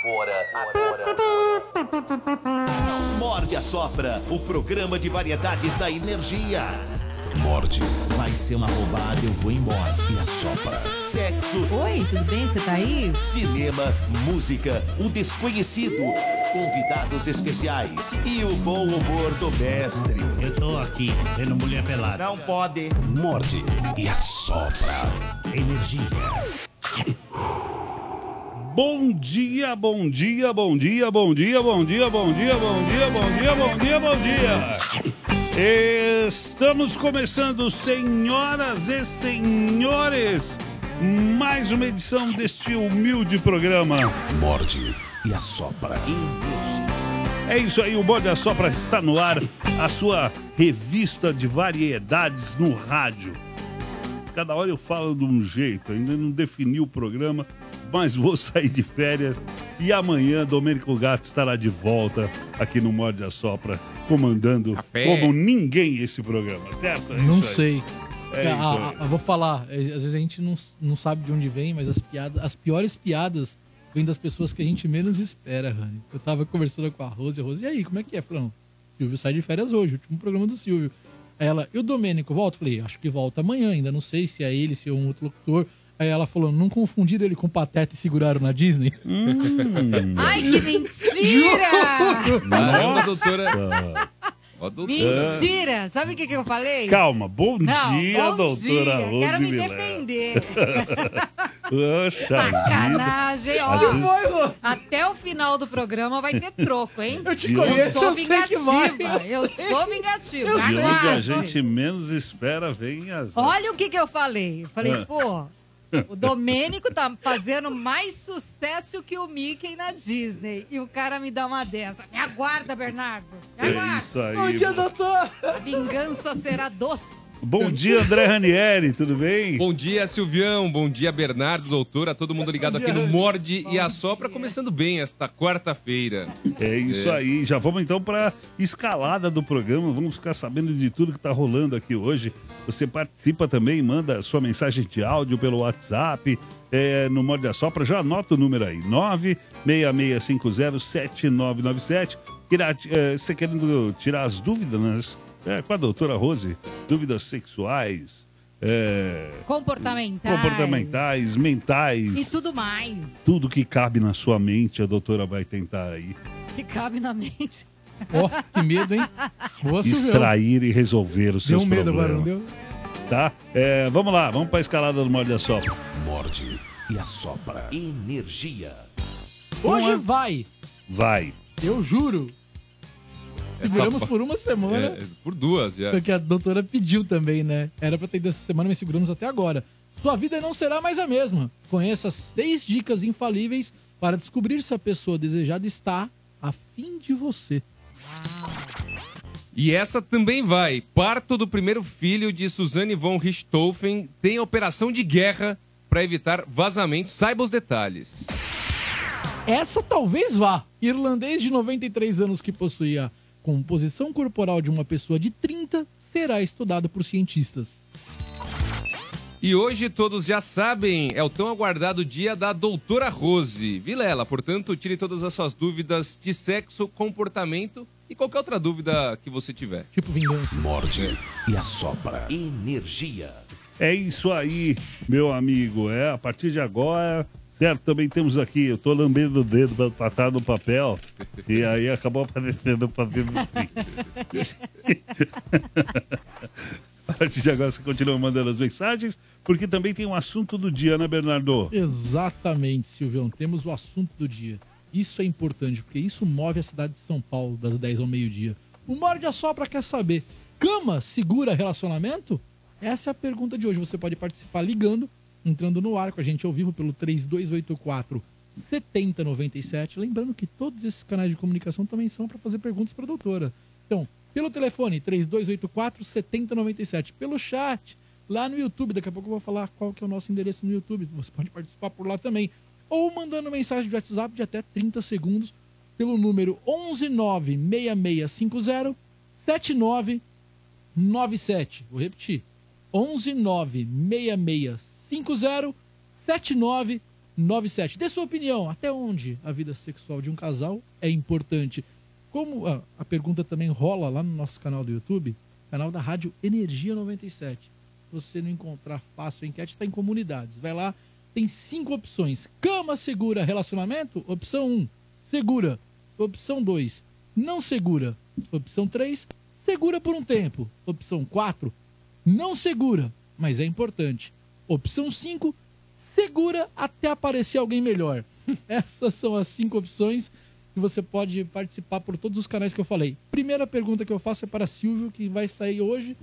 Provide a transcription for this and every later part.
Morde a Sopra, o programa de variedades da energia. Morde. Vai ser uma roubada, eu vou embora. E assopra. Sexo. Oi, tudo bem? Você tá aí? Cinema, música, o desconhecido, convidados especiais e o bom humor do mestre. Eu tô aqui, vendo mulher pelada. Não pode. Morde e assopra. Energia. Bom dia, bom dia, bom dia, bom dia, bom dia, bom dia, bom dia, bom dia, bom dia, bom dia. Estamos começando, senhoras e senhores, mais uma edição deste humilde programa. Morde e assopra. É isso aí, o Morde e Assopra está no ar, a sua revista de variedades no rádio. Cada hora eu falo de um jeito, ainda não defini o programa, mas vou sair de férias e amanhã Domênico Gato estará de volta aqui no Morde e Assopra, comandando como ninguém esse programa, certo? É não isso aí. sei. É isso aí. Eu vou falar, às vezes a gente não sabe de onde vem, mas as piores piadas vêm das pessoas que a gente menos espera, Rani. Eu tava conversando com a Rose, e aí, como é que é? Falei, não, Silvio sai de férias hoje, o último programa do Silvio. Aí ela, e o Domênico volta? Falei, acho que volta amanhã, ainda não sei se é ele, se é um outro locutor. Aí ela falou, não confundiram ele com o Pateta e seguraram na Disney? Ai, que mentira! Caramba, doutora. Ó, doutora. Mentira! Sabe o que eu falei? Calma, bom Não, dia, bom doutora dia. Rose Quero me Vilela. defender. Poxa vida. Sacanagem, ó. Às vezes- Até o final do programa vai ter troco, hein? Eu te conheço, sou eu sei que vai. vingativa. Eu sou vingativa. De onde a Aguarde. gente menos espera, vem as... Olha o que eu falei. Eu falei, pô, o Domênico tá fazendo mais sucesso que o Mickey na Disney. E o cara me dá uma dessa. Me aguarda, Bernardo. Me É aguarda. isso aí. Bom dia, doutor! A vingança será doce. Bom dia, André Ranieri, tudo bem? Bom dia, Silvião. Bom dia, Bernardo, doutora. Todo mundo ligado aqui no Morde e Assopra, começando bem esta quarta-feira. É isso aí. Já vamos então para escalada do programa. Vamos ficar sabendo de tudo que está rolando aqui hoje. Você participa também, manda sua mensagem de áudio pelo WhatsApp, no Morde e Assopra. Já anota o número aí, 966507997. Você querendo tirar as dúvidas, né? Com a doutora Rose, dúvidas sexuais, comportamentais, mentais. E tudo mais Tudo que cabe na sua mente, a doutora vai tentar aí que cabe na mente. Ó, que medo, hein? Boa, Silvio. extrair e resolver os Deu seus um medo problemas. agora, não deu? Tá? Vamos lá, vamos para a escalada do Morde e Assopra. Morde e assopra. Energia. Hoje vai, Vai. eu juro. Seguramos por uma semana, Por duas já. porque a doutora pediu também, né? Era pra ter ido essa semana, mas seguramos até agora. Sua vida não será mais a mesma. Conheça 6 dicas infalíveis para descobrir se a pessoa desejada está a fim de você. E essa também vai. Parto do primeiro filho de Suzanne von Richthofen tem operação de guerra para evitar vazamentos. Saiba os detalhes. Essa talvez vá. Irlandês de 93 anos que possuía a composição corporal de uma pessoa de 30 será estudado por cientistas. E hoje todos já sabem, é o tão aguardado dia da doutora Rose Vilela. Portanto, tire todas as suas dúvidas de sexo, comportamento e qualquer outra dúvida que você tiver. Tipo vingança. Morde e assopra. Energia. É isso aí, meu amigo. A partir de agora, certo? Também temos aqui, eu tô lambendo o dedo para passar no papel e aí acabou aparecendo fazendo assim. A partir de agora você continua mandando as mensagens, porque também tem um assunto do dia, né, Bernardo? Exatamente, Silvião. Temos o assunto do dia. Isso é importante, porque isso move a cidade de São Paulo das 10 ao meio-dia. O Morde e Assopra quer saber, cama segura relacionamento? Essa é a pergunta de hoje. Você pode participar ligando, entrando no ar com a gente ao vivo pelo 3284-7097. Lembrando que todos esses canais de comunicação também são para fazer perguntas para a doutora. Então, pelo telefone 3284-7097, pelo chat, lá no YouTube. Daqui a pouco eu vou falar qual que é o nosso endereço no YouTube. Você pode participar por lá também. Ou mandando mensagem de WhatsApp de até 30 segundos pelo número 11966507997. Vou repetir. 11966507997. 97. Dê sua opinião, até onde a vida sexual de um casal é importante? Como a pergunta também rola lá no nosso canal do YouTube, canal da Rádio Energia 97. Se você não encontrar fácil a enquete, está em comunidades. Vai lá, tem 5 opções. Cama segura relacionamento? Opção 1, segura. Opção 2, não segura. Opção 3, segura por um tempo. Opção 4, não segura, mas é importante. Opção 5, segura até aparecer alguém melhor. Essas são as 5 opções que você pode participar por todos os canais que eu falei. Primeira pergunta que eu faço é para Silvio, que vai sair hoje.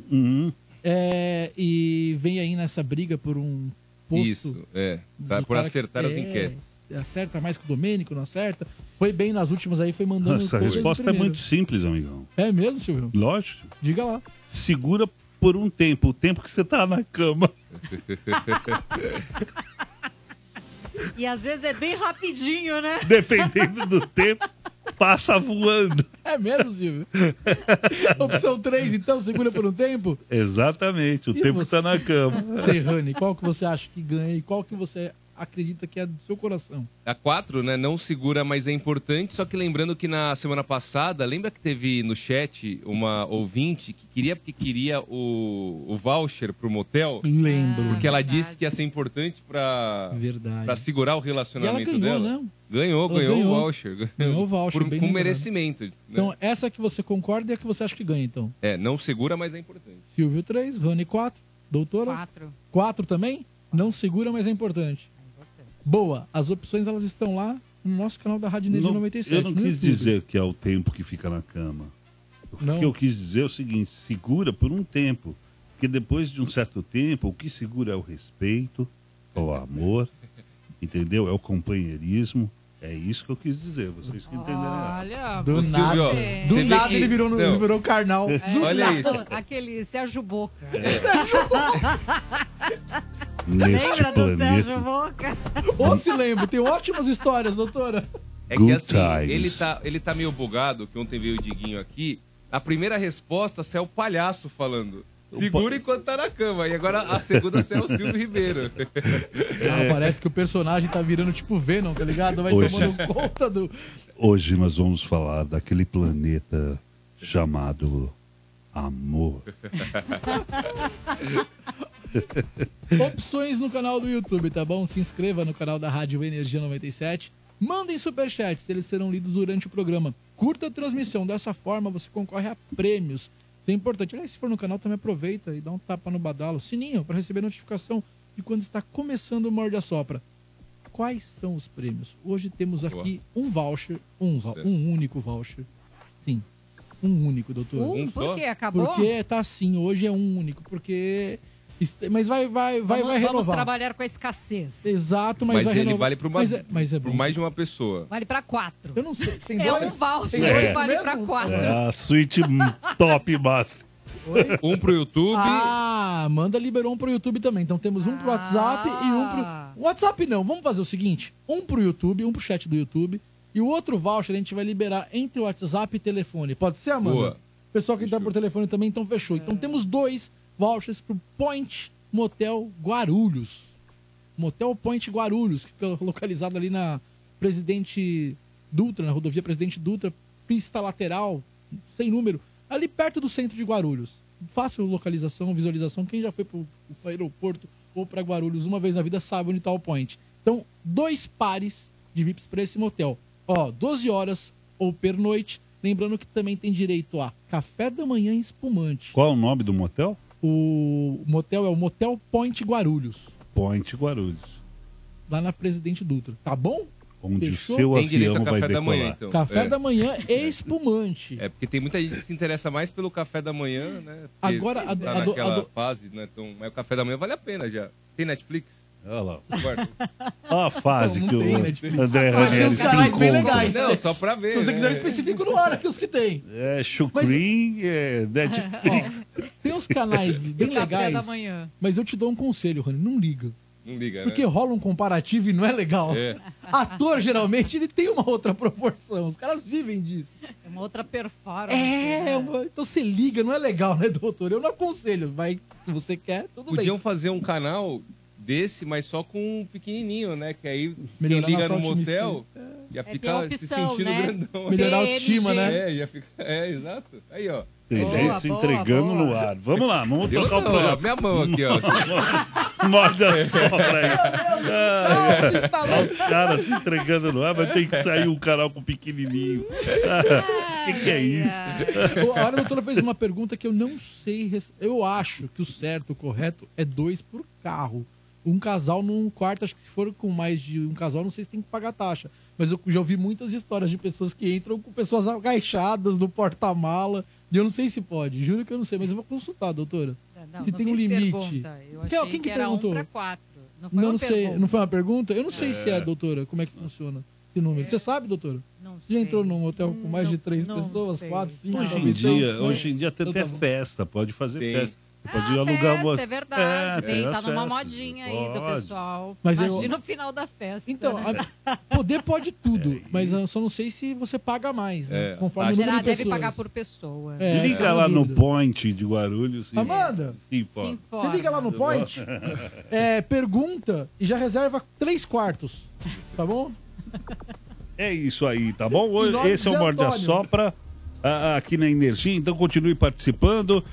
E vem aí nessa briga por um posto. Isso, por acertar as enquetes. Acerta mais que o Domênico, não acerta. Foi bem nas últimas aí, foi mandando... Essa resposta é muito simples, amigão. É mesmo, Silvio? Lógico. Diga lá. Segura por um tempo, o tempo que você tá na cama. E às vezes é bem rapidinho, né? Dependendo do tempo, passa voando. É mesmo, Silvio? Opção 3, então, segura por um tempo? Exatamente, o tempo que tá na cama. Serrane, qual que você acha que ganha e qual que você acredita que é do seu coração? A 4, né? Não segura, mas é importante. Só que lembrando que na semana passada, lembra que teve no chat uma ouvinte que queria o voucher pro motel? Lembro. Porque ela disse que ia ser importante pra segurar o relacionamento e ela ganhou, dela. Não? Ganhou o voucher. Ganhou o voucher, com merecimento. Né? Então, essa que você concorda e a que você acha que ganha, então? Não segura, mas é importante. Silvio 3, Rani 4, doutora? 4. 4 também? Não segura, mas é importante. Boa, as opções elas estão lá no nosso canal da Rádio Energia 97. Eu não quis dizer que é o tempo que fica na cama. O que eu quis dizer é o seguinte, segura por um tempo. Porque depois de um certo tempo, o que segura é o respeito, é o amor, entendeu? É o companheirismo. É isso que eu quis dizer, vocês que entenderam. Olha, do nada, ele virou carnal. Olha nada. isso. Aquele Sérgio Boca. Neste Lembra do Sérgio Boca? Ou se lembra, tem ótimas histórias, doutora. É que assim, ele tá meio bugado, que ontem veio o Diguinho aqui. A primeira resposta saiu o palhaço falando. Segura enquanto tá na cama. E agora a segunda saiu o Silvio Ribeiro. Parece que o personagem tá virando tipo Venom, tá ligado? Vai tomando conta do... Hoje nós vamos falar daquele planeta chamado amor. Opções no canal do YouTube, tá bom? Se inscreva no canal da Rádio Energia 97. Mandem superchats, eles serão lidos durante o programa. Curta a transmissão, dessa forma você concorre a prêmios. Isso é importante. Aliás, se for no canal, também aproveita e dá um tapa no badalo. Sininho, para receber notificação de quando está começando o Morde a Sopra. Quais são os prêmios? Hoje temos aqui um voucher, um único voucher. Sim, um único, doutor. Por quê? Acabou? Porque tá assim, hoje é um único, porque... Mas vai renovar. Vamos trabalhar com a escassez. Exato, mas vai ele renovar. vale mas é por mais de uma pessoa. Vale pra 4. Eu não sei. Tem um voucher que vale pra 4. É a suíte top master. Um pro YouTube. Liberou um pro YouTube também. Então temos um pro WhatsApp e um pro... WhatsApp não, vamos fazer o seguinte. Um pro YouTube, um pro chat do YouTube. E o outro voucher a gente vai liberar entre o WhatsApp e telefone. Pode ser, Amanda? Boa. Pessoal que entrar por telefone também, então fechou. Então temos 2 vouchers pro Point Motel Guarulhos. Motel Point Guarulhos, que fica localizado ali na Presidente Dutra, na rodovia Presidente Dutra, pista lateral, sem número, ali perto do centro de Guarulhos. Fácil localização, visualização. Quem já foi pro aeroporto ou para Guarulhos uma vez na vida sabe onde tá o Point. Então, 2 pares de VIPs para esse motel. 12 horas ou pernoite. Lembrando que também tem direito a café da manhã espumante. Qual é o nome do motel? O motel é o Motel Point Guarulhos. Point Guarulhos. Lá na Presidente Dutra. Tá bom? Onde Fechou? o seu Tem direito avião a vai café da decolar. manhã, então. Café da manhã e espumante. Porque tem muita gente que se interessa mais pelo café da manhã, né? Porque Agora, tá naquela fase, né? Então, mas o café da manhã vale a pena já. Tem Netflix? Olha lá. Guarda. Olha a fase Não que tem o Netflix. André Mas tem Ranieri uns se canais bem encontra. legais. Não, só pra ver. Se você né? quiser, eu especifico no ar aqui os que tem. É, Chucrim, Netflix. Tem uns canais bem Café legais. da manhã. Mas eu te dou um conselho, Rony. Não liga. Não liga, né? Porque rola um comparativo e não é legal. É. Ator, geralmente, ele tem uma outra proporção. Os caras vivem disso. É uma outra performance. né? Então você liga, não é legal, né, doutor? Eu não aconselho. Vai o que você quer, tudo Podiam bem. fazer um canal desse, mas só com um pequenininho, né? Que aí Melhorar quem liga nossa no motel ia tem ficar se opção, sentindo né? grandão. Melhorar a PNG. autoestima, né? Ia ficar... exato. Aí, ó. Tem Boa, gente se boa, entregando boa. no ar. Vamos lá, vamos Eu tocar o não, programa. ó, minha mão aqui, ó. Morde a sopra aí. Olha os caras se entregando no ar, mas tem que sair um canal com pequenininho. O que é isso? A hora a doutora fez uma pergunta que eu não sei. Eu acho que o certo, o correto, é 2 por carro. Um casal num quarto, acho que se for com mais de um casal, não sei se tem que pagar taxa. Mas eu já ouvi muitas histórias de pessoas que entram com pessoas agachadas no porta-mala. E eu não sei se pode, juro que eu não sei, mas eu vou consultar, doutora. Não, Se não tem um fiz limite. pergunta. Eu Quem achei que era perguntou? 1 para 4. Não foi Não, uma sei, pergunta. não foi uma pergunta? Eu não sei se é, doutora, como é que funciona esse número. Você sabe, doutora? Não Você já sei. entrou num hotel com mais de 3 não pessoas, sei. 4, 5? Não. Hoje em dia tem Então até tá bom. festa, pode fazer Tem. festa. Você pode alugar festa, uma... é verdade. tem Tá as numa festas. modinha aí do Pode. pessoal. Mas Imagina o final da festa. Então, né? poder pode tudo, mas eu só não sei se você paga mais, né? É, Conforme o taxa. número de Deve pessoas. pagar por pessoa. É, Liga tá lá no dúvida. Point de Guarulhos. Amanda, Se informa. Se informa. você liga lá no Point, pergunta e já reserva 3 quartos, tá bom? É isso aí, tá bom? Hoje, Em nome esse é de o Morde a Antônio. Sopra aqui na Energia, então continue participando.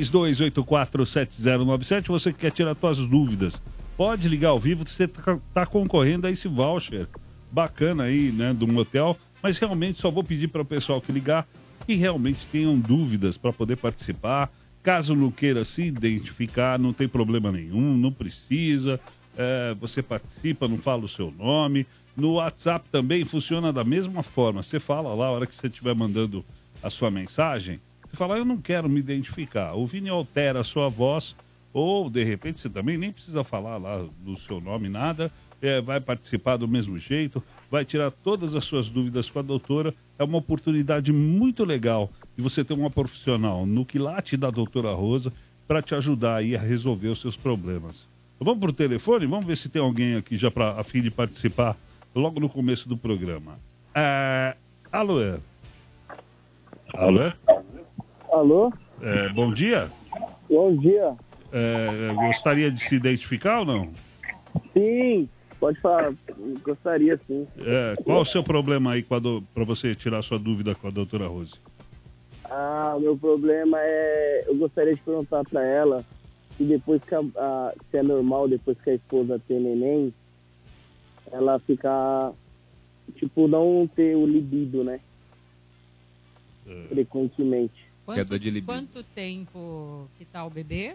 32847097, você que quer tirar suas dúvidas, pode ligar ao vivo, você tá concorrendo a esse voucher bacana aí, né, do motel, mas realmente só vou pedir para o pessoal que ligar que realmente tenham dúvidas para poder participar. Caso não queira se identificar, não tem problema nenhum, não precisa. Você participa, não fala o seu nome. No WhatsApp também funciona da mesma forma. Você fala lá, a hora que você estiver mandando a sua mensagem, você fala, eu não quero me identificar. O Vini altera a sua voz, ou de repente você também nem precisa falar lá do seu nome, nada. Vai participar do mesmo jeito, vai tirar todas as suas dúvidas com a doutora. É uma oportunidade muito legal de você ter uma profissional no quilate da doutora Rosa para te ajudar aí a resolver os seus problemas. Vamos pro telefone? Vamos ver se tem alguém aqui já a fim de participar logo no começo do programa. Alô? Alô? Alô? Bom dia. Bom dia. Gostaria de se identificar ou não? Sim, pode falar. Gostaria, sim. Qual o seu problema aí para você tirar sua dúvida com a doutora Rose? O meu problema é... Eu gostaria de perguntar para ela se depois que se é normal, depois que a esposa tem neném, ela ficar... Tipo, não ter o libido, né? Frequentemente. Queda de libido. Quanto tempo que tá o bebê?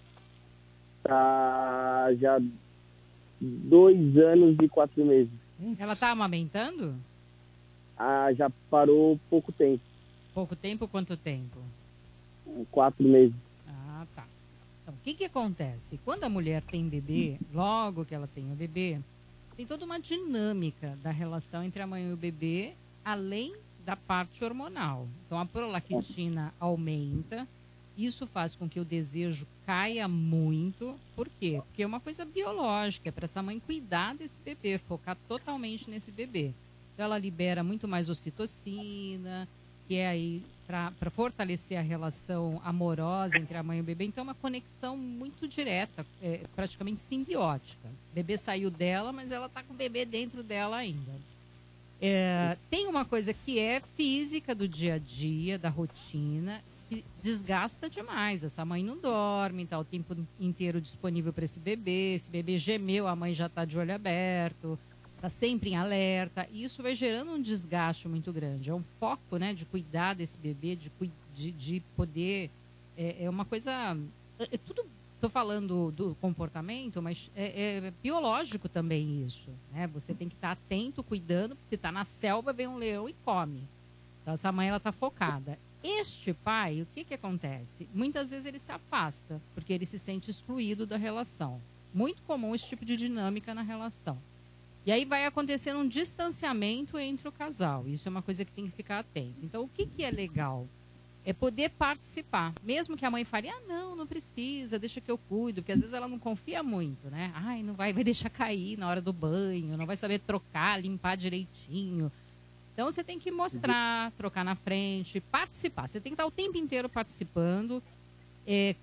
Tá já 2 anos e 4 meses. Ela tá amamentando? Já parou pouco tempo. Pouco tempo, quanto tempo? 4 meses. Ah, tá. Então, o que acontece? Quando a mulher tem bebê, logo que ela tem o bebê, tem toda uma dinâmica da relação entre a mãe e o bebê, além da parte hormonal. Então, a prolactina aumenta, isso faz com que o desejo caia muito. Por quê? Porque é uma coisa biológica, é para essa mãe cuidar desse bebê, focar totalmente nesse bebê. Então, ela libera muito mais ocitocina, que é aí para fortalecer a relação amorosa entre a mãe e o bebê. Então, é uma conexão muito direta, praticamente simbiótica. O bebê saiu dela, mas ela está com o bebê dentro dela ainda. Tem uma coisa que é física do dia a dia, da rotina, que desgasta demais. Essa mãe não dorme, está o tempo inteiro disponível para esse bebê. Esse bebê gemeu, a mãe já está de olho aberto, está sempre em alerta. E isso vai gerando um desgaste muito grande. É um foco, né, de cuidar desse bebê, de poder... É uma coisa... Tudo... Estou falando do comportamento, mas é biológico também isso, né? Você tem que estar atento, cuidando, porque se está na selva, vem um leão e come. Então, essa mãe, ela está focada. Este pai, o que acontece? Muitas vezes ele se afasta, porque ele se sente excluído da relação. Muito comum esse tipo de dinâmica na relação. E aí vai acontecendo um distanciamento entre o casal. Isso é uma coisa que tem que ficar atento. Então, o que é legal? É poder participar. Mesmo que a mãe fale, não precisa, deixa que eu cuido. Porque às vezes ela não confia muito, né? Não vai deixar cair na hora do banho, não vai saber trocar, limpar direitinho. Então você tem que mostrar, trocar na frente, participar. Você tem que estar o tempo inteiro participando,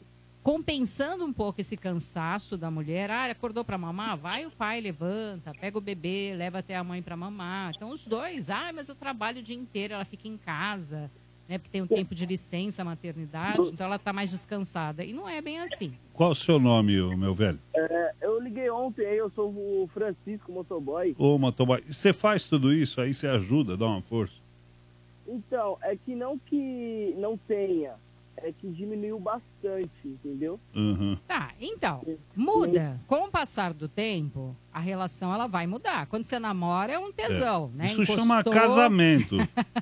compensando um pouco esse cansaço da mulher. Ah, acordou para mamar? Vai o pai, levanta, pega o bebê, leva até a mãe para mamar. Então os dois, mas eu trabalho o dia inteiro, ela fica em casa, né? Porque tem um tempo de licença maternidade, então ela está mais descansada. E não é bem assim. Qual o seu nome, meu velho? Eu liguei ontem aí, eu sou o Francisco, motoboy. Ô, motoboy, você faz tudo isso aí, você ajuda, dá uma força. Então, é que não tenha, é que diminuiu bastante, entendeu? Uhum. Tá, então, muda. Com o passar do tempo, a relação ela vai mudar. Quando você namora, é um tesão, né? Isso chama casamento.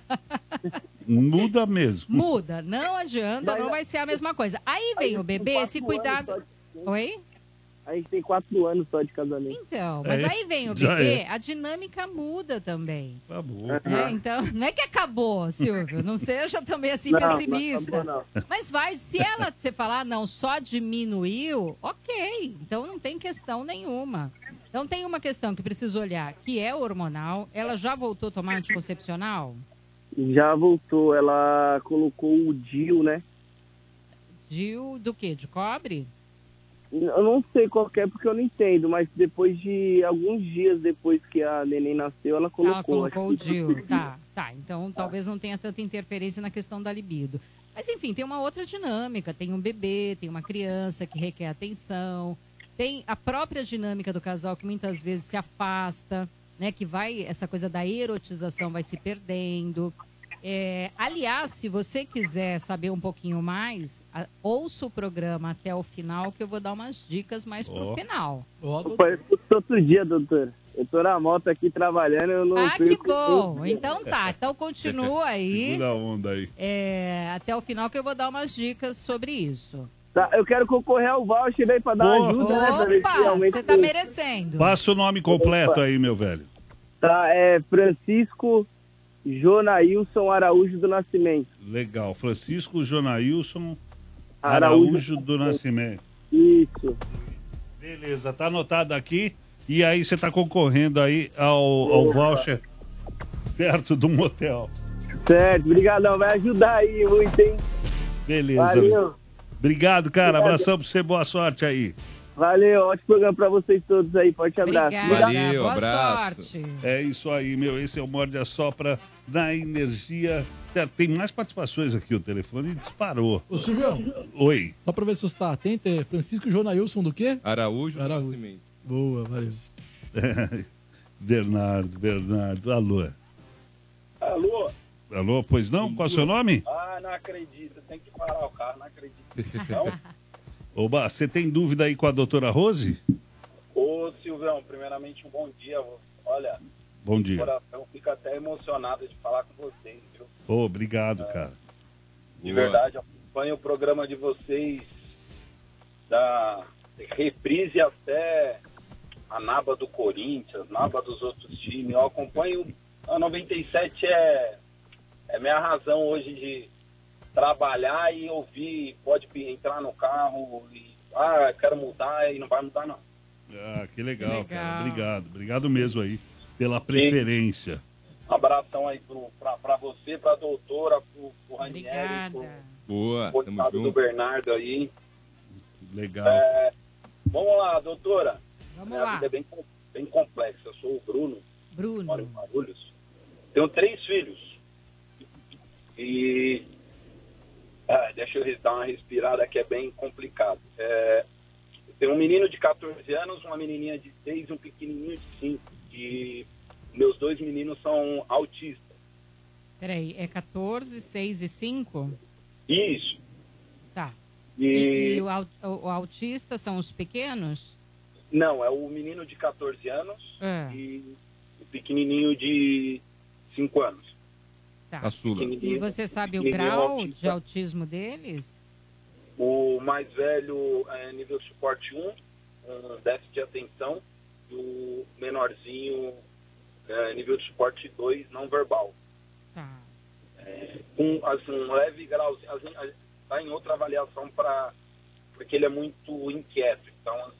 Muda mesmo. Muda, não adianta, Mas- não vai ser a mesma coisa. Aí vem o bebê, esse 4 cuidado... anos só Oi? A gente tem 4 anos só de casamento. Então, mas É, aí vem o já bebê, é. a dinâmica muda também. Tá bom. Né? Então, não é que acabou, Silvio. Não seja também assim Não, pessimista. não. Mas vai, se você falar, não, só diminuiu, ok. Então não tem questão nenhuma. Então tem uma questão que precisa olhar, que é hormonal. Ela já voltou a tomar anticoncepcional? Já voltou, ela colocou o DIU, né? Do quê? De cobre? Eu não sei qual que é porque eu não entendo, mas depois de alguns dias depois que a neném nasceu, ela colocou. Ela colocou o Acho que- DIU. Tá. Então talvez não tenha tanta interferência na questão da libido. Mas enfim, tem uma outra dinâmica. Tem um bebê, tem uma criança que requer atenção. Tem a própria dinâmica do casal que muitas vezes se afasta, né? Que vai, essa coisa da erotização vai se perdendo. Aliás, se você quiser saber um pouquinho mais, ouça o programa até o final, que eu vou dar umas dicas mais pro final. Foi outro dia, doutor. Eu tô na moto aqui trabalhando, eu não Que perco bom! tempo. Então tá, então continua aí. Segura a onda aí. Até o final que eu vou dar umas dicas sobre isso. Tá, eu quero concorrer ao voucher aí pra dar Porra. ajuda, né? Pra ver se Opa, realmente você tá tem. merecendo. Passa o nome completo aí, meu velho. Tá, é Francisco Jonailson Araújo do Nascimento. Legal. Francisco Jonailson Araújo do Nascimento. Isso. Beleza, tá anotado aqui. E aí você tá concorrendo aí ao voucher perto do motel. Certo, obrigadão. Vai ajudar aí muito, hein? Beleza. Valeu. Obrigado, cara. Abração pra você, boa sorte aí. Valeu, ótimo programa pra vocês todos aí. Forte abraço. Obrigada, Valeu, boa abraço. sorte. É isso aí, meu. Esse é o Morde a Sopra na Energia. Tem mais participações aqui, o telefone disparou. Ô, Silvião, Oi. só pra ver se você tá atento, é Francisco Jonailson do quê? Araújo. Araújo. Nascimento. Boa, valeu. Bernardo, alô. Alô? Alô, pois não? Qual é o seu nome? Não acredito. Tem que parar o carro, não acredito. Não? Oba, você tem dúvida aí com a doutora Rose? Ô, Silvão, primeiramente um bom dia. Olha, Bom o dia. coração fica até emocionado de falar com vocês, viu? Obrigado, cara. De Boa. verdade, acompanho o programa de vocês da reprise até a naba do Corinthians, naba dos outros times. Eu acompanho a 97 é minha razão hoje de trabalhar e ouvir, pode entrar no carro e quero mudar e não vai mudar não. Que legal, Legal. cara. Obrigado mesmo aí pela preferência. Um abração aí pra você, pra doutora, pro Ranieri, pro Obrigada. Boa, tamo coitado do junto. Bernardo aí. Legal. Vamos lá, doutora. Vamos Minha lá, vida é bem complexa. Eu sou o Bruno, moro em Bruno. Guarulhos. Tenho 3 filhos. E deixa eu dar uma respirada que é bem complicado. Tenho um menino de 14 anos, uma menininha de 6 e um pequenininho de 5. E meus 2 meninos são autistas. Peraí, é 14, 6 e 5? Isso. Tá. E E o autista são os pequenos? não, é o menino de 14 anos e o pequenininho de 5 anos. Tá. Caçula. E você sabe o Pequenininho grau autista. de autismo deles? O mais velho é nível suporte 1, déficit de atenção, e o menorzinho é nível de suporte 2, não verbal. Tá. Com um leve grau, está em outra avaliação porque ele é muito inquieto. Então, assim,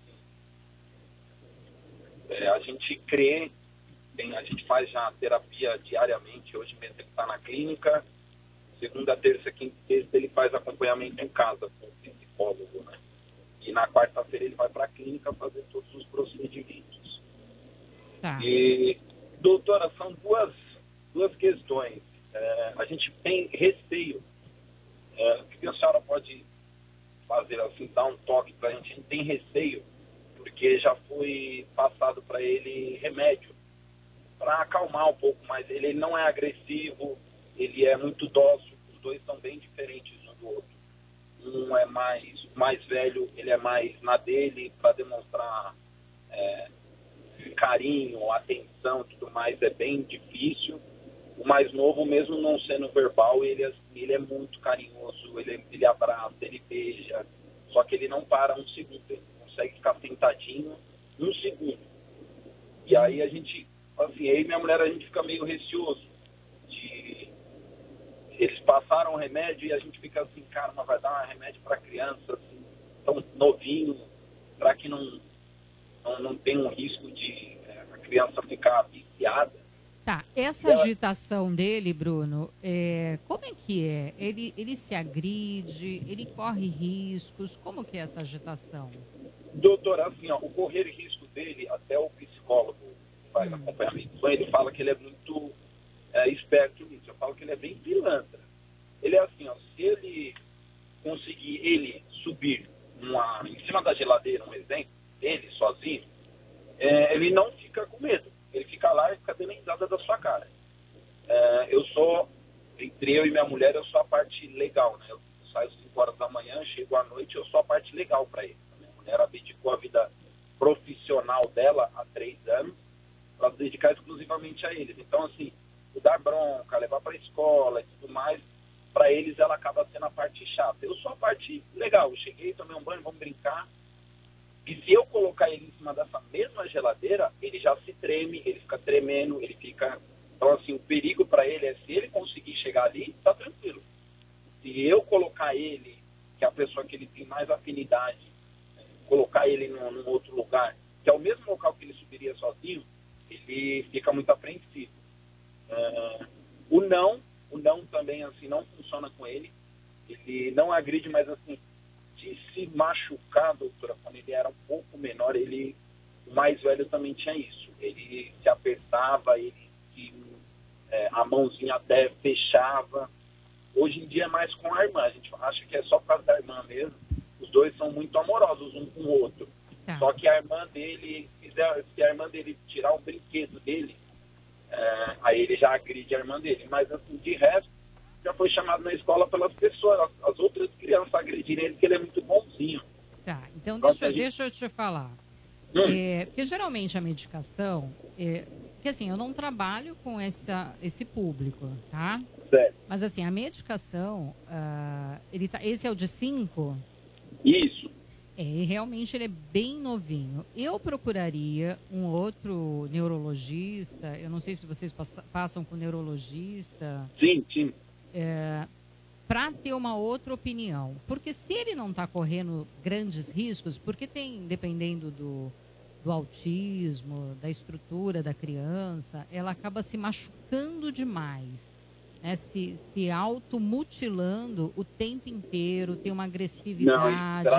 a gente crê, a gente faz já terapia diariamente, hoje mesmo ele está na clínica, segunda, terça, quinta e sexta ele faz acompanhamento em casa com o psicólogo, né? E na quarta-feira ele vai para a clínica fazer todos os procedimentos. Tá. E, doutora, são duas questões. A gente tem receio. O que a senhora pode fazer, assim, dar um toque para a gente? A gente tem receio, porque já foi passado para ele remédio para acalmar um pouco mais. Ele não é agressivo, ele é muito dócil, os dois são bem diferentes um do outro. Um é mais velho, ele é mais na dele, para demonstrar carinho, atenção e tudo mais, é bem difícil. O mais novo, mesmo não sendo verbal, ele é muito carinhoso, ele abraça, ele beija, só que ele não para um segundo, ele consegue ficar sentadinho um segundo. E aí a gente, assim, eu e minha mulher, a gente fica meio receoso de... Eles passaram o remédio e a gente fica assim, cara, mas vai dar um remédio para criança, assim, tão novinho, para que não tenha um risco de a criança ficar viciada. Tá, essa agitação dele, Bruno, como é que é? Ele se agride, ele corre riscos, como que é essa agitação? Doutora, assim, ó, o correr risco dele, até o psicólogo que faz acompanhamento, ele fala que ele é muito esperto nisso, eu falo que ele é bem pilantra. Ele é assim, ó, se ele conseguir subir em cima da geladeira, um exemplo, ele sozinho, ele não fica com medo. Ele fica lá e fica dando risada da sua cara. Entre eu e minha mulher, eu sou a parte legal, né? Eu saio às 5 horas da manhã, chego à noite, eu sou a parte legal para ele. A minha mulher abdicou a vida profissional dela há 3 anos para se dedicar exclusivamente a eles. Então, assim, dar bronca, levar para a escola e tudo mais, para eles ela acaba sendo a parte chata. Eu sou a parte legal. Eu cheguei, tomei um banho, vamos brincar. E se eu colocar ele em cima dessa mesma geladeira, ele já se treme, ele fica tremendo, ele fica... Então, assim, o perigo para ele é, se ele conseguir chegar ali, tá tranquilo. Se eu colocar ele, que é a pessoa que ele tem mais afinidade, colocar ele num outro lugar, que é o mesmo local que ele subiria sozinho, ele fica muito apreensivo. O não também, assim, não funciona com ele. Ele não agride, mas, assim, de se machucar, doutora, quando ele era um pouco menor, o mais velho também tinha isso. Ele se apertava, a mãozinha até fechava. Hoje em dia é mais com a irmã. A gente acha que é só por causa da irmã mesmo. Os dois são muito amorosos um com o outro. Tá. Só que a irmã dele, se a irmã dele tirar um brinquedo dele, aí ele já agride a irmã dele. Mas, assim, de resto, já foi chamado na escola pelas pessoas, as outras crianças agredirem ele, porque ele é muito bonzinho. Tá, então Nossa, deixa eu te falar. Porque geralmente a medicação... Porque assim, eu não trabalho com esse público, tá? Certo. Mas assim, a medicação, esse é o de 5? Isso. E realmente ele é bem novinho. Eu procuraria um outro neurologista, eu não sei se vocês passam com neurologista. Sim. Para ter uma outra opinião. Porque se ele não está correndo grandes riscos, porque dependendo do autismo, da estrutura da criança, ela acaba se machucando demais, né? Se automutilando o tempo inteiro, tem uma agressividade,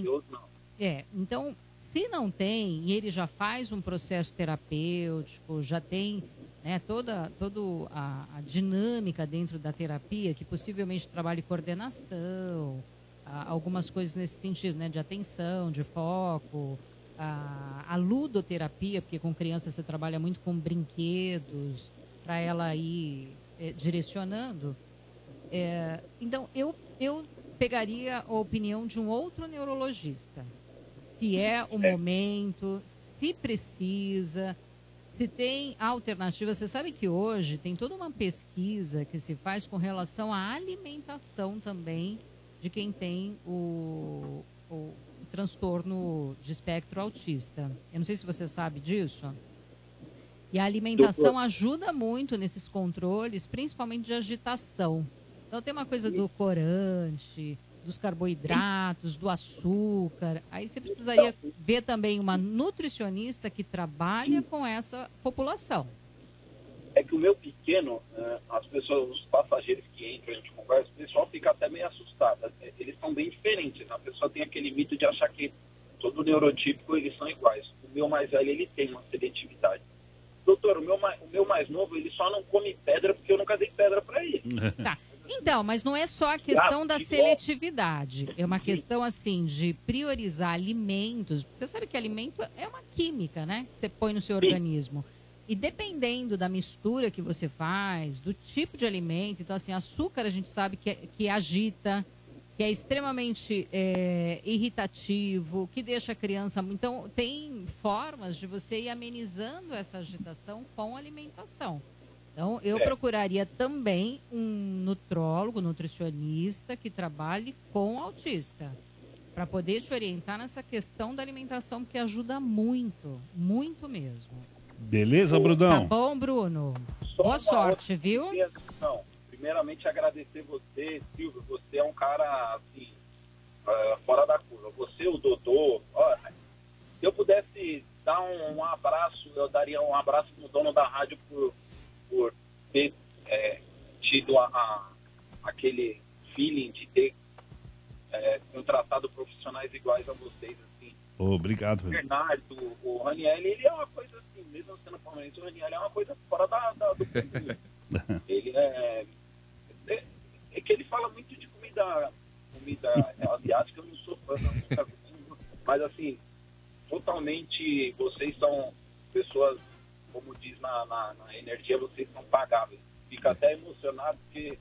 Então, se não tem, e ele já faz um processo terapêutico, já tem, né, toda a dinâmica dentro da terapia, que possivelmente trabalhe coordenação, algumas coisas nesse sentido, né, de atenção, de foco, a ludoterapia, porque com criança você trabalha muito com brinquedos, para ela ir direcionando. Então, eu pegaria a opinião de um outro neurologista. Se é o momento, se precisa, se tem alternativa. Você sabe que hoje tem toda uma pesquisa que se faz com relação à alimentação também de quem tem o transtorno de espectro autista. Eu não sei se você sabe disso. E a alimentação ajuda muito nesses controles, principalmente de agitação. Então tem uma coisa do corante, dos carboidratos, do açúcar. Aí você precisaria ver também uma nutricionista que trabalha com essa população. é que o meu pequeno, as pessoas, os passageiros que entram, a gente conversa, o pessoal fica até meio assustado. Eles são bem diferentes. A pessoa tem aquele mito de achar que todo neurotípico eles são iguais. O meu mais velho, ele tem uma seletividade. Doutor, o meu mais novo, ele só não come pedra porque eu nunca dei pedra para ele. Tá. Então, mas não é só a questão da seletividade. É uma questão, assim, de priorizar alimentos. Você sabe que alimento é uma química, né? Que você põe no seu organismo. E dependendo da mistura que você faz, do tipo de alimento... Então, assim, açúcar a gente sabe que agita, que é extremamente irritativo, que deixa a criança... Então, tem formas de você ir amenizando essa agitação com alimentação. Então, eu procuraria também um nutrólogo, nutricionista que trabalhe com autista, para poder te orientar nessa questão da alimentação, porque ajuda muito, muito mesmo. Beleza, Brunão? Tá bom, Bruno? Boa sorte, viu? Não, primeiramente agradecer você, Silvio. Você é um cara, assim, fora da curva. Você, o Dodô, se eu pudesse dar um abraço, eu daria um abraço no dono da rádio por ter tido aquele feeling de ter contratado profissionais iguais a vocês, assim. Obrigado. O Bernardo, o Raniel, ele é uma coisa assim, mesmo sendo palmeirense, o Raniel é uma coisa fora do comum. Ele é que ele fala muito de comida asiática, eu não sou fã, não, mas assim, totalmente, vocês são pessoas, como diz na energia, vocês são pagáveis. Fica até emocionado porque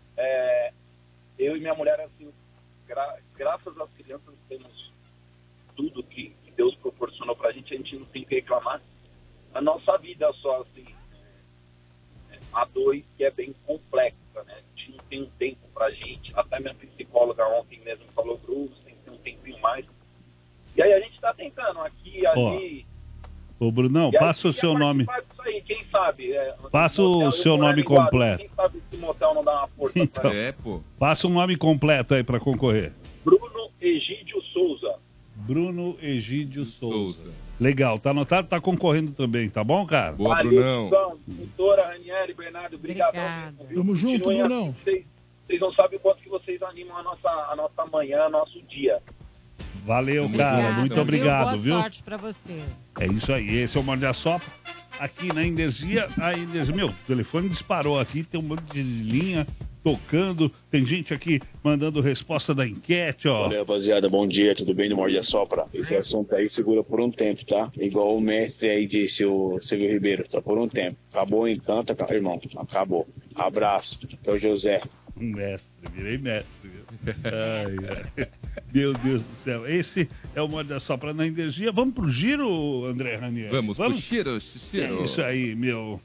eu e minha mulher, assim, graças às crianças, temos tudo que Deus proporcionou pra gente, a gente não tem que reclamar. A nossa vida só, assim, a dois, que é bem complexa, né? A gente não tem um tempo pra gente. Até minha psicóloga ontem mesmo falou, Bruno, tem que ter um tempinho mais. E aí a gente tá tentando aqui, ali... Ô, Brunão, passa o seu nome. Aí, quem sabe? Passa o seu nome completo. Quem sabe se o motel não dá uma força então, pô. Passa o nome completo aí pra concorrer. Bruno Egídio Souza. Bruno Egídio Souza. Legal, tá anotado, tá concorrendo também, tá bom, cara? Boa, Brunão. Doutora Ranieri, Bernardo, obrigado. Tamo junto, Brunão. Vocês não sabem o quanto que vocês animam a nossa manhã, nosso dia. Valeu, cara. Muito obrigado, viu? Boa sorte pra você. É isso aí. Esse é o Morde a Sopra. Aqui na Energia, a Energia... Meu, o telefone disparou aqui, tem um monte de linha tocando. Tem gente aqui mandando resposta da enquete, ó. Olha, rapaziada, bom dia, tudo bem no Morde a Sopra? Esse assunto aí segura por um tempo, tá? Igual o mestre aí disse, o Silvio Ribeiro, só por um tempo. Acabou, encanta, irmão. Acabou. Abraço. Até o José. Mestre, virei mestre. Ai. Meu Deus do céu. Esse é o Morde a Sopra na Energia. Vamos pro giro, André Ranieri? Vamos pro giro. É isso aí, meu.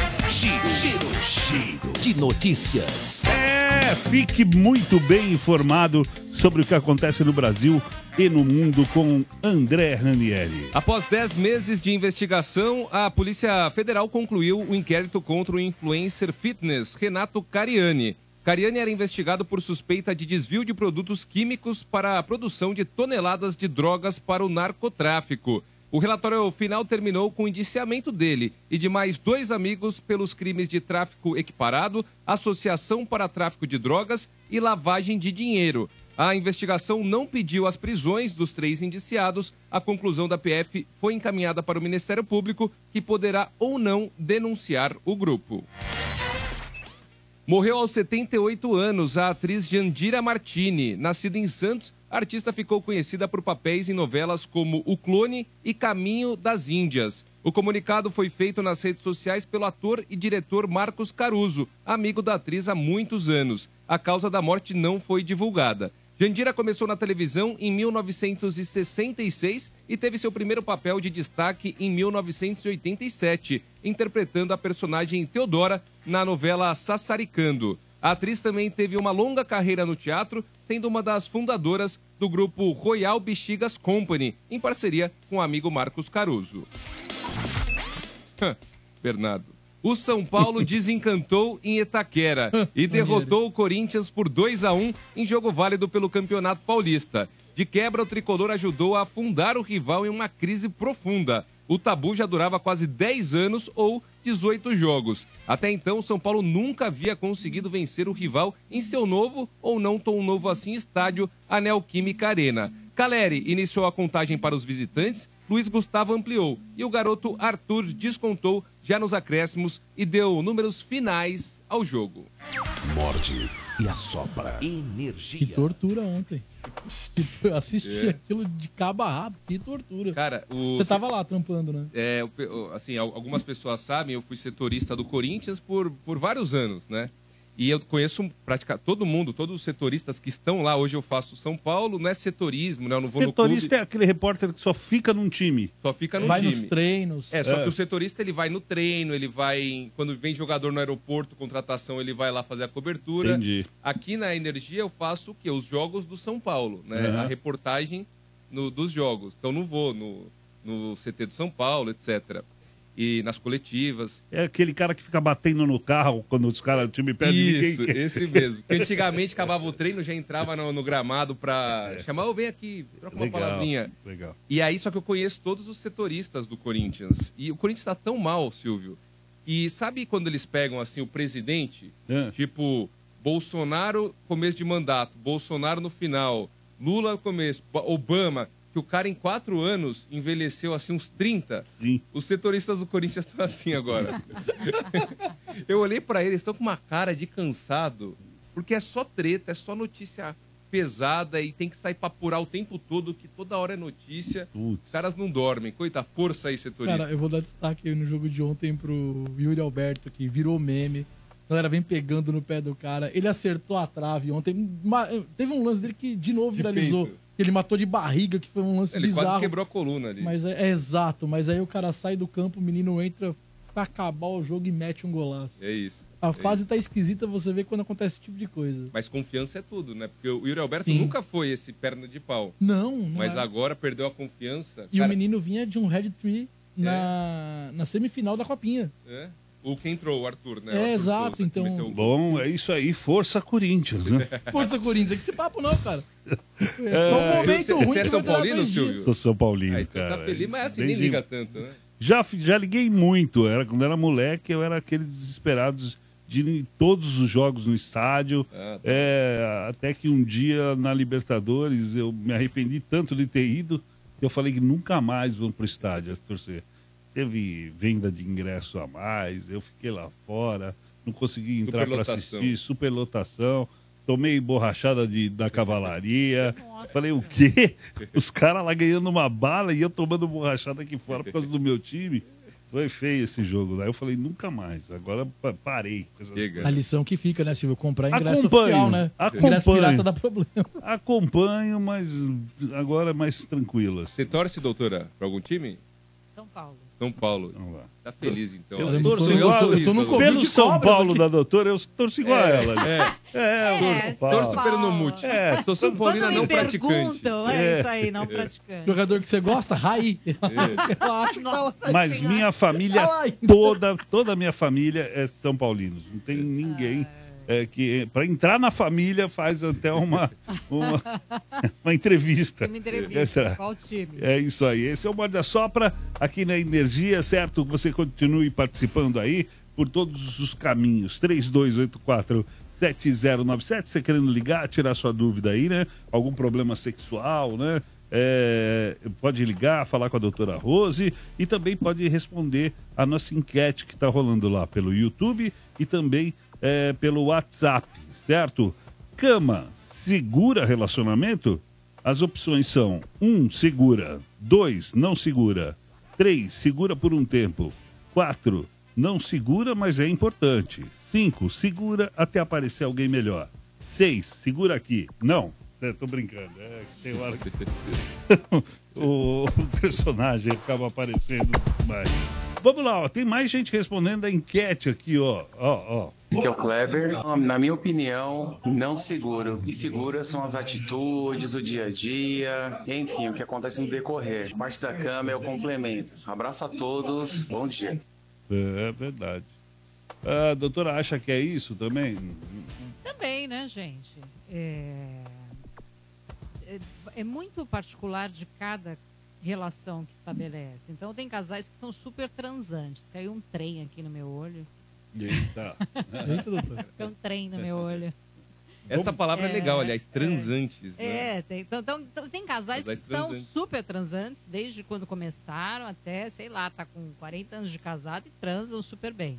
Giro de notícias. Fique muito bem informado sobre o que acontece no Brasil e no mundo com André Ranieri. Após 10 meses de investigação, a Polícia Federal concluiu o inquérito contra o influencer fitness Renato Cariani. Cariani era investigado por suspeita de desvio de produtos químicos para a produção de toneladas de drogas para o narcotráfico. O relatório final terminou com o indiciamento dele e de mais 2 amigos pelos crimes de tráfico equiparado, associação para tráfico de drogas e lavagem de dinheiro. A investigação não pediu as prisões dos 3 indiciados. A conclusão da PF foi encaminhada para o Ministério Público, que poderá ou não denunciar o grupo. Morreu aos 78 anos a atriz Jandira Martini. Nascida em Santos, a artista ficou conhecida por papéis em novelas como O Clone e Caminho das Índias. O comunicado foi feito nas redes sociais pelo ator e diretor Marcos Caruso, amigo da atriz há muitos anos. A causa da morte não foi divulgada. Jandira começou na televisão em 1966 e teve seu primeiro papel de destaque em 1987, interpretando a personagem Teodora na novela Sassaricando. A atriz também teve uma longa carreira no teatro, sendo uma das fundadoras do grupo Royal Bexigas Company, em parceria com o amigo Marcos Caruso. Bernardo. O São Paulo desencantou em Itaquera e derrotou o Corinthians por 2-1 em jogo válido pelo Campeonato Paulista. De quebra, o tricolor ajudou a afundar o rival em uma crise profunda. o tabu já durava quase 10 anos ou 18 jogos. Até então, o São Paulo nunca havia conseguido vencer o rival em seu novo, ou não tão novo assim, estádio, a Neoquímica Arena. Caleri iniciou a contagem para os visitantes, Luiz Gustavo ampliou e o garoto Arthur descontou já nos acréscimos e deu números finais ao jogo. Morde e assopra. Que Energia. tortura ontem. Eu assisti aquilo de cabo a rabo, que tortura. Cara, Você tava lá trampando, né? Assim, algumas pessoas sabem, eu fui setorista do Corinthians por vários anos, né? E eu conheço praticamente todo mundo, todos os setoristas que estão lá. Hoje eu faço São Paulo, não é setorismo, né? Eu não vou Setorista no clube. é aquele repórter que só fica num time. Só fica no Vai time. nos treinos. Só que o setorista, ele vai no treino, ele vai... Quando vem jogador no aeroporto, contratação, ele vai lá fazer a cobertura. Entendi. Aqui na Energia eu faço o quê? Os jogos do São Paulo, né? Uhum. A reportagem dos jogos. Então não vou no CT do São Paulo, etc. E nas coletivas. É aquele cara que fica batendo no carro quando os caras do time perdem. Isso, esse mesmo. Que antigamente acabava o treino, já entrava no gramado pra chamar, vem aqui, troca uma palavrinha. Legal. E aí, só que eu conheço todos os setoristas do Corinthians. E o Corinthians tá tão mal, Silvio. E sabe quando eles pegam, assim, o presidente? Tipo, Bolsonaro, começo de mandato. Bolsonaro no final. Lula no começo. Obama. Que o cara em 4 anos envelheceu, assim, uns 30. Sim. Os setoristas do Corinthians estão assim agora. Eu olhei pra eles, estão com uma cara de cansado. Porque é só treta, é só notícia pesada e tem que sair pra apurar o tempo todo, que toda hora é notícia. Os caras não dormem. Coita, força aí, setorista. Cara, eu vou dar destaque aí no jogo de ontem pro Yuri Alberto, que virou meme. A galera vem pegando no pé do cara. Ele acertou a trave ontem. Teve um lance dele que de novo viralizou. peito. Ele matou de barriga, que foi um lance Ele bizarro. quase quebrou a coluna ali. Mas é exato. Mas aí o cara sai do campo, o menino entra pra acabar o jogo e mete um golaço. É isso. A fase tá esquisita, você vê quando acontece esse tipo de coisa. Mas confiança é tudo, né? Porque o Yuri Alberto Sim. nunca foi esse perna de pau. Não Mas é. agora perdeu a confiança. E Cara, o menino vinha de um red tree na semifinal da Copinha. O que entrou, o Arthur, né? É, O Arthur exato, Souza, que então- meteu o gol. Bom, é isso aí. Força Corinthians, né? Força Corinthians, que esse papo não, cara. É só um É, momento você ruim é que vai São durar Paulino, 2 Silvio? dias. Sou São Paulino, Aí, então cara. tá feliz, mas assim, nem Desde- liga tanto, né? Já liguei muito. Quando era moleque, eu era aqueles desesperados de ir em todos os jogos no estádio. Até que um dia na Libertadores eu me arrependi tanto de ter ido que eu falei que nunca mais vou pro estádio a torcer. Teve venda de ingresso a mais, eu fiquei lá fora, não consegui entrar para Superlotação. assistir, superlotação. Tomei borrachada da cavalaria. Falei, o quê? Os caras lá ganhando uma bala e eu tomando borrachada aqui fora por causa do meu time. Foi feio esse jogo lá. Eu falei, nunca mais. Agora parei com essas coisas. A lição que fica, né, Silvio? Comprar ingresso Acompanho, oficial, né? acompanho. Ingresso pirata dá problema. Acompanho, mas agora é mais tranquilo. Assim. Você torce, doutora, pra algum time? São Paulo. São Paulo. Tá feliz, então. Eu Olha, torço isso é igual, legal, eu tô no doutor. Covid pelo de São cobras Paulo aqui. da doutora, eu torço igual a ela. É, Torço pelo Nomute. Sou São Paulina Quando não me praticante. perguntam, é isso aí, não praticante. Jogador que você gosta, Raí. Ela acha que tá lá. Mas minha família, Ai. toda a minha família é São Paulinos. Não tem ninguém que, para entrar na família, faz até uma entrevista. Uma entrevista. Qual time? É isso aí. Esse é o Morde a Sopra aqui na Energia, certo? Você continue participando aí por todos os caminhos. 3284-7097. Você querendo ligar, tirar sua dúvida aí, né? Algum problema sexual, né? Pode ligar, falar com a doutora Rose e também pode responder a nossa enquete que está rolando lá pelo YouTube e também pelo WhatsApp, certo? Cama, segura relacionamento? As opções são 1, segura. 2, não segura. 3, segura por um tempo. 4, não segura, mas é importante. 5, segura até aparecer alguém melhor. 6, segura aqui. Não, tô brincando. Tem hora que o personagem acaba aparecendo mais. Vamos lá, ó, tem mais gente respondendo a enquete aqui, ó. Que é o Kleber. Na minha opinião, não seguro. E seguras são as atitudes, o dia a dia, enfim, o que acontece no decorrer. Parte da cama é o complemento. Abraço a todos, bom dia. É verdade. A doutora acha que é isso também? Também, né, gente? É muito particular de cada relação que estabelece. Então, tem casais que são super transantes. Caiu um trem aqui no meu olho. Eita. Eita, doutor. Caiu um trem no meu olho. Essa palavra é legal, aliás, transantes. Né? Então, tem casais que são transantes. super transantes, desde quando começaram até, sei lá, tá com 40 anos de casado e transam super bem.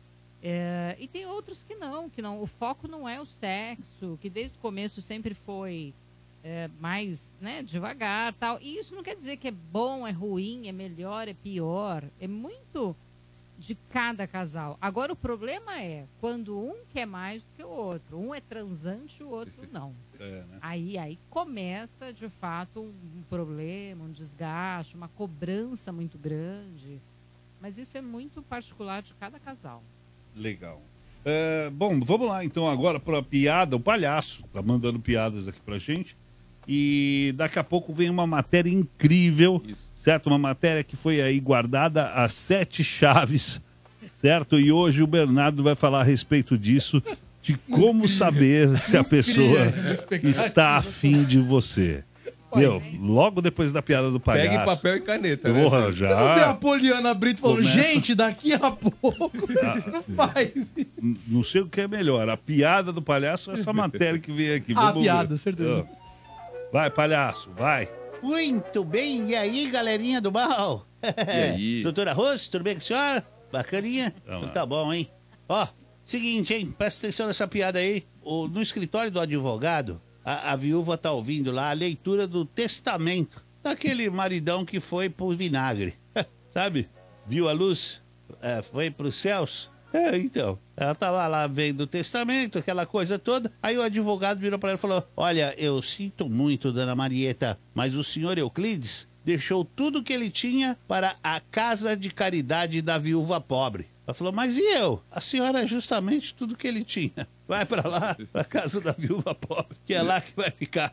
E tem outros que não. O foco não é o sexo, que desde o começo sempre foi mais, né, devagar, tal. E isso não quer dizer que é bom, é ruim, é melhor, é pior. É muito de cada casal. Agora, o problema é quando um quer mais do que o outro. Um é transante, o outro não. Né? Aí começa, de fato, um problema, um desgaste, uma cobrança muito grande. Mas isso é muito particular de cada casal. Legal. Bom, vamos lá então agora para a piada. O palhaço tá mandando piadas aqui pra gente. E daqui a pouco vem uma matéria incrível, certo? Uma matéria que foi aí guardada a 7 chaves, certo? E hoje o Bernardo vai falar a respeito disso, de como saber se a pessoa está afim de você. Meu, logo depois da piada do palhaço. Pegue papel e caneta, eu né? vou arranjar. Eu não vi a Poliana Brito falando, Começa. gente, daqui a pouco. Não faz. Não sei o que é melhor, a piada do palhaço ou essa matéria que veio aqui. A Vamos piada, ver. certeza. Vai, palhaço, vai. Muito bem, e aí, galerinha do mal? E aí? Doutora Rose, tudo bem com a senhora? Bacaninha? Vamos lá. Tá bom, hein? Ó, seguinte, hein? Presta atenção nessa piada aí. No escritório do advogado, a viúva tá ouvindo lá a leitura do testamento daquele maridão que foi pro vinagre. Sabe? Viu a luz? Foi pros céus? Então, ela tava lá vendo o testamento, aquela coisa toda. Aí o advogado virou pra ela e falou: olha, eu sinto muito, dona Marieta, mas o senhor Euclides deixou tudo que ele tinha para a casa de caridade da viúva pobre. Ela falou: mas e eu? A senhora é justamente tudo que ele tinha. Vai pra lá, pra casa da viúva pobre, que é lá que vai ficar.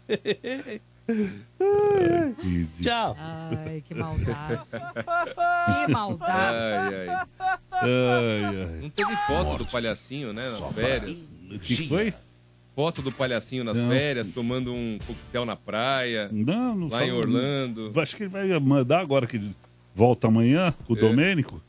Tchau. Ai, que maldade. Que maldade. Não teve foto do palhacinho, né, nas férias? O que foi? Foto do palhacinho nas Não. férias, tomando um coquetel na praia. Não lá em falou. Orlando. Acho que ele vai mandar agora que volta amanhã com o Domênico.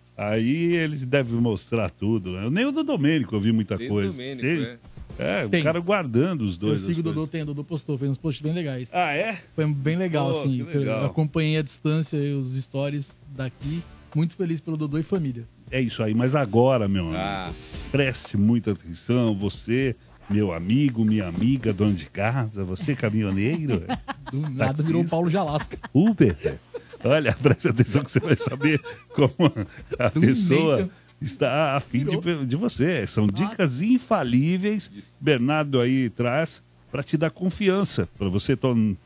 Aí eles devem mostrar tudo, né? Nem o do Domênico eu vi muita Tem coisa. Domênico, o Tem. cara guardando os dois. Eu sigo as o Dodô, o Dodô postou, fez uns posts bem legais. Ah, é? Foi bem legal, Pô, assim. que legal. Eu acompanhei à distância os stories daqui. Muito feliz pelo Dodô e família. É isso aí, mas agora, meu amigo, preste muita atenção, você, meu amigo, minha amiga, dona de casa, você caminhoneiro. Do nada virou o Paulo Jalasca. Uber. Olha, preste atenção que você vai saber como a pessoa está a fim de você. São dicas infalíveis. Bernardo aí traz para te dar confiança, para você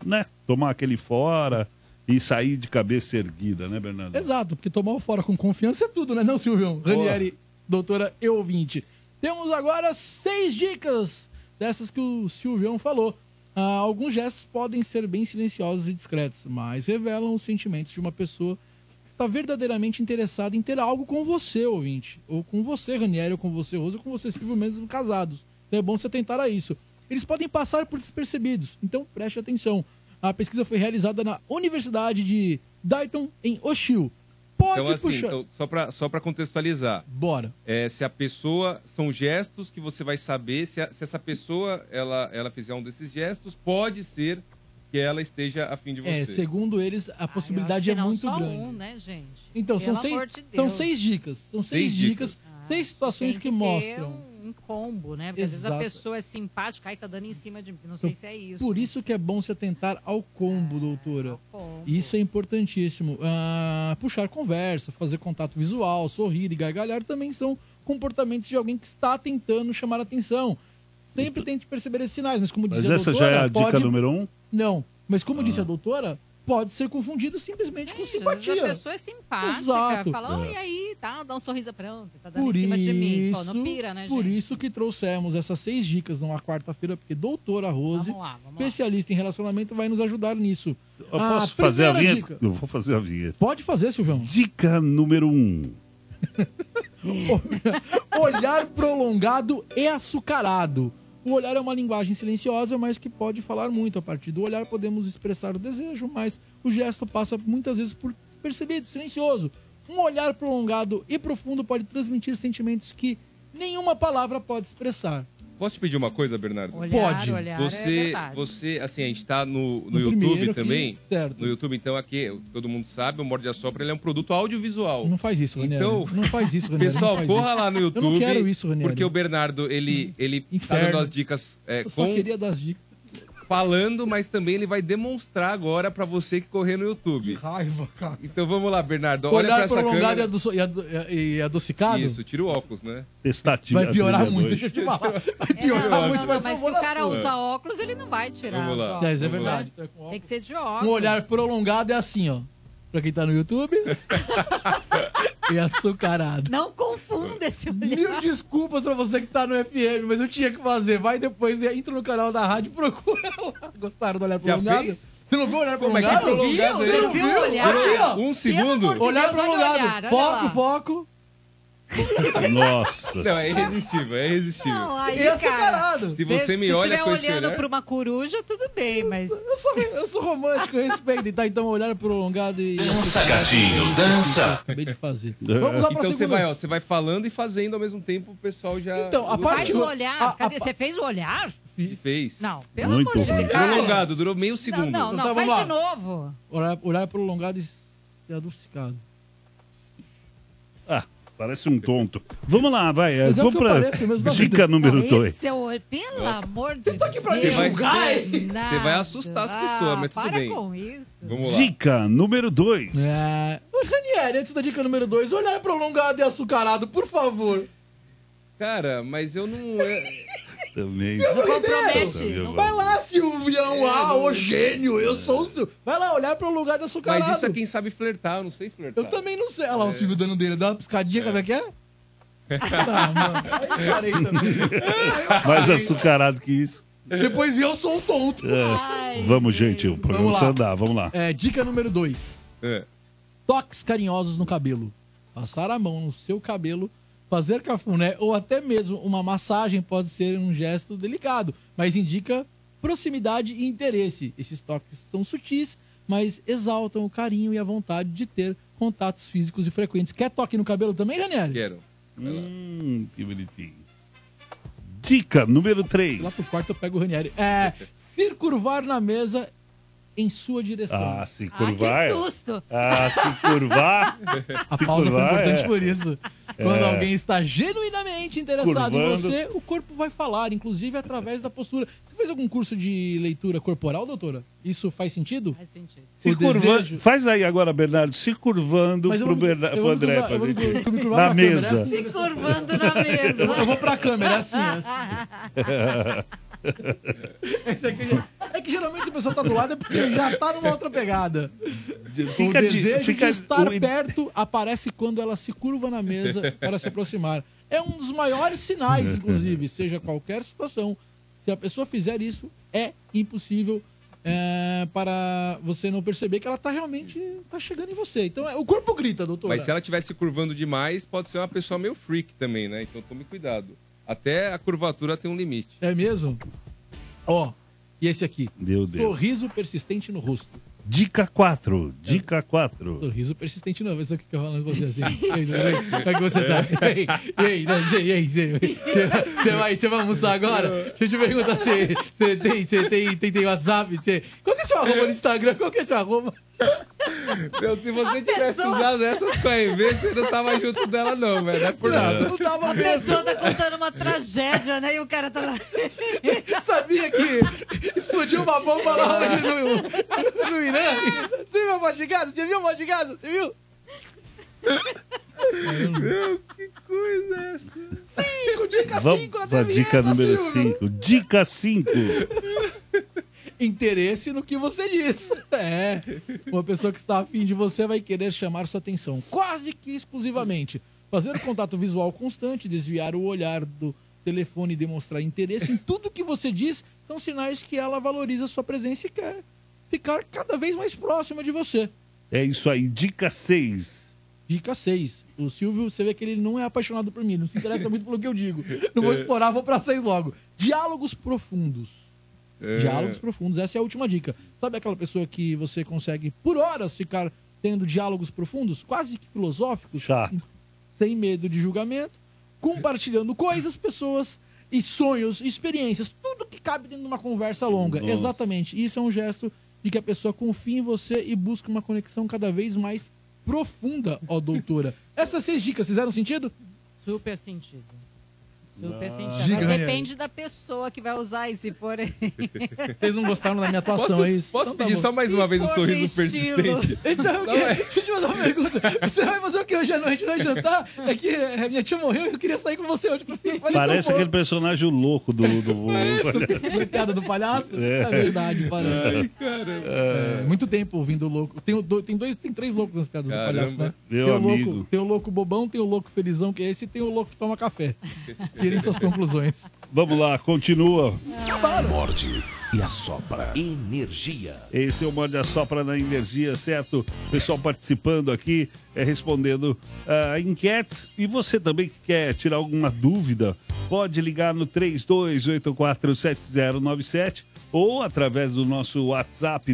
tomar aquele fora e sair de cabeça erguida, né, Bernardo? Exato, porque tomar o fora com confiança é tudo, né, não, Silvião? Ranieri, doutora e ouvinte. Temos agora 6 dicas dessas que o Silvião falou. Alguns gestos podem ser bem silenciosos e discretos, mas revelam os sentimentos de uma pessoa que está verdadeiramente interessada em ter algo com você, ouvinte. Ou com você, Ranieri, ou com você, Rosa, ou com você, Silvio, mesmo casados. Então é bom você tentar a isso. Eles podem passar por despercebidos, então preste atenção. A pesquisa foi realizada na Universidade de Dayton, em Ohio. Pode Então, assim, puxar. só pra contextualizar. Bora. Se a pessoa... São gestos que você vai saber se essa pessoa, ela fizer um desses gestos, pode ser que ela esteja a fim de você. Segundo eles, a possibilidade é muito só grande. um, né, gente? Então, Pelo são amor de são Deus. 6 dicas. São 6 dicas, 6 situações Tem que ter mostram. um combo, né? Porque às vezes a Exato. pessoa é simpática e tá dando em cima de mim. Não sei se é isso. Por isso que é bom se atentar ao combo, doutora. Isso é importantíssimo. Puxar conversa, fazer contato visual, sorrir e gargalhar também são comportamentos de alguém que está tentando chamar a atenção. Sempre tente perceber esses sinais, mas como Mas dizia a essa doutora... já é a dica número 1? Não, mas como disse a doutora, pode ser confundido simplesmente com simpatia. Às vezes a pessoa é simpática, Exato. fala, e aí, tá, dá um sorriso, pronto, tá dando em cima de mim. Pô, não pira, né, gente? Por isso que trouxemos essas 6 dicas numa quarta-feira, porque doutora Rose, Vamos lá. especialista em relacionamento, vai nos ajudar nisso. Eu posso fazer a primeira vinheta? dica. Eu vou fazer a vinheta. Pode fazer, Silvão. Dica número 1. Olhar prolongado e açucarado. O olhar é uma linguagem silenciosa, mas que pode falar muito. A partir do olhar podemos expressar o desejo, mas o gesto passa muitas vezes por despercebido, silencioso. Um olhar prolongado e profundo pode transmitir sentimentos que nenhuma palavra pode expressar. Posso te pedir uma coisa, Bernardo? Pode. Você, assim, a gente tá no primeiro YouTube aqui, também. certo. No YouTube, então, aqui, todo mundo sabe, o Morde a Sopra, ele é um produto audiovisual. Não faz isso, Ranieri. Então, Não faz isso, Ranieri. pessoal, não faz corra isso. lá no YouTube. Eu não quero isso, Ranieri. Porque o Bernardo, ele tá Inferno. dando as dicas Eu só queria dar as dicas. falando, mas também ele vai demonstrar agora pra você que correr no YouTube. Raiva, cara. Então vamos lá, Bernardo. Olha Olhar pra essa prolongado câmera. e adocicado? Isso, tira o óculos, né? Testativa. Vai piorar muito, deixa eu te falar. Vai piorar muito, Não, mas se o cara usa óculos, ele não vai tirar Vamos os lá. óculos. Isso é verdade. Tem que ser de óculos. Um olhar prolongado é assim, ó. Pra quem tá no YouTube. E açucarado. Não confunda esse olhar. Mil desculpas pra você que tá no FM, mas eu tinha que fazer. Vai depois, entra no canal da rádio e procura lá. Gostaram do olhar Já prolongado? fez? Você não viu o olhar Pô, mas prolongado? que prolongado Você não viu o olhar? Aqui, ó. Um segundo. Pelo amor de Olhar Deus, olha o prolongado. olhar, olha Foco, lá. foco. Nossa. Não, é irresistível, é irresistível. Não, aí, E cara, açucarado. Se você me olha com esse olhando olhar... pra uma coruja, tudo bem, mas... Eu sou romântico, eu respeito. Tá, então, olhar prolongado e... Dança, gatinho, dança. Acabei de fazer. Vamos lá pra Então segunda. você vai falando e fazendo ao mesmo tempo, o pessoal já... Então, a parte- Faz o olhar. A- Cadê? a- Você fez o olhar? Fez. Não, pelo Muito amor de ruim. Deus. cara. Prolongado, durou meio segundo. Não, Então, faz vamos de lá. novo. Olhar prolongado e adocicado. Ah, parece um tonto. Vamos lá, vai. Mas é o Vamos que eu pra pareço mesmo, dica número 2. Esse é o... Pelo amor de Deus. aqui pra Você vai- Bernardo. Você vai assustar as pessoas, mas tudo para bem. com isso. Vamos lá. Dica número 2. Ô, Ranieri, antes da dica número 2, olhar prolongado e açucarado, por favor. Cara, mas eu não... Também. Não compromete. Silvio, Vai lá, Silvião. Ô gênio, eu sou o Silvio. Vai lá, olhar prolongado e açucarado. Mas isso é quem sabe flertar, eu não sei flertar. Eu também não sei. Olha lá o Silvio dando dele. Dá uma piscadinha, como é que é? Tá, mano. Aí eu parei também. Mais açucarado que isso. Depois eu sou o tonto. É. Vamos, gente. O programa Vamos lá. precisa andar. Vamos lá. Dica número 2. É. Toques carinhosos no cabelo. Passar a mão no seu cabelo, fazer cafuné ou até mesmo uma massagem pode ser um gesto delicado, mas indica proximidade e interesse. Esses toques são sutis, mas exaltam o carinho e a vontade de ter contatos físicos e frequentes. Quer toque no cabelo também, Ranieri? Quero. Que bonitinho. Dica número 3. Lá pro quarto eu pego o Ranieri. Se curvar na mesa em sua direção. Ah, se curvar. Ai, que é- susto. Ah, se curvar. A se pausa foi curvar, importante é. por isso. Quando alguém está genuinamente interessado em Curvando. você, o corpo vai falar, inclusive através da postura. Você fez algum curso de leitura corporal, doutora? Isso faz sentido? Faz sentido. Se O curvando. desejo- Faz aí agora, Bernardo. Se curvando Mas eu pro, vou- Bernardo, eu pro vou André. cruzar- pra eu vou gente. me curvar Na na câmera, mesa. Se curvando na mesa. Eu vou pra câmera, é assim. Esse aqui é que geralmente se a pessoa tá do lado é porque já tá numa outra pegada. O Fica de- desejo fica- de estar o- perto aparece quando ela se curva na mesa para se aproximar. É um dos maiores sinais, inclusive, seja qualquer situação. Se a pessoa fizer isso, é impossível para você não perceber que ela tá realmente chegando em você. Então, o corpo grita, doutora. Mas se ela estiver se curvando demais, pode ser uma pessoa meio freak também, né? Então tome cuidado. Até a curvatura tem um limite. É mesmo? Ó, e esse aqui? Meu Deus. Sorriso persistente no rosto. Dica 4. Dica 4. Sorriso persistente não, mas o que eu falo com você assim. Ei, como é que você tá? Você vai almoçar agora? Deixa eu te perguntar, você tem WhatsApp? Qual que é seu arroba no Instagram? Qual que é seu arroba? Meu, se você tivesse pessoa- usado essas com a EV, você não tava junto dela, não, velho. Não é por nada. Não tava A mesmo. pessoa tá contando uma tragédia, né? E o cara tá lá. Sabia que explodiu uma bomba lá hoje no Irã? Você viu a voz de casa? Você viu a voz de casa? Você viu? Meu, que coisa é essa? 5, dica Vamos 5, pra dica número 5. Dica 5. Interesse no que você diz. Uma pessoa que está afim de você vai querer chamar sua atenção, quase que exclusivamente. Fazer o contato visual constante, desviar o olhar do telefone e demonstrar interesse em tudo que você diz são sinais que ela valoriza sua presença e quer ficar cada vez mais próxima de você. É isso aí. Dica 6. Dica 6. O Silvio, você vê que ele não é apaixonado por mim, não se interessa muito pelo que eu digo. Não vou explorar, vou pra 6 logo. Diálogos profundos. Diálogos profundos, essa é a última dica. Sabe aquela pessoa que você consegue, por horas, ficar tendo diálogos profundos, quase que filosóficos? Chato. Sem medo de julgamento, compartilhando coisas, pessoas e sonhos, experiências, tudo que cabe dentro de uma conversa longa. Nossa. Exatamente. Isso é um gesto de que a pessoa confia em você e busca uma conexão cada vez mais profunda, ó doutora. Essas 6 dicas fizeram sentido? Super sentido. Super sentido. Diga, Mas né? depende da pessoa que vai usar esse por aí. Vocês não gostaram da minha atuação, é isso? Posso Então tá pedir bom. só mais uma vez o Por sorriso estilo. persistente? Então, o quê? Deixa eu te mandar uma pergunta. Você vai fazer o que hoje à noite? Vai jantar? É que a minha tia morreu e eu queria sair com você hoje. Parece aquele personagem louco do... A piada do palhaço? É verdade, parece. Ai, caramba. Muito tempo ouvindo o louco. Tem 3 loucos nas piadas Caramba. do palhaço, né? Meu tem o amigo. louco, tem o louco bobão, tem o louco felizão, que é esse, e tem o louco que toma café. Tirem suas conclusões. Vamos lá, continua. Morde e assopra. Energia. Esse é o Morde a Sopra na Energia, certo? O pessoal participando aqui, respondendo a enquetes. E você também que quer tirar alguma dúvida, pode ligar no 32847097 ou através do nosso WhatsApp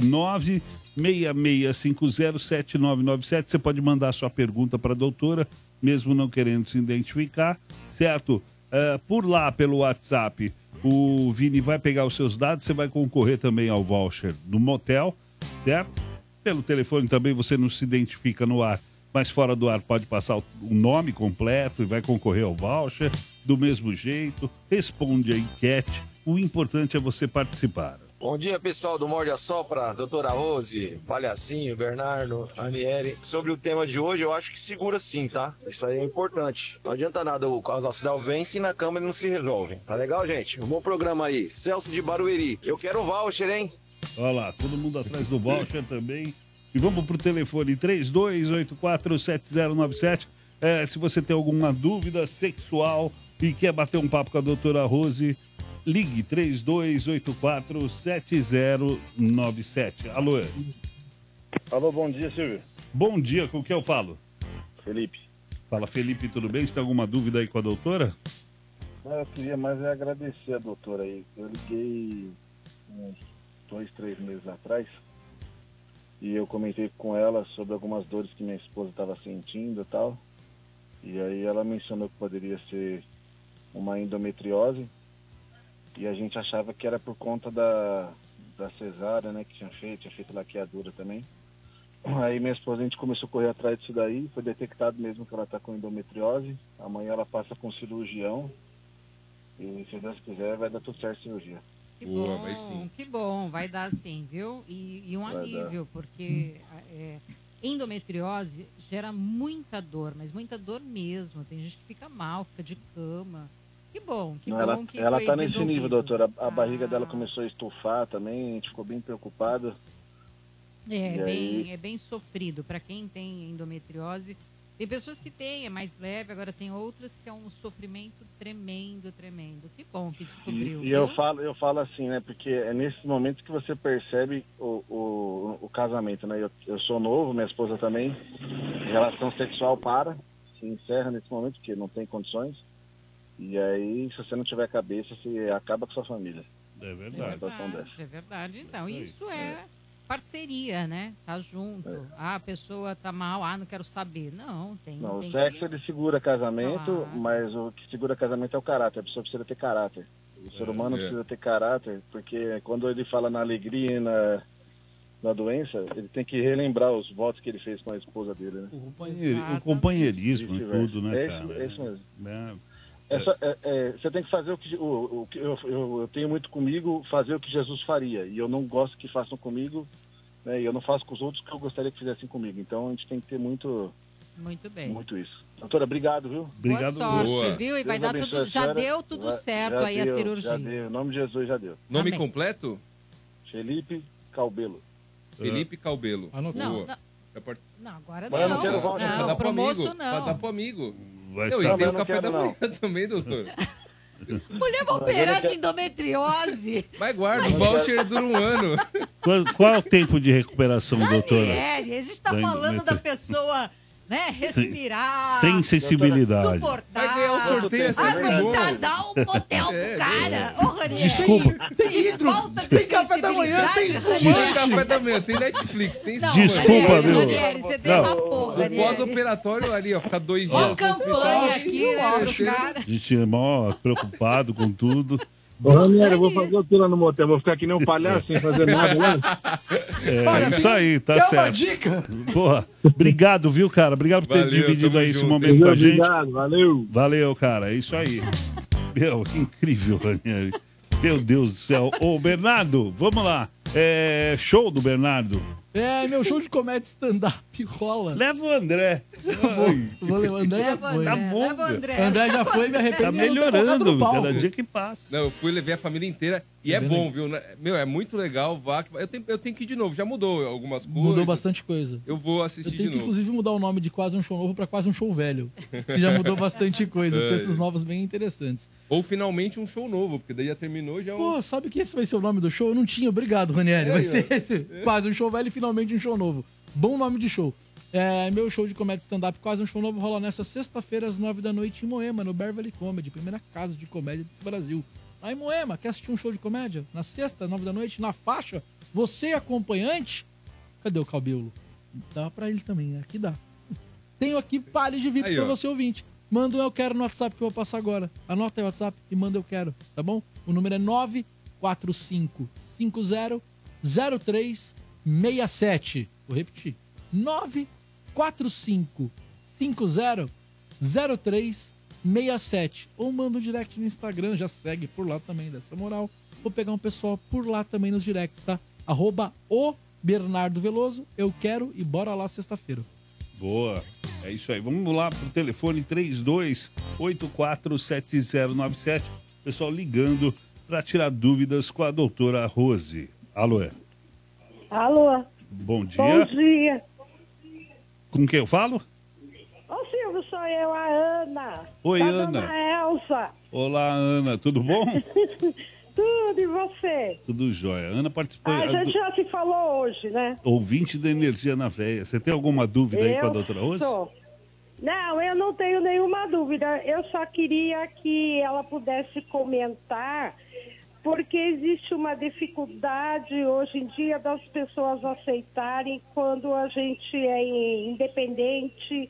966507997. Você pode mandar sua pergunta para a doutora, mesmo não querendo se identificar, certo? Por lá, pelo WhatsApp, o Vini vai pegar os seus dados, você vai concorrer também ao voucher do motel, certo? Pelo telefone também você não se identifica no ar, mas fora do ar pode passar o nome completo e vai concorrer ao voucher do mesmo jeito. Responde a enquete, o importante é você participar. Bom dia, pessoal do Morde a Sopra, doutora Rose, Palhacinho, Bernardo, Aniele. Sobre o tema de hoje, eu acho que segura sim, tá? Isso aí é importante. Não adianta nada o casal se dar o bem se na cama ele não se resolve. Tá legal, gente? Um bom programa aí. Celso de Barueri. Eu quero o voucher, hein? Olha lá, todo mundo atrás do voucher também. E vamos pro telefone 32847097. Se você tem alguma dúvida sexual e quer bater um papo com a doutora Rose, ligue 32847097. Alô? Alô, bom dia, Silvio. Bom dia, com quem eu falo? Felipe. Fala, Felipe, tudo bem? Você tem alguma dúvida aí com a doutora? Eu queria mais agradecer a doutora aí. Eu liguei uns 2, 3 meses atrás e eu comentei com ela sobre algumas dores que minha esposa estava sentindo e tal. E aí ela mencionou que poderia ser uma endometriose. E a gente achava que era por conta da cesárea, né, que tinha feito laqueadura também. Aí minha esposa, a gente começou a correr atrás disso daí, foi detectado mesmo que ela está com endometriose. Amanhã ela passa com cirurgião e, se Deus quiser, vai dar tudo certo a cirurgia. Que bom, que bom, vai dar sim, viu? E um Vai alívio, porque endometriose gera muita dor, mas muita dor mesmo. Tem gente que fica mal, fica de cama. Que bom, que Não, bom que ela foi está nesse resolvido. nível, doutora. A barriga dela começou a estufar também, a gente ficou bem preocupado. É bem sofrido. Para quem tem endometriose, tem pessoas que têm, é mais leve, agora tem outras que é um sofrimento tremendo, tremendo. Que bom que descobriu. E eu falo assim, né? Porque é nesses momentos que você percebe o casamento, né? Eu sou novo, minha esposa também. Relação sexual se encerra nesse momento, porque não tem condições. E aí, se você não tiver cabeça, você acaba com sua família. É verdade. É verdade. Então, isso é parceria, né? Tá junto. A pessoa tá mal, não quero saber. Não, tem... Não, tem o sexo ele segura casamento, Claro. mas o que segura casamento é o caráter. A pessoa precisa ter caráter. O ser humano precisa ter caráter, porque quando ele fala na alegria e na doença, ele tem que relembrar os votos que ele fez com a esposa dele, né? O companheirismo e tudo, né, cara? É isso mesmo. É. Você tem que fazer o que eu tenho muito comigo, fazer o que Jesus faria. E eu não gosto que façam comigo, né? E eu não faço com os outros que eu gostaria que fizessem comigo. Então a gente tem que ter muito bem. Muito isso. Doutora, obrigado, viu? Obrigado. Boa sorte, viu? E vai dar tudo, já deu tudo certo aí a cirurgia. Já deu, em nome de Jesus já deu. Nome Amém. completo? Felipe Calbelo. Felipe Calbelo. Não, Não, agora Mas eu não. não quero voucher, Pra Não, dar pro pro moço amigo. não. Pra dar pro amigo. Vai E saber. tem eu o não café quero, da não. manhã também, doutor. Mulher vai operar de endometriose. Mas guarda, o voucher dura um ano. Qual é o tempo de recuperação, doutora? Daniele, a gente tá Da falando da endometri- pessoa né? Respirar. Sem sensibilidade. Suportar. Vai ganhar um sorteio, é sempre Aguentar, bom. dar um motel pro cara. Ô, Ranieri. Desculpa. Tem hidro. Falta de Tem café da manhã, tem sensibilidade, Tem Ranieri. café da manhã, tem Netflix, tem Não, Desculpa, Ranieri, viu? Ranieri, você tem Não. uma porra, O Ranieri. pós-operatório ali, ó, ficar 2 dias Ó, no hospital. campanha aqui, né, pro cara. A gente é mó preocupado com tudo. Ô, Ranieri, eu vou fazer o que lá no motel? Vou ficar que nem um palhaço sem fazer nada, né? É isso aí, tá Quer uma certo. dica? Porra, obrigado, viu, cara? Obrigado por ter Valeu, dividido tamo aí esse junto. momento com a gente. Obrigado, valeu. Valeu, cara, é isso aí. Meu, que incrível, Ranieri. Meu Deus do céu. Ô, Bernardo, vamos lá. Show do Bernardo. Meu show de comédia stand-up rola. Leva o André. Vou levar o André, já Leva o foi. Tá André, bom, leva o cara. André. André já foi, me arrependo. Tá de não ter colocado melhorando no palco. cada dia que passa. Não, eu fui, levei a família inteira e é bom, viu? Meu, é muito legal. Eu tenho que ir de novo. Já mudou algumas coisas. Mudou bastante coisa. Eu vou Eu assistir tenho de que, novo. inclusive, mudar o nome de Quase um Show Novo pra Quase um Show Velho. Que já mudou bastante coisa. Tem esses novos bem interessantes. Ou finalmente um show novo, porque daí já terminou, já é um... Pô, sabe que esse vai ser o nome do show? Eu não tinha, obrigado, Ranieri. Vai ser esse. Quase um Show Velho e finalmente um show novo. Bom nome de show. Meu show de comédia stand-up Quase um Show Novo rola nessa sexta-feira às 9 da noite em Moema, no Beverly Comedy, primeira casa de comédia desse Brasil. Lá em Moema, quer assistir um show de comédia? Na sexta, 9 da noite, na faixa, você acompanhante? Cadê o cabelo? Dá pra ele também, né? Aqui dá. Tenho aqui palha de VIPs Aí, pra ó. você ouvinte. Manda um eu quero no WhatsApp que eu vou passar agora. Anota aí o WhatsApp e manda eu quero, tá bom? O número é 945500367. Vou repetir. 945500367. Ou manda um direct no Instagram, já segue por lá também, dessa moral. Vou pegar um pessoal por lá também nos directs, tá? @o Bernardo Veloso, eu quero e bora lá sexta-feira. Boa. É isso aí. Vamos lá pro telefone 32847097. Pessoal ligando para tirar dúvidas com a doutora Rose. Alô? Alô? Bom dia. Bom dia. Com quem eu falo? Ô Silvio, sou eu, a Ana. Oi, da Ana. Dona Elsa. Olá, Ana. Tudo bom? Tudo, e você? Tudo jóia. Ana participou. A gente já se falou hoje, né? Ouvinte da Energia na Veia. Você tem alguma dúvida aí com a doutora Rose? Sou. Não, eu não tenho nenhuma dúvida. Eu só queria que ela pudesse comentar, porque existe uma dificuldade hoje em dia das pessoas aceitarem quando a gente é independente,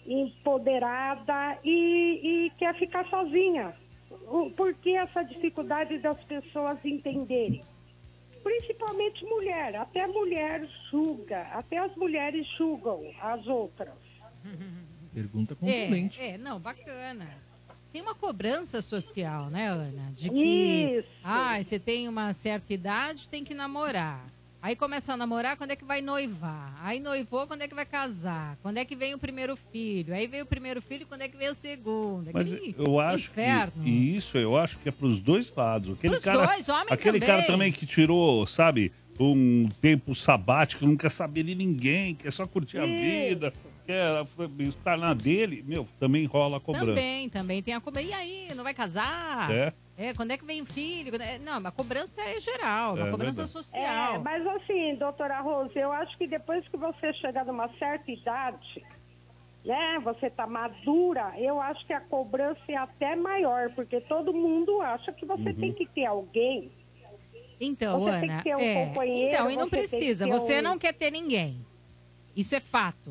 empoderada e quer ficar sozinha. Por que essa dificuldade das pessoas entenderem? Principalmente mulher. Até mulher julga. Até as mulheres julgam as outras. Pergunta contundente. Não, bacana. Tem uma cobrança social, né, Ana? De que, Isso. Você tem uma certa idade, tem que namorar. Aí começa a namorar, quando é que vai noivar? Aí noivou, quando é que vai casar? Quando é que vem o primeiro filho? Aí veio o primeiro filho, quando é que vem o segundo? Mas Que eu acho inferno. que isso eu acho que é pros dois lados. Pros dois, homem aquele também. cara também que tirou, sabe, um tempo sabático, não quer saber de ninguém, quer só curtir a vida, quer estar na dele, também rola a cobrança. Também tem a cobrança. E aí, não vai casar? Quando é que vem o filho? Não, a cobrança é geral, uma cobrança verdade. social. Mas assim, doutora Rose, eu acho que depois que você chegar numa certa idade, né, você tá madura, eu acho que a cobrança é até maior, porque todo mundo acha que você tem que ter alguém. Então, você Ana, tem que ter um companheiro. então, e não você tem que precisa, ter você um- não quer ter ninguém. Isso é fato.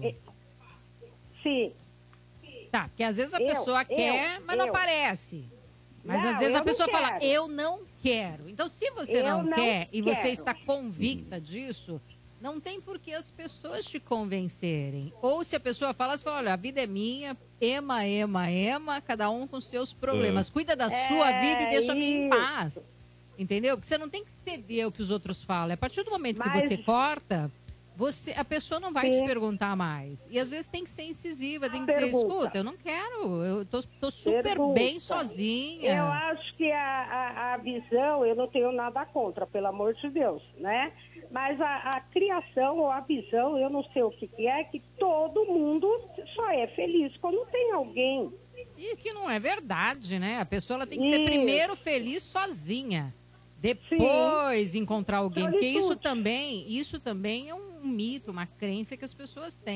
Sim. Tá, porque às vezes a pessoa quer, mas não aparece. Mas às vezes a eu pessoa não fala, quero. eu não quero. Então, se você Eu não não quer e você quero. está convicta disso, não tem por que as pessoas te convencerem. Ou se a pessoa fala, você fala, olha, a vida é minha, ema, cada um com seus problemas. Cuida da sua vida e deixa-me em paz. Entendeu? Porque você não tem que ceder ao que os outros falam. A partir do momento que Mas- você corta, a pessoa não vai Sim. te perguntar mais. E às vezes tem que ser incisiva, tem que dizer, Pergunta. escuta, eu não quero, eu tô super Pergunta. bem sozinha. Eu acho que a visão, eu não tenho nada contra, pelo amor de Deus, né? Mas a criação ou a visão, eu não sei o que é, que todo mundo só é feliz quando tem alguém. E que não é verdade, né? A pessoa ela tem que ser Isso. primeiro feliz sozinha. Depois encontrar alguém. Porque isso Solitude. também é um mito, uma crença que as pessoas têm.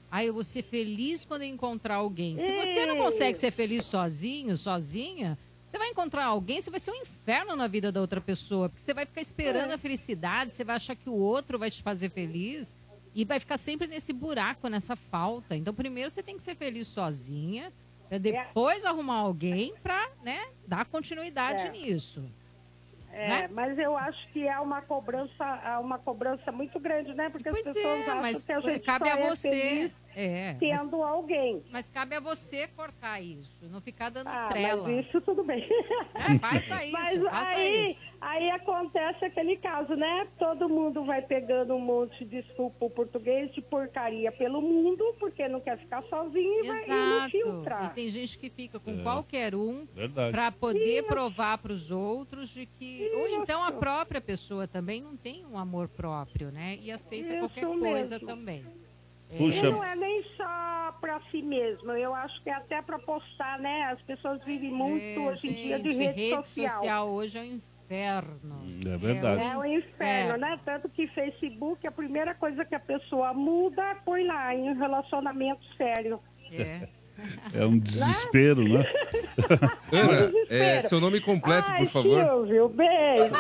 eu vou ser feliz quando eu encontrar alguém. Se você não consegue ser feliz sozinho, sozinha, você vai encontrar alguém, você vai ser um inferno na vida da outra pessoa, porque você vai ficar esperando a felicidade, você vai achar que o outro vai te fazer feliz e vai ficar sempre nesse buraco, nessa falta. Então, primeiro você tem que ser feliz sozinha, pra depois arrumar alguém pra, né, dar continuidade nisso. Mas eu acho que é uma cobrança muito grande, né? Porque as pessoas acham que a gente cabe só a você feliz tendo alguém. Mas cabe a você cortar isso, não ficar dando trela. Mas isso tudo bem. Faça isso, mas aí acontece aquele caso, né? Todo mundo vai pegando um monte de desculpa português de porcaria pelo mundo, porque não quer ficar sozinho e não filtra. E tem gente que fica com qualquer um Verdade. para poder provar para os outros de que... Ou então a própria pessoa também não tem um amor próprio, né? E aceita qualquer coisa também. Puxa. Não é nem só para si mesmo, eu acho que é até para postar, né? As pessoas vivem muito hoje em dia de rede social. Hoje é um inferno. É verdade. É um inferno, né? Tanto que Facebook, a primeira coisa que a pessoa muda, põe lá, em um relacionamento sério. É um desespero, né? Ana, seu nome completo, por favor. Silvio, bem,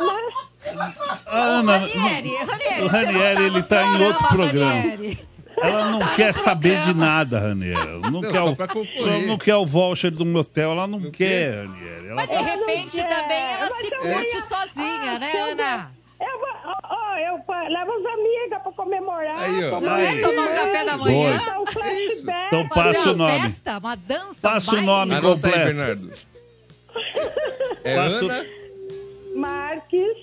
Ana, o Ranieri, ele tá em outro programa. Ela não quer saber de nada, Ranieri. Não quer o voucher do motel, ela não quer, Ranieri. Mas de repente também ela se curte sozinha, né, Ana? Eu levo as amigas pra comemorar. Tomar um café da manhã. Então passa o nome. Festa, uma dança, passa o nome completo. Aí, Bernardo. Ana Marques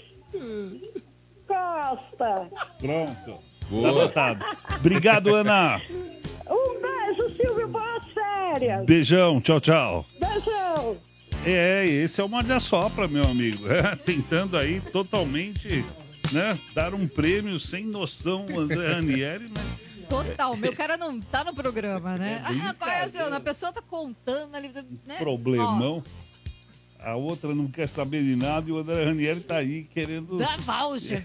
Costa. Pronto. Tá anotado. Obrigado, Ana. Um beijo, Silvio. Boas férias. Beijão. Tchau, tchau. Beijão. Esse é o Morde a Sopra, meu amigo. Tentando aí totalmente, né, dar um prêmio sem noção, André Ranieri, mas... Total, meu cara não tá no programa, né? A pessoa tá contando ali, né? Problemão. A outra não quer saber de nada e o André Ranieri tá aí querendo... Dá voucher.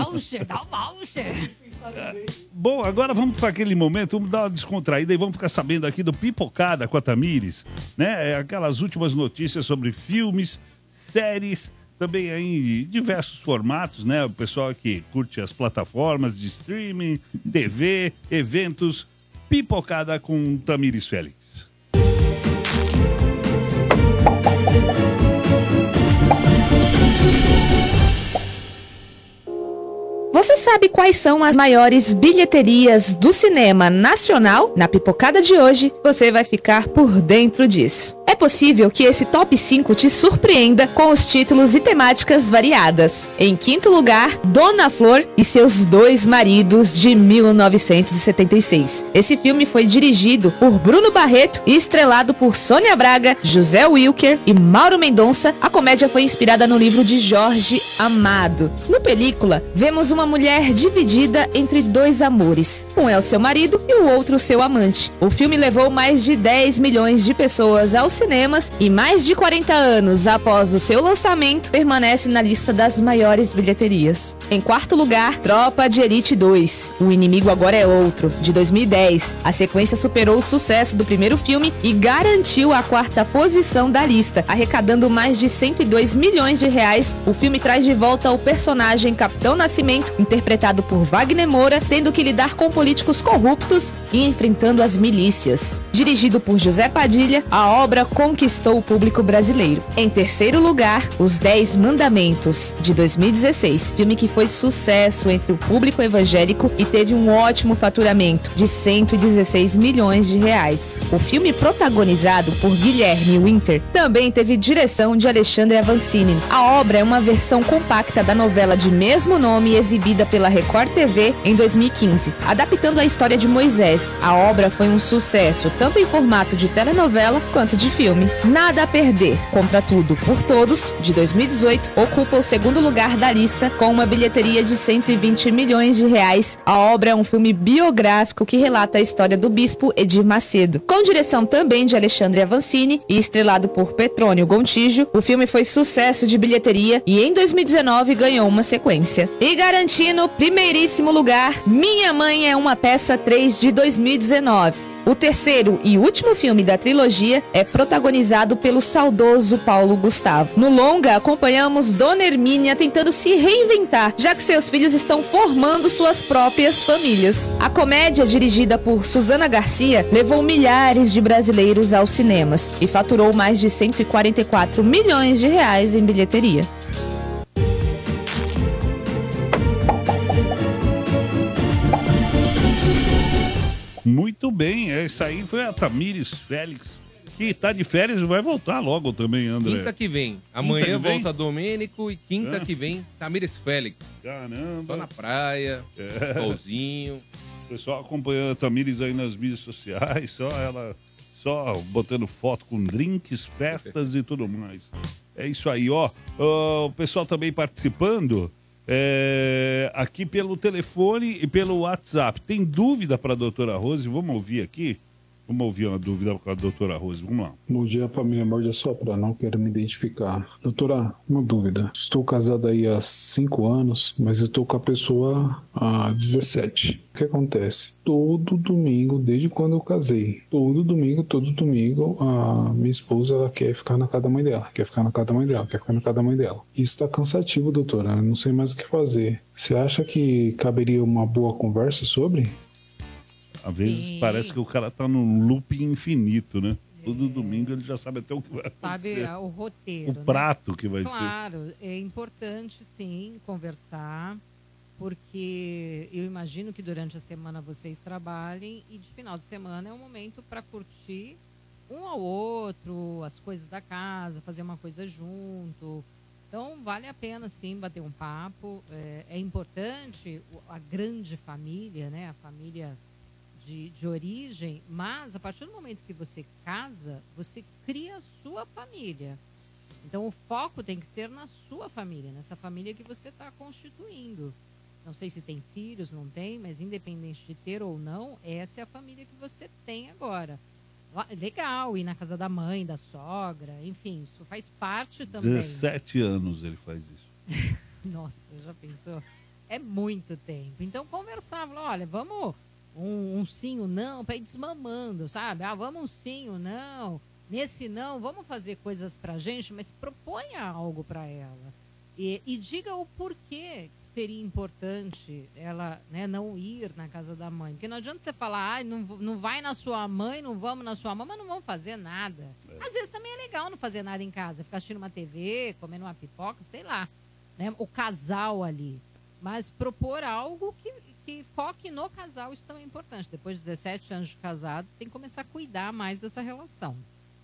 Bom, agora vamos para aquele momento, vamos dar uma descontraída e vamos ficar sabendo aqui do Pipocada com a Tamires, né? Aquelas últimas notícias sobre filmes, séries, também aí em diversos formatos, né? O pessoal que curte as plataformas de streaming, TV, eventos. Pipocada com Tamires Félix. Você sabe quais são as maiores bilheterias do cinema nacional? Na Pipocada de hoje, você vai ficar por dentro disso. É possível que esse top 5 te surpreenda com os títulos e temáticas variadas. Em quinto lugar, Dona Flor e seus dois maridos, de 1976. Esse filme foi dirigido por Bruno Barreto e estrelado por Sônia Braga, José Wilker e Mauro Mendonça. A comédia foi inspirada no livro de Jorge Amado. No película, vemos uma mulher dividida entre dois amores. Um é o seu marido e o outro o seu amante. O filme levou mais de 10 milhões de pessoas aos cinemas e mais de 40 anos após o seu lançamento, permanece na lista das maiores bilheterias. Em quarto lugar, Tropa de Elite 2. O Inimigo Agora é Outro, de 2010. A sequência superou o sucesso do primeiro filme e garantiu a quarta posição da lista, arrecadando mais de 102 milhões de reais. O filme traz de volta o personagem Capitão Nascimento, interpretado por Wagner Moura, tendo que lidar com políticos corruptos e enfrentando as milícias. Dirigido por José Padilha, a obra conquistou o público brasileiro. Em terceiro lugar, Os 10 Mandamentos, de 2016, filme que foi sucesso entre o público evangélico e teve um ótimo faturamento de 116 milhões de reais. O filme, protagonizado por Guilherme Winter, também teve direção de Alexandre Avancini. A obra é uma versão compacta da novela de mesmo nome, exibida pela Record TV em 2015, adaptando a história de Moisés. A obra foi um sucesso, tanto em formato de telenovela quanto de filme. Nada a Perder, Contra Tudo por Todos, de 2018, ocupa o segundo lugar da lista com uma bilheteria de 120 milhões de reais. A obra é um filme biográfico que relata a história do bispo Edir Macedo. Com direção também de Alexandre Avancini e estrelado por Petrônio Gontijo, o filme foi sucesso de bilheteria e em 2019 ganhou uma sequência. E garantiu Argentino, primeiríssimo lugar, Minha Mãe é uma Peça 3 de 2019. O terceiro e último filme da trilogia é protagonizado pelo saudoso Paulo Gustavo. No longa, acompanhamos Dona Hermínia tentando se reinventar, já que seus filhos estão formando suas próprias famílias. A comédia, dirigida por Susana Garcia, levou milhares de brasileiros aos cinemas e faturou mais de 144 milhões de reais em bilheteria. Muito bem, essa aí foi a Tamires Félix, que tá de férias e vai voltar logo também, André. Quinta que vem. Amanhã volta Domênico e quinta que vem Tamires Félix. Caramba. Só na praia, solzinho. O pessoal acompanhando a Tamires aí nas mídias sociais, só botando foto com drinks, festas e tudo mais. É isso aí, ó. O pessoal também participando aqui pelo telefone e pelo WhatsApp. Tem dúvida para a doutora Rose? Vamos ouvir aqui? Vamos ouvir uma dúvida com a doutora Rose. Vamos lá. Bom dia, família Morde a Sopra. Não quero me identificar. Doutora, uma dúvida. Estou casado aí há 5 anos, mas eu estou com a pessoa há 17. O que acontece? Todo domingo, desde quando eu casei, todo domingo, a minha esposa ela quer ficar na casa da mãe dela. Isso está cansativo, doutora. Eu não sei mais o que fazer. Você acha que caberia uma boa conversa sobre? Às vezes parece que o cara tá num loop infinito, né? Todo domingo ele já sabe até o que vai acontecer. Sabe o roteiro, o prato que vai ser. Claro, é importante sim conversar, porque eu imagino que durante a semana vocês trabalhem e de final de semana é um momento para curtir um ao outro, as coisas da casa, fazer uma coisa junto. Então vale a pena sim bater um papo. É importante a grande família, né? A família de origem, mas a partir do momento que você casa, você cria a sua família. Então o foco tem que ser na sua família, nessa família que você está constituindo. Não sei se tem filhos, não tem, mas independente de ter ou não, essa é a família que você tem agora. Legal ir na casa da mãe, da sogra, enfim, isso faz parte também. 17 anos ele faz isso. Nossa, já pensou? É muito tempo. Então conversar, falar, olha, vamos um sim ou não, para ir desmamando, sabe? Vamos um sim ou não. Nesse não, vamos fazer coisas pra gente, mas proponha algo para ela. E diga o porquê que seria importante ela, né, não ir na casa da mãe. Porque não adianta você falar, não vai na sua mãe, não vamos na sua mãe, mas não vamos fazer nada. Às vezes também é legal não fazer nada em casa, ficar assistindo uma TV, comendo uma pipoca, sei lá. Né? O casal ali. Mas propor algo que foque no casal, isso também é importante. Depois de 17 anos de casado, tem que começar a cuidar mais dessa relação.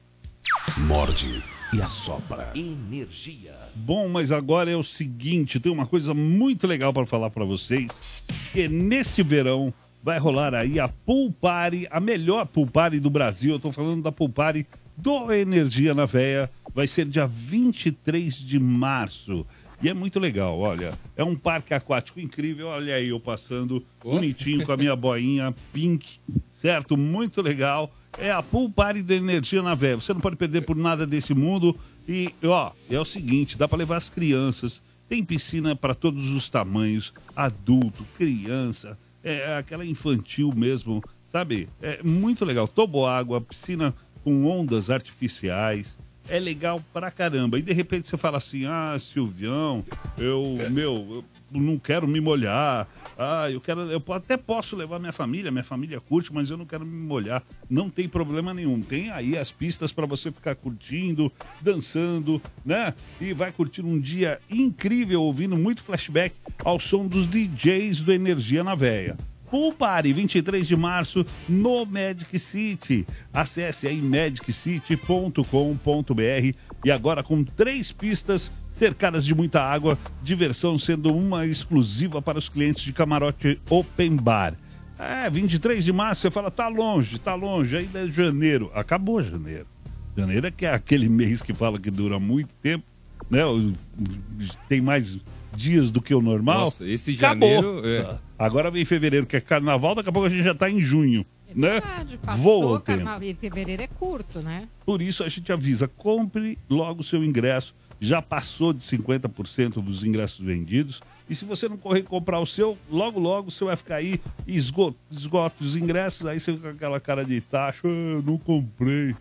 Morde e assopra. Energia. Bom, mas agora é o seguinte, tem uma coisa muito legal para falar para vocês, que nesse verão vai rolar aí a Pool Party, a melhor Pool Party do Brasil. Eu tô falando da Pool Party do Energia na Veia. Vai ser dia 23 de março. E é muito legal, olha, é um parque aquático incrível, olha aí eu passando bonitinho com a minha boinha pink, certo? Muito legal. É a Pool Party da Energia na Veia. Você não pode perder por nada desse mundo. E, ó, é o seguinte, dá para levar as crianças. Tem piscina para todos os tamanhos, adulto, criança, aquela infantil mesmo, sabe? É muito legal. Toboágua, piscina com ondas artificiais. É legal pra caramba. E de repente você fala assim, Silvião, eu não quero me molhar. Eu até posso levar minha família curte, mas eu não quero me molhar. Não tem problema nenhum. Tem aí as pistas para você ficar curtindo, dançando, né? E vai curtir um dia incrível, ouvindo muito flashback ao som dos DJs do Energia na Veia. Pool Party, 23 de março, no Magic City. Acesse aí magiccity.com.br e agora com 3 pistas cercadas de muita água, diversão sendo uma exclusiva para os clientes de camarote Open Bar. 23 de março, você fala, tá longe, ainda é janeiro. Acabou janeiro. Janeiro é que é aquele mês que fala que dura muito tempo, né? Tem mais dias do que o normal. Nossa, esse janeiro... Agora vem fevereiro, que é carnaval, daqui a pouco a gente já tá em junho. Né? Verdade, voa o carnaval, tempo. e fevereiro é curto, né? Por isso a gente avisa, compre logo o seu ingresso. Já passou de 50% dos ingressos vendidos. E se você não correr comprar o seu, logo você vai ficar aí, esgota os ingressos, aí você fica com aquela cara de taxa, não comprei.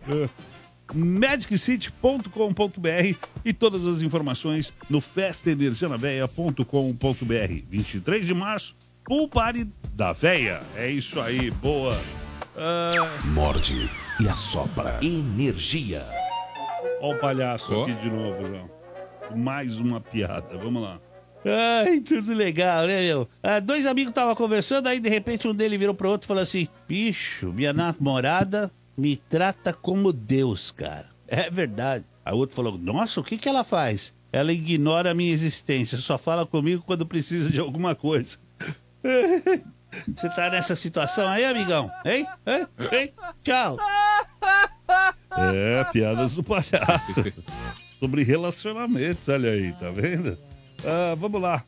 MagicCity.com.br e todas as informações no festaenergianaveia.com.br. 23 de março, Pool Party da Veia. É isso aí, boa. Morde e assopra. Energia. Ó o palhaço aqui de novo, João. Mais uma piada, vamos lá. Ai, tudo legal, né, meu? Dois amigos estavam conversando, aí de repente um deles virou pro outro e falou assim: bicho, minha namorada me trata como Deus, cara. É verdade. Aí o outro falou: nossa, o que ela faz? Ela ignora a minha existência, só fala comigo quando precisa de alguma coisa. Você tá nessa situação aí, amigão? Hein? Tchau. Piadas do palhaço. Sobre relacionamentos, olha aí, tá vendo? Vamos lá.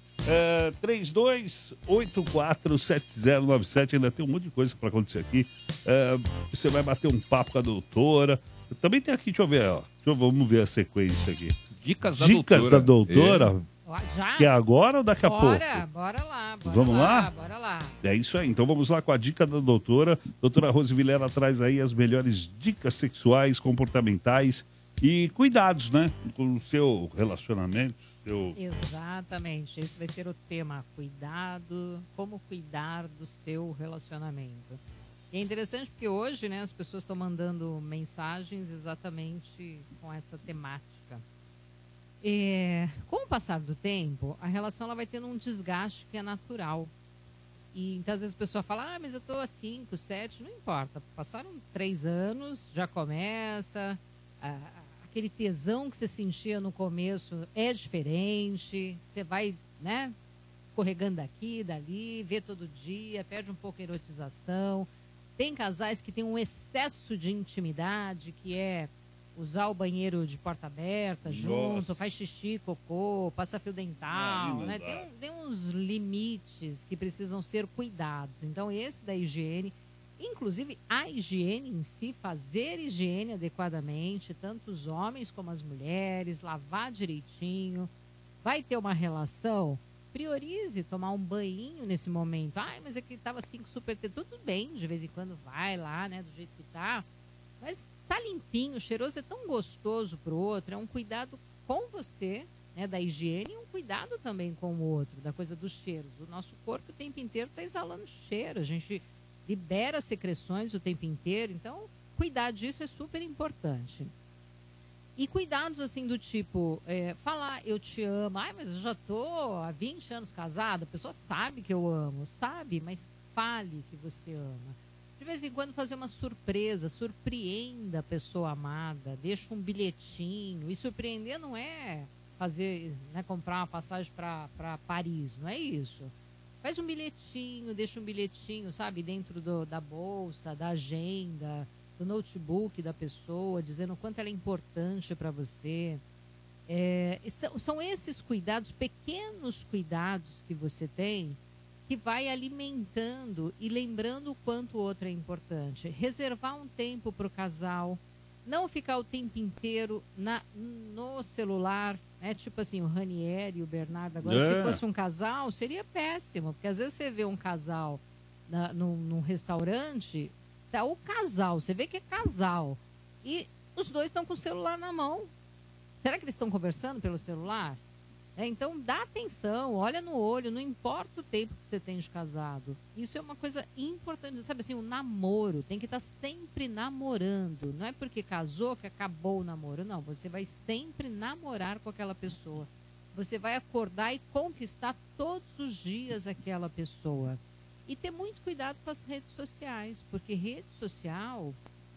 32847097. Ainda tem um monte de coisa pra acontecer aqui. Você vai bater um papo com a doutora. Também tem aqui, deixa eu ver, ó. Vamos ver a sequência aqui. Dicas da doutora. Já? Que é agora ou daqui a pouco? Bora lá. Vamos lá? Bora lá. É isso aí. Então vamos lá com a dica da doutora. Doutora Rose Vilela traz aí as melhores dicas sexuais, comportamentais e cuidados, né? Com o seu relacionamento. Exatamente. Esse vai ser o tema. Cuidado. Como cuidar do seu relacionamento. E é interessante porque hoje, né, as pessoas estão mandando mensagens exatamente com essa temática. Com o passar do tempo, a relação ela vai tendo um desgaste que é natural. E então, às vezes a pessoa fala, mas eu estou há 5, 7, não importa. Passaram 3 anos, já começa. Aquele tesão que você sentia no começo é diferente. Você vai, né, escorregando daqui, dali, vê todo dia, perde um pouco a erotização. Tem casais que têm um excesso de intimidade, que é usar o banheiro de porta aberta junto, faz xixi, cocô, passa fio dental, né? Tem uns limites que precisam ser cuidados. Então, esse da higiene, inclusive a higiene em si, fazer higiene adequadamente, tanto os homens como as mulheres, lavar direitinho, vai ter uma relação, priorize tomar um banhinho nesse momento. Mas é que tava 5 super... Tudo bem, de vez em quando vai lá, né, do jeito que tá, mas tá limpinho, cheiroso, é tão gostoso pro outro, é um cuidado com você, né, da higiene, e um cuidado também com o outro, da coisa dos cheiros. O nosso corpo o tempo inteiro tá exalando cheiro, a gente libera secreções o tempo inteiro, então cuidar disso é super importante. E cuidados assim do tipo, falar eu te amo, mas eu já tô há 20 anos casada, a pessoa sabe que eu amo, sabe, mas fale que você ama. De vez em quando fazer uma surpresa, surpreenda a pessoa amada, deixa um bilhetinho. E surpreender não é fazer, né, comprar uma passagem para Paris, não é isso. Faz um bilhetinho, deixa um bilhetinho, sabe, dentro da bolsa, da agenda, do notebook da pessoa, dizendo o quanto ela é importante para você. São esses cuidados, pequenos cuidados que você tem, que vai alimentando e lembrando o quanto o outro é importante. Reservar um tempo para o casal, não ficar o tempo inteiro no celular, né? Tipo assim, o Ranieri e o Bernardo. Agora, se fosse um casal, seria péssimo, porque às vezes você vê um casal num restaurante, tá o casal, você vê que é casal, e os dois estão com o celular na mão. Será que eles estão conversando pelo celular? Então, dá atenção, olha no olho, não importa o tempo que você tem de casado. Isso é uma coisa importante, sabe assim, o namoro, tem que estar sempre namorando. Não é porque casou que acabou o namoro, não. Você vai sempre namorar com aquela pessoa. Você vai acordar e conquistar todos os dias aquela pessoa. E ter muito cuidado com as redes sociais, porque rede social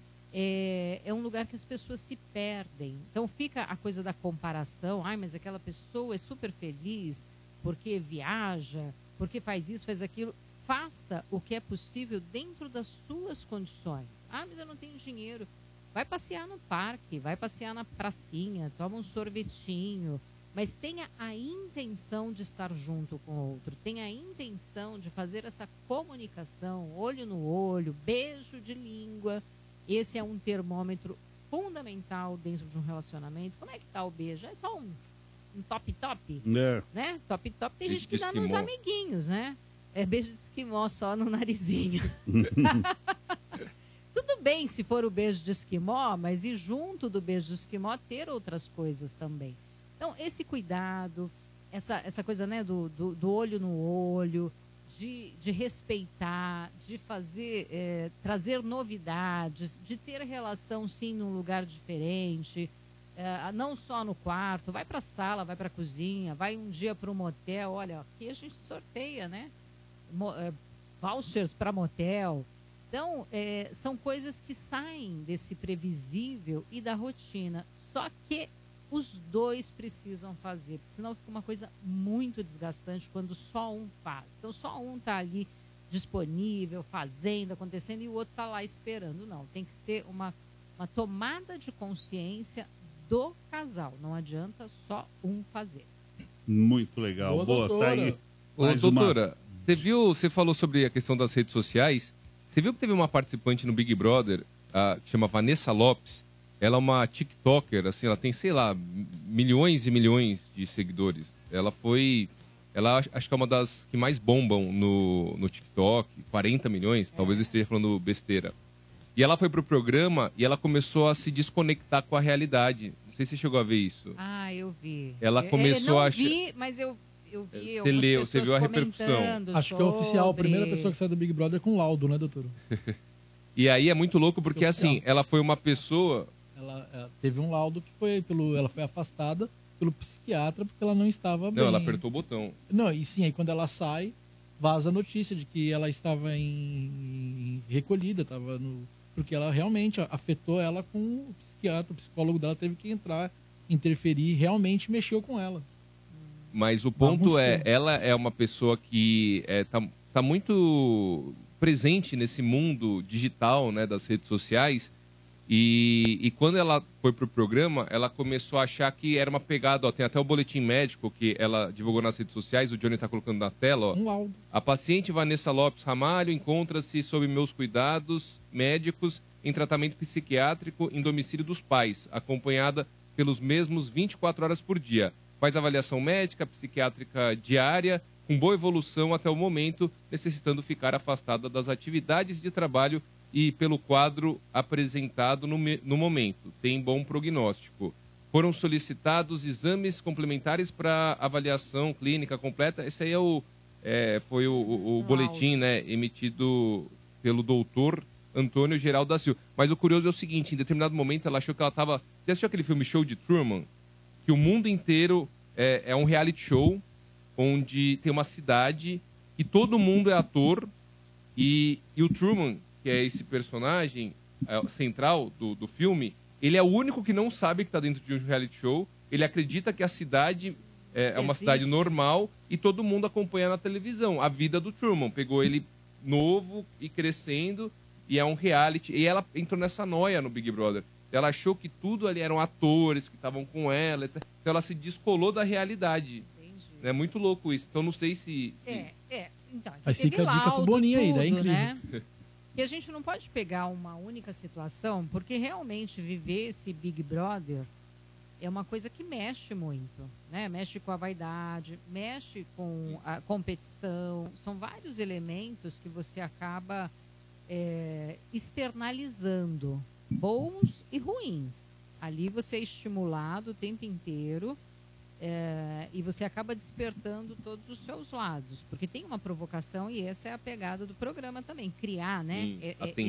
é um lugar que as pessoas se perdem. Então fica a coisa da comparação. Mas aquela pessoa é super feliz porque viaja, porque faz isso, faz aquilo. Faça o que é possível dentro das suas condições. Mas eu não tenho dinheiro. Vai passear no parque, vai passear na pracinha, toma um sorvetinho. Mas tenha a intenção de estar junto com o outro. Tenha a intenção de fazer essa comunicação, olho no olho, beijo de língua. Esse é um termômetro fundamental dentro de um relacionamento. Como é que tá o beijo? É só um top-top, É. né? Top-top tem Beijo gente que de dá nos esquimó. amiguinhos, né? É beijo de esquimó só no narizinho. Tudo bem se for o beijo de esquimó, mas e junto do beijo de esquimó ter outras coisas também. Então, esse cuidado, essa coisa, né, do olho no olho, de respeitar, de fazer, trazer novidades, de ter relação, sim, num lugar diferente, não só no quarto, vai para a sala, vai para a cozinha, vai um dia para o motel. Olha, aqui a gente sorteia, né? Vouchers para motel. Então, são coisas que saem desse previsível e da rotina. Só que os dois precisam fazer, porque senão fica uma coisa muito desgastante quando só um faz. Então, só um está ali disponível, fazendo, acontecendo, e o outro está lá esperando. Não, tem que ser uma tomada de consciência do casal. Não adianta só um fazer. Muito legal. Boa, tá aí. Ô, Mais doutora, você falou sobre a questão das redes sociais. Você viu que teve uma participante no Big Brother, que chama Vanessa Lopes? Ela é uma TikToker, assim, ela tem, sei lá, milhões e milhões de seguidores. Ela acho que é uma das que mais bombam no TikTok, 40 milhões, talvez eu esteja falando besteira. E ela foi pro programa e ela começou a se desconectar com a realidade. Não sei se você chegou a ver isso. Ah, eu vi. Ela começou eu a... não vi, mas eu vi Você leu, você viu a repercussão. Acho que é oficial, a primeira pessoa que sai do Big Brother com laudo, né, doutor? E aí é muito louco porque, assim, ela foi uma pessoa... Ela teve um laudo que foi ela foi afastada pelo psiquiatra porque ela não estava bem. Não, ela apertou o botão. Não, e sim, aí quando ela sai, vaza a notícia de que ela estava recolhida, estava porque ela realmente afetou ela com o psiquiatra, o psicólogo dela teve que entrar, interferir, realmente mexeu com ela. Mas o ponto ela é uma pessoa que tá muito presente nesse mundo digital, né, das redes sociais. E quando ela foi pro programa, ela começou a achar que era uma pegada, ó, tem até o boletim médico que ela divulgou nas redes sociais, o Johnny tá colocando na tela, ó. Um laudo. A paciente Vanessa Lopes Ramalho encontra-se sob meus cuidados médicos em tratamento psiquiátrico em domicílio dos pais, acompanhada pelos mesmos 24 horas por dia. Faz avaliação médica, psiquiátrica diária, com boa evolução até o momento, necessitando ficar afastada das atividades de trabalho e pelo quadro apresentado no momento. Tem bom prognóstico. Foram solicitados exames complementares para avaliação clínica completa. Esse aí foi o boletim, né, emitido pelo doutor Antônio Geraldo da Silva. Mas o curioso é o seguinte, em determinado momento ela achou que ela estava... Você assistiu aquele filme Show de Truman? Que o mundo inteiro é um reality show onde tem uma cidade e todo mundo é ator e o Truman, que é esse personagem central do filme, ele é o único que não sabe que está dentro de um reality show. Ele acredita que a cidade é uma cidade normal e todo mundo acompanha na televisão. A vida do Truman. Pegou ele novo e crescendo e é um reality. E ela entrou nessa noia no Big Brother. Ela achou que tudo ali eram atores que estavam com ela, etc. Então ela se descolou da realidade. É muito louco isso. Então não sei se... Então, Mas fica a dica pro Boninho aí, daí é incrível. Né? E a gente não pode pegar uma única situação, porque realmente viver esse Big Brother é uma coisa que mexe muito, né? Mexe com a vaidade, mexe com a competição. São vários elementos que você acaba externalizando, bons e ruins. Ali você é estimulado o tempo inteiro e você acaba despertando todos os seus lados, porque tem uma provocação e essa é a pegada do programa também, criar, né?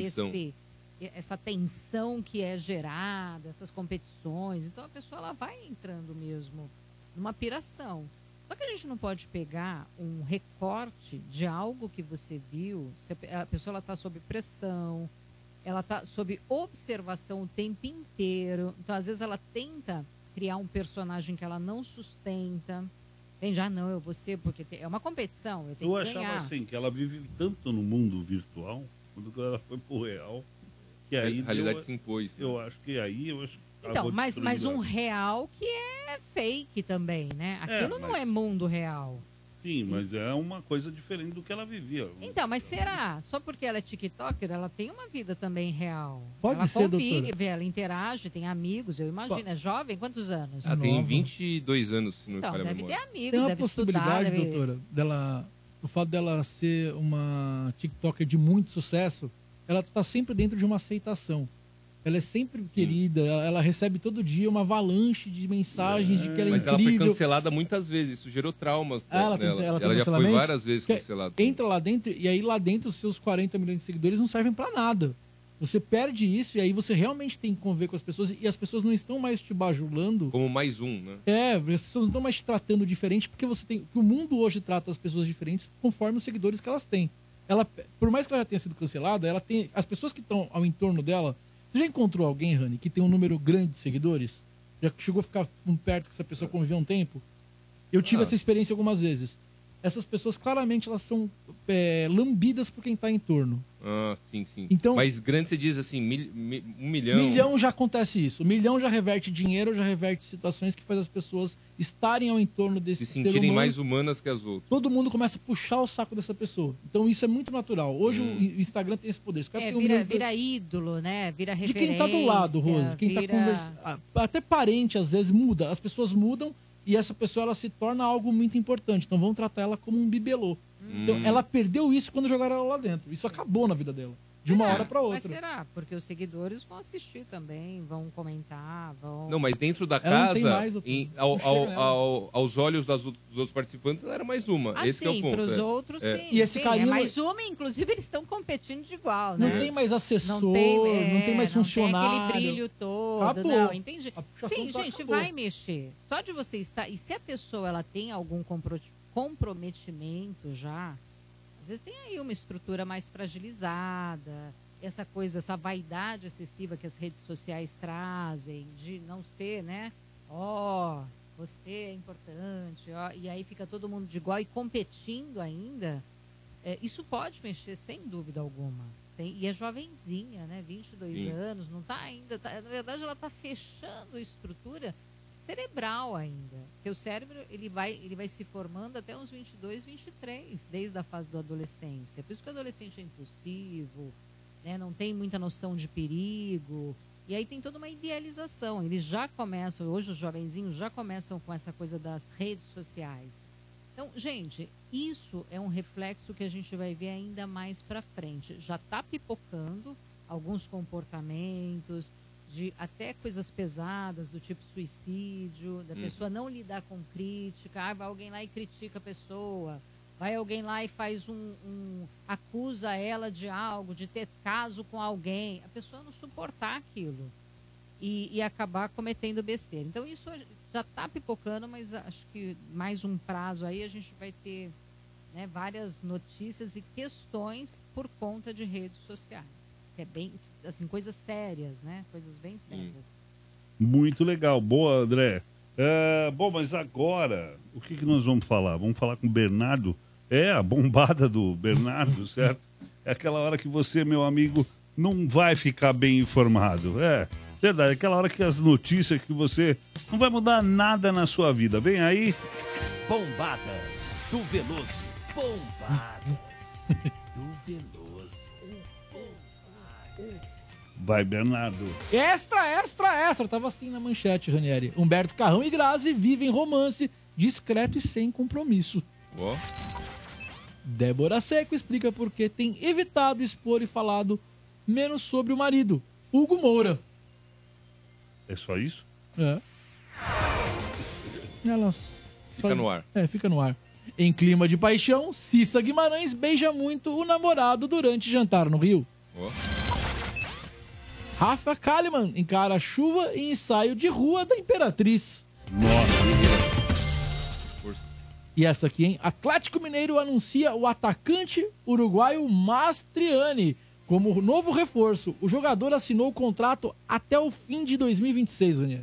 Essa tensão que é gerada, essas competições. Então a pessoa ela vai entrando mesmo numa piração. Só que a gente não pode pegar um recorte de algo que você viu. A pessoa está sob pressão, ela está sob observação o tempo inteiro. Então às vezes ela tenta criar um personagem que ela não sustenta. Tem já não, eu vou ser, porque é uma competição, eu tenho que ganhar. Eu achava assim, que ela vive tanto no mundo virtual, quando ela foi pro real, que aí... A realidade se impôs. Né? Eu acho que aí... Então, mas um real que é fake também, né? Aquilo não é mundo real. Sim, mas é uma coisa diferente do que ela vivia. Então, mas será? Só porque ela é TikToker, ela tem uma vida também real. Pode ela ser, convive, doutora. ela interage, tem amigos, eu imagino. É jovem? Quantos anos? Ah, tem Nova. 22 anos, se não me Então, falha a deve ter memória. amigos, Tem uma deve estudar, possibilidade, deve... doutora, dela, o fato dela ser uma TikToker de muito sucesso, ela tá sempre dentro de uma aceitação. Ela é sempre querida, ela recebe todo dia uma avalanche de mensagens de que ela é Mas ela incrível. foi cancelada muitas vezes, isso gerou traumas Ela nela. tem Ela já foi cancelamentos? várias vezes Que cancelada. Entra lá dentro, e aí lá dentro os seus 40 milhões de seguidores não servem pra nada. Você perde isso e aí você realmente tem que conviver com as pessoas e as pessoas não estão mais te bajulando. Como mais um, né? As pessoas não estão mais te tratando diferente porque você tem. O mundo hoje trata as pessoas diferentes conforme os seguidores que elas têm. Ela, por mais que ela já tenha sido cancelada, ela tem. As pessoas que estão ao entorno dela. Você já encontrou alguém, Rani, que tem um número grande de seguidores? Já chegou a ficar perto que essa pessoa conviveu um tempo? Eu tive essa experiência algumas vezes. Essas pessoas, claramente, elas são lambidas por quem está em torno. Ah, sim, sim. Então- Mas grande você diz assim, 1 milhão. Milhão já acontece isso. 1 milhão já reverte dinheiro, já reverte situações que faz as pessoas estarem ao entorno desse Se ser sentirem humano. mais humanas que as outras. Todo mundo começa a puxar o saco dessa pessoa. Então isso é muito natural. Hoje o Instagram tem esse poder. Os caras têm um vira, número vira ídolo, né? Vira de referência. quem tá do lado, Rose. Quem tá vira- conversando. Até parente, às vezes, muda. As pessoas mudam e essa pessoa ela se torna algo muito importante. Então vão tratar ela como um bibelô. Então ela perdeu isso quando jogaram ela lá dentro. Isso acabou na vida dela. De uma hora pra Mas outra. será? Porque os seguidores vão assistir também, vão comentar, vão... Não, mas dentro da Ela não tem casa, mais o- aos olhos dos outros participantes, ela era mais uma. Ah, Esse que é sim, o ponto. pros outros, sim. E esse sim, carinho- É mais uma, inclusive eles estão competindo de igual, Não né? tem mais assessor, Não tem, não tem mais funcionário. Não tem aquele brilho todo, Acabou. não, entendi. A puxação Sim, só gente, acabou. vai mexer. Só de você estar... E se a pessoa ela tem algum comprometimento já, às vezes tem aí uma estrutura mais fragilizada, essa coisa, essa vaidade excessiva que as redes sociais trazem, de não ser, né? Você é importante, e aí fica todo mundo de igual e competindo ainda. Isso pode mexer, sem dúvida alguma. E é jovenzinha, né? 22 Sim. anos, não está ainda. Na verdade, ela está fechando a estrutura cerebral ainda. Porque o cérebro ele vai se formando até uns 22, 23, desde a fase da adolescência. Por isso que o adolescente é impulsivo, né? Não tem muita noção de perigo. E aí tem toda uma idealização. Eles já começam, hoje os jovenzinhos já começam com essa coisa das redes sociais. Então, gente, isso é um reflexo que a gente vai ver ainda mais para frente. Já está pipocando alguns comportamentos, de até coisas pesadas, do tipo suicídio, da pessoa não lidar com crítica. Vai alguém lá e critica a pessoa. Vai alguém lá e faz acusa ela de algo, de ter caso com alguém. A pessoa não suportar aquilo e acabar cometendo besteira. Então, isso já está pipocando, mas acho que mais um prazo aí a gente vai ter, né, várias notícias e questões por conta de redes sociais. Que é bem, assim, coisas sérias, né? Coisas bem sérias. Muito legal. Boa, André. Bom, mas agora, o que nós vamos falar? Vamos falar com o Bernardo? A bombada do Bernardo, certo? É aquela hora que você, meu amigo, não vai ficar bem informado. Verdade, aquela hora que as notícias que você não vai mudar nada na sua vida. Bem aí? Bombadas do Veloso. Bombadas do Veloso. Vai, Bernardo. Extra. Tava assim na manchete, Ranieri. Humberto Carrão e Grazi vivem romance discreto e sem compromisso. Débora Seco explica por que tem evitado expor e falado menos sobre o marido, Hugo Moura. É só isso? Fica no ar. Fica no ar. Em clima de paixão, Cissa Guimarães beija muito o namorado durante jantar no Rio. Rafa Kalimann encara chuva e ensaio de rua da Imperatriz. E essa aqui, hein? Atlético Mineiro anuncia o atacante uruguaio Mastriani como novo reforço. O jogador assinou o contrato até o fim de 2026, Ranieri.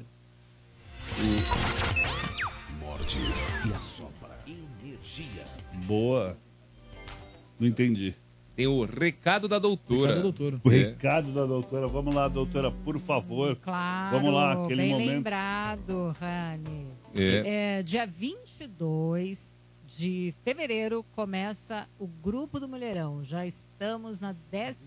Morde e assopra. Energia. Boa. Não entendi. Tem o recado da doutora. O recado da doutora. Vamos lá, doutora, por favor. Claro, Vamos lá, aquele bem momento. lembrado, Rani. Dia 22 de fevereiro começa o Grupo do Mulherão. Já estamos na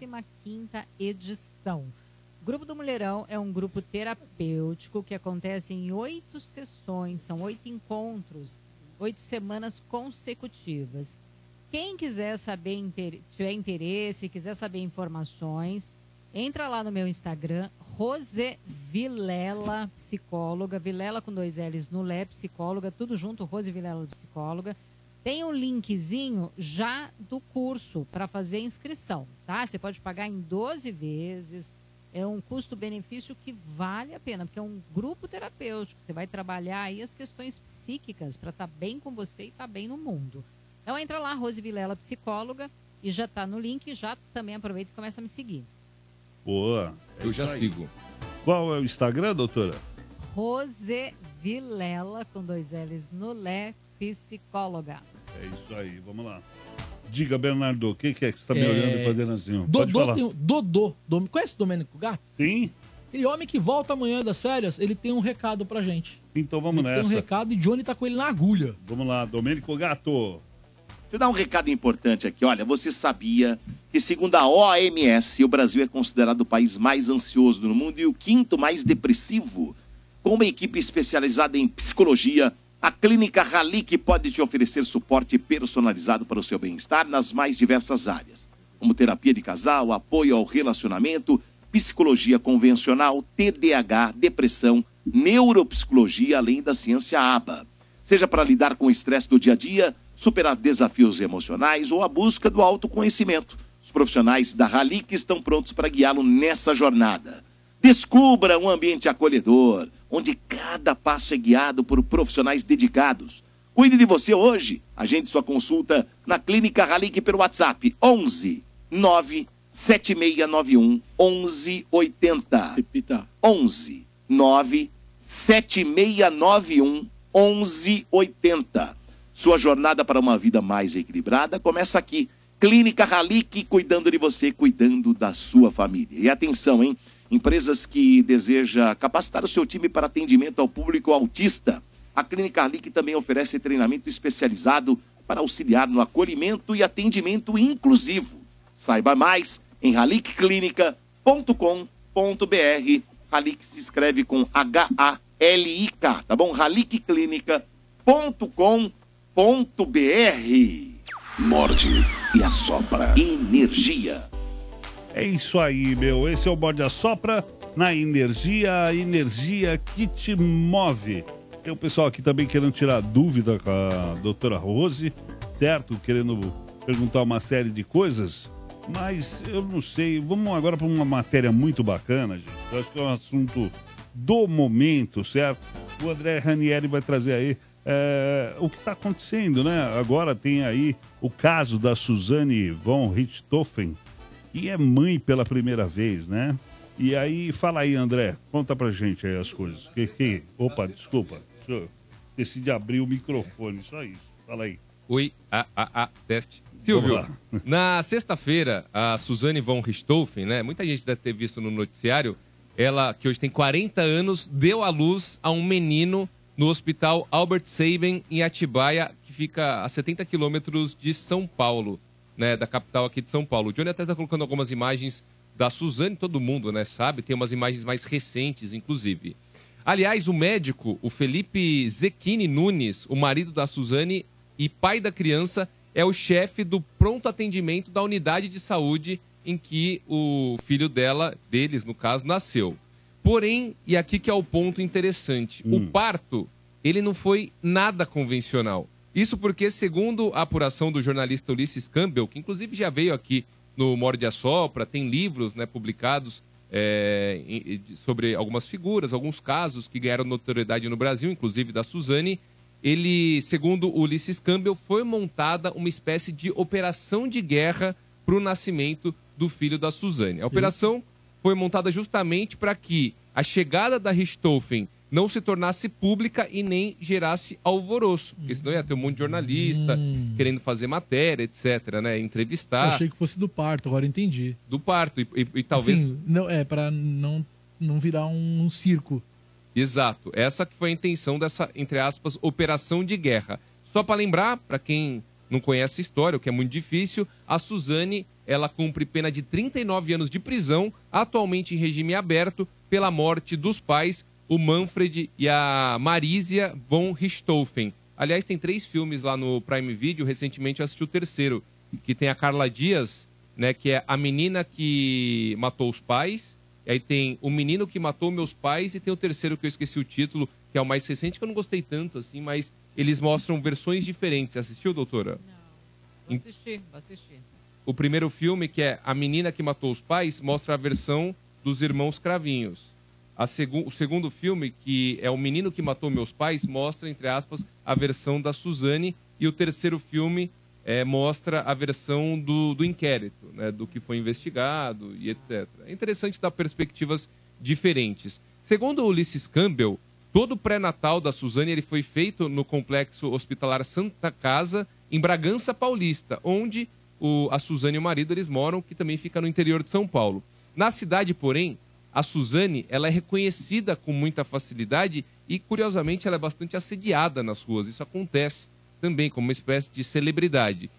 15ª edição. O Grupo do Mulherão é um grupo terapêutico que acontece em 8 sessões, são 8 encontros, 8 semanas consecutivas. Quem quiser saber, tiver interesse, quiser saber informações, entra lá no meu Instagram, Rose Vilela Psicóloga, Vilela com 2 L's no Lé, psicóloga, tudo junto, Rose Vilela Psicóloga. Tem um linkzinho já do curso para fazer a inscrição, tá? Você pode pagar em 12 vezes, é um custo-benefício que vale a pena, porque é um grupo terapêutico, você vai trabalhar aí as questões psíquicas para estar bem com você e estar bem no mundo. Então entra lá, Rose Vilela Psicóloga, e já está no link, já também aproveita e começa a me seguir. Boa. Eu já sigo. Qual é o Instagram, doutora? Rose Vilela, com 2 L's no Lé, psicóloga. É isso aí, vamos lá. Diga, Bernardo, o que é que você está me olhando e fazendo assim? Pode falar. Dodô. Conhece o Domênico Gato? Sim. Aquele homem que volta amanhã das férias, ele tem um recado pra gente. Então vamos ele nessa. Tem um recado e Johnny tá com ele na agulha. Vamos lá, Domênico Gato. Deixa eu dar um recado importante aqui. Olha, você sabia que, segundo a OMS, o Brasil é considerado o país mais ansioso do mundo e o 5º mais depressivo? Com uma equipe especializada em psicologia, a Clínica Halik pode te oferecer suporte personalizado para o seu bem-estar nas mais diversas áreas, como terapia de casal, apoio ao relacionamento, psicologia convencional, TDAH, depressão, neuropsicologia, além da ciência ABA. Seja para lidar com o estresse do dia a dia, superar desafios emocionais ou a busca do autoconhecimento. Os profissionais da Halik estão prontos para guiá-lo nessa jornada. Descubra um ambiente acolhedor, onde cada passo é guiado por profissionais dedicados. Cuide de você hoje. Agende sua consulta na Clínica Halik pelo WhatsApp 11 9 7691 1180. Repita. 11 9 7691 1180. Sua jornada para uma vida mais equilibrada começa aqui. Clínica Halik, cuidando de você, cuidando da sua família. E atenção, hein? Empresas que desejam capacitar o seu time para atendimento ao público autista. A Clínica Halik também oferece treinamento especializado para auxiliar no acolhimento e atendimento inclusivo. Saiba mais em halikclinica.com.br. Halik se escreve com H-A-L-I-K, tá bom? halikclinica.com.br. Morde e assopra. Energia. É isso aí, meu. Esse é o Morde e Assopra na Energia, a energia que te move. Tem o pessoal aqui também querendo tirar dúvida com a doutora Rose, certo? Querendo perguntar uma série de coisas, mas eu não sei. Vamos agora para uma matéria muito bacana, gente. Eu acho que é um assunto do momento, certo? O André Ranieri vai trazer aí o que está acontecendo, né? Agora tem aí o caso da Suzane von Richthofen, que é mãe pela primeira vez, né? E aí, fala aí, André, conta pra gente aí as coisas. Opa, desculpa, deixa eu decidi abrir o microfone, só isso. Fala aí. Oi, teste. Silvio, na sexta-feira, a Suzane von Richthofen, né? Muita gente deve ter visto no noticiário, ela, que hoje tem 40 anos, deu à luz a um menino no Hospital Albert Sabin, em Atibaia, que fica a 70 quilômetros de São Paulo, né, da capital aqui de São Paulo. O Johnny até está colocando algumas imagens da Suzane, todo mundo, né, sabe? Tem umas imagens mais recentes, inclusive. Aliás, o médico, o Felipe Zecchini Nunes, o marido da Suzane e pai da criança, é o chefe do pronto atendimento da unidade de saúde em que o filho deles, no caso, nasceu. Porém, e aqui que é o ponto interessante, o parto, ele não foi nada convencional. Isso porque, segundo a apuração do jornalista Ulisses Campbell, que inclusive já veio aqui no Morde e Assopra, tem livros, né, publicados sobre algumas figuras, alguns casos que ganharam notoriedade no Brasil, inclusive da Suzane. Ele, segundo Ulisses Campbell, foi montada uma espécie de operação de guerra para o nascimento do filho da Suzane. A operação foi montada justamente para que a chegada da Richthofen não se tornasse pública e nem gerasse alvoroço. Porque senão ia ter um monte de jornalista querendo fazer matéria, etc., né? Entrevistar. Eu achei que fosse do parto, agora entendi. Do parto. E talvez... Assim, não, para não virar um circo. Exato. Essa que foi a intenção dessa, entre aspas, operação de guerra. Só para lembrar, para quem não conhece a história, o que é muito difícil, a Suzane, ela cumpre pena de 39 anos de prisão, atualmente em regime aberto, pela morte dos pais, o Manfred e a Marisia von Richthofen. Aliás, tem 3 filmes lá no Prime Video, recentemente eu assisti o terceiro, que tem a Carla Dias, né, que é a menina que matou os pais, e aí tem o menino que matou meus pais, e tem o terceiro que eu esqueci o título, que é o mais recente, que eu não gostei tanto, assim, mas eles mostram versões diferentes. Você assistiu, doutora? Vou assistir. O primeiro filme, que é A Menina que Matou os Pais, mostra a versão dos irmãos Cravinhos. O segundo filme, que é O Menino que Matou Meus Pais, mostra, entre aspas, a versão da Suzane. E o terceiro filme mostra a versão do inquérito, né, do que foi investigado e etc. É interessante dar perspectivas diferentes. Segundo o Ulysses Campbell, todo o pré-natal da Suzane ele foi feito no Complexo Hospitalar Santa Casa, em Bragança Paulista, onde a Suzane e o marido eles moram, que também fica no interior de São Paulo. Na cidade, porém, a Suzane ela é reconhecida com muita facilidade e, curiosamente, ela é bastante assediada nas ruas. Isso acontece também como uma espécie de celebridade.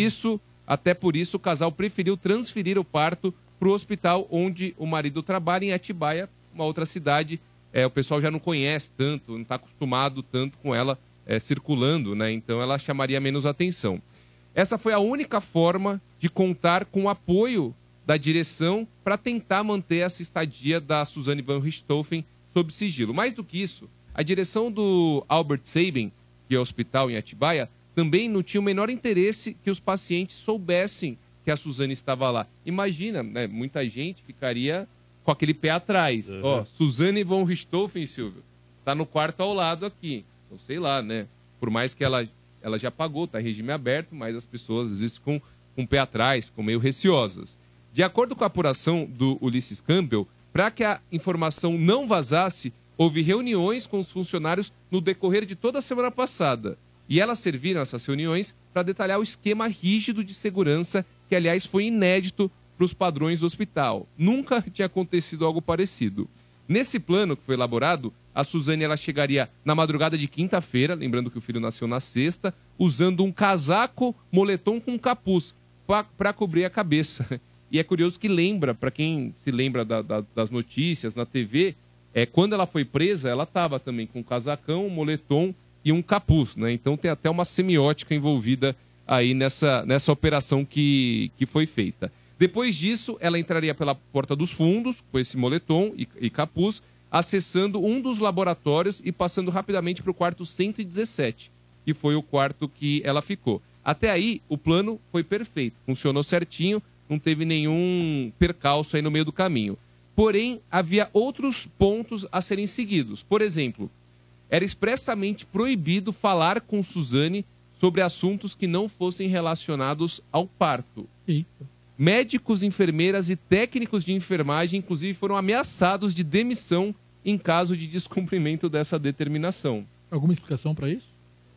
Até por isso, o casal preferiu transferir o parto para o hospital onde o marido trabalha, em Atibaia, uma outra cidade. O pessoal já não conhece tanto, não está acostumado tanto com ela circulando, né? Então ela chamaria menos atenção. Essa foi a única forma de contar com o apoio da direção para tentar manter essa estadia da Suzane von Richthofen sob sigilo. Mais do que isso, a direção do Albert Sabin, que é o hospital em Atibaia, também não tinha o menor interesse que os pacientes soubessem que a Suzane estava lá. Imagina, né? Muita gente ficaria com aquele pé atrás. Ó, Suzane von Richthofen, Silvio, tá no quarto ao lado aqui. Então, sei lá, né? Por mais que ela já pagou, tá em regime aberto, mas as pessoas, às vezes, ficam com o pé atrás, ficam meio receosas. De acordo com a apuração do Ulysses Campbell, para que a informação não vazasse, houve reuniões com os funcionários no decorrer de toda a semana passada. E elas serviram, essas reuniões, para detalhar o esquema rígido de segurança, que, aliás, foi inédito para os padrões do hospital. Nunca tinha acontecido algo parecido. Nesse plano que foi elaborado, a Suzane ela chegaria na madrugada de quinta-feira, lembrando que o filho nasceu na sexta, usando um casaco moletom com capuz para cobrir a cabeça. E é curioso que lembra, para quem se lembra das notícias na TV, quando ela foi presa, ela estava também com um casacão, um moletom e um capuz, né? Então tem até uma semiótica envolvida aí nessa operação que foi feita. Depois disso, ela entraria pela porta dos fundos, com esse moletom e capuz, acessando um dos laboratórios e passando rapidamente para o quarto 117, que foi o quarto que ela ficou. Até aí, o plano foi perfeito, funcionou certinho, não teve nenhum percalço aí no meio do caminho. Porém, havia outros pontos a serem seguidos. Por exemplo, era expressamente proibido falar com Suzane sobre assuntos que não fossem relacionados ao parto. Eita. Médicos, enfermeiras e técnicos de enfermagem, inclusive, foram ameaçados de demissão em caso de descumprimento dessa determinação. Alguma explicação para isso?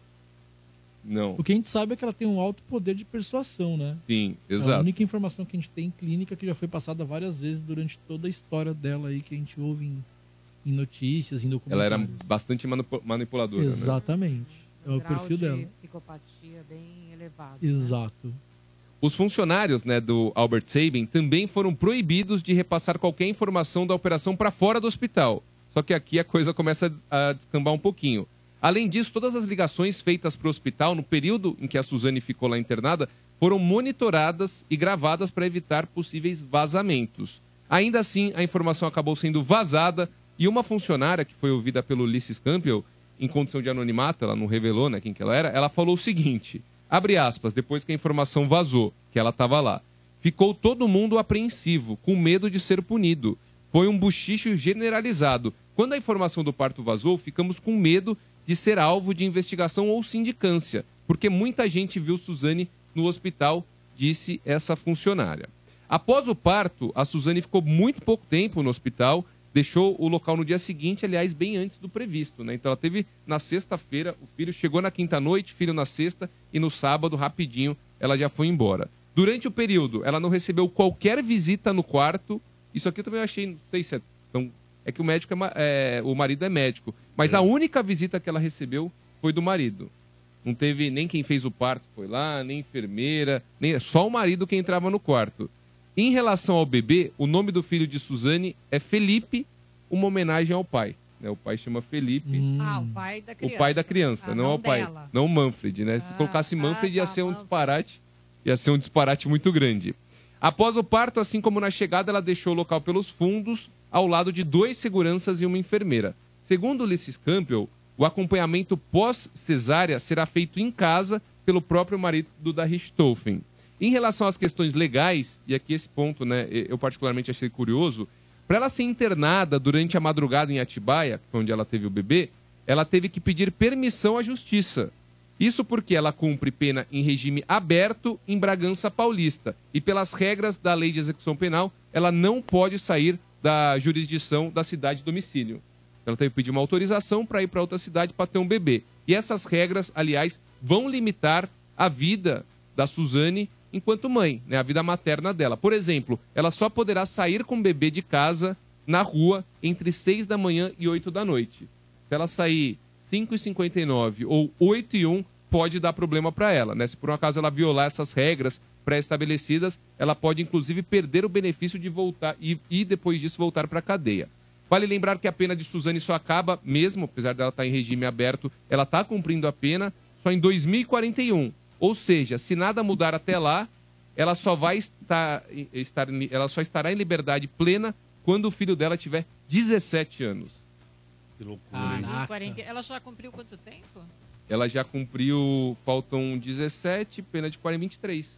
Não. O que a gente sabe é que ela tem um alto poder de persuasão, né? Sim, É a exato. única informação que a gente tem clínica que já foi passada várias vezes durante toda a história dela aí, que a gente ouve em notícias, em Ela documentários. era bastante manipuladora, né? Exatamente. É o grau perfil de dela. psicopatia bem elevado. Exato. Os funcionários, né, do Albert Sabin também foram proibidos de repassar qualquer informação da operação para fora do hospital. Só que aqui a coisa começa a descambar um pouquinho. Além disso, todas as ligações feitas para o hospital no período em que a Suzane ficou lá internada foram monitoradas e gravadas para evitar possíveis vazamentos. Ainda assim, a informação acabou sendo vazada e uma funcionária, que foi ouvida pelo Ulysses Campbell, em condição de anonimato, ela não revelou, né, quem que ela falou o seguinte, abre aspas, depois que a informação vazou, que ela estava lá. Ficou todo mundo apreensivo, com medo de ser punido. Foi um buchicho generalizado. Quando a informação do parto vazou, ficamos com medo de ser alvo de investigação ou sindicância, porque muita gente viu Suzane no hospital, disse essa funcionária. Após o parto, a Suzane ficou muito pouco tempo no hospital, deixou o local no dia seguinte, aliás, bem antes do previsto, né? Então ela teve na sexta-feira, o filho chegou na quinta-noite, filho na sexta, e no sábado, rapidinho, ela já foi embora. Durante o período, ela não recebeu qualquer visita no quarto. Isso aqui eu também achei, não sei se é tão... É que o médico o marido é médico. Mas a única visita que ela recebeu foi do marido. Não teve nem quem fez o parto foi lá, nem enfermeira, nem só o marido que entrava no quarto. Em relação ao bebê, o nome do filho de Suzane é Felipe, uma homenagem ao pai. Né? O pai chama Felipe. O pai da criança. O pai da criança, não não ao pai. dela. Não o Manfred, né? Se colocasse Manfred, ia ser um disparate. Ia ser um disparate muito grande. Após o parto, assim como na chegada, ela deixou o local pelos fundos, ao lado de 2 seguranças e uma enfermeira. Segundo Ulysses Campbell, o acompanhamento pós-cesárea será feito em casa pelo próprio marido da Richthofen. Em relação às questões legais, e aqui esse ponto, né, eu particularmente achei curioso, para ela ser internada durante a madrugada em Atibaia, que foi onde ela teve o bebê, ela teve que pedir permissão à justiça. Isso porque ela cumpre pena em regime aberto em Bragança Paulista. E pelas regras da lei de execução penal, ela não pode sair da jurisdição da cidade de domicílio. Ela teve que pedir uma autorização para ir para outra cidade para ter um bebê. E essas regras, aliás, vão limitar a vida da Suzane enquanto mãe, né? A vida materna dela. Por exemplo, ela só poderá sair com o bebê de casa na rua entre 6 da manhã e 8 da noite. Se ela sair 5h59 ou 8h01, pode dar problema para ela, né? Se por um acaso ela violar essas regras pré-estabelecidas, ela pode inclusive perder o benefício de voltar e depois disso voltar para a cadeia. Vale lembrar que a pena de Suzane só acaba, mesmo apesar dela estar em regime aberto, ela está cumprindo a pena só em 2041. Ou seja, se nada mudar até lá, ela só ela só estará em liberdade plena quando o filho dela tiver 17 anos. Que loucura. 40. Ela já cumpriu quanto tempo? Ela já cumpriu, faltam 17, pena de 23.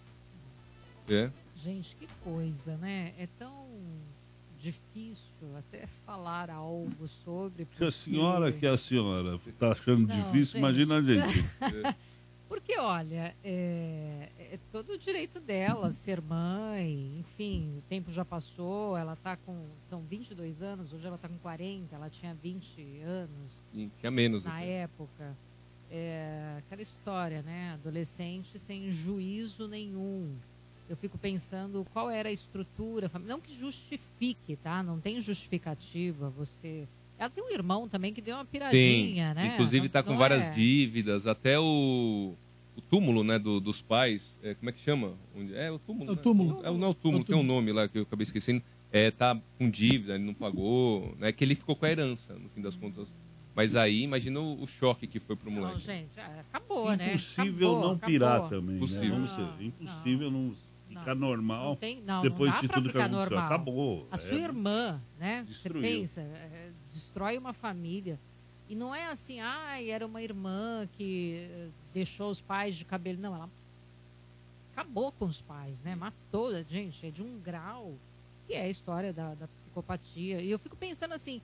É. Gente, que coisa, né? É tão difícil até falar algo sobre. Se a senhora que é a senhora está achando difícil, gente. Imagina a gente. Porque, olha, é todo o direito dela ser mãe, enfim, o tempo já passou, ela tá com, são 22 anos, hoje ela tá com 40, ela tinha 20 anos. Tinha menos. Na época. Aquela história, né? Adolescente sem juízo nenhum. Eu fico pensando qual era a estrutura, não que justifique, tá? Não tem justificativa você... Ela tem um irmão também que deu uma piradinha, né? Inclusive está com várias dívidas, até o túmulo, né, dos pais, como é que chama? É o túmulo. É o túmulo. Né? Não é o túmulo, tem um nome lá que eu acabei esquecendo. Tá com dívida, ele não pagou, né? Que ele ficou com a herança, no fim das contas. Mas aí, imagina o choque que foi pro moleque. Não, gente, acabou, né? Impossível não pirar acabou. também, Impossível. né? Impossível não ficar normal não depois dá de pra tudo que ficar aconteceu. normal. Acabou. A sua irmã, né? Destruiu. Você pensa, destrói uma família. E não é assim, era uma irmã que deixou os pais de cabelo. Não, ela acabou com os pais, né? Matou, gente, é de um grau. Que é a história da psicopatia. E eu fico pensando assim,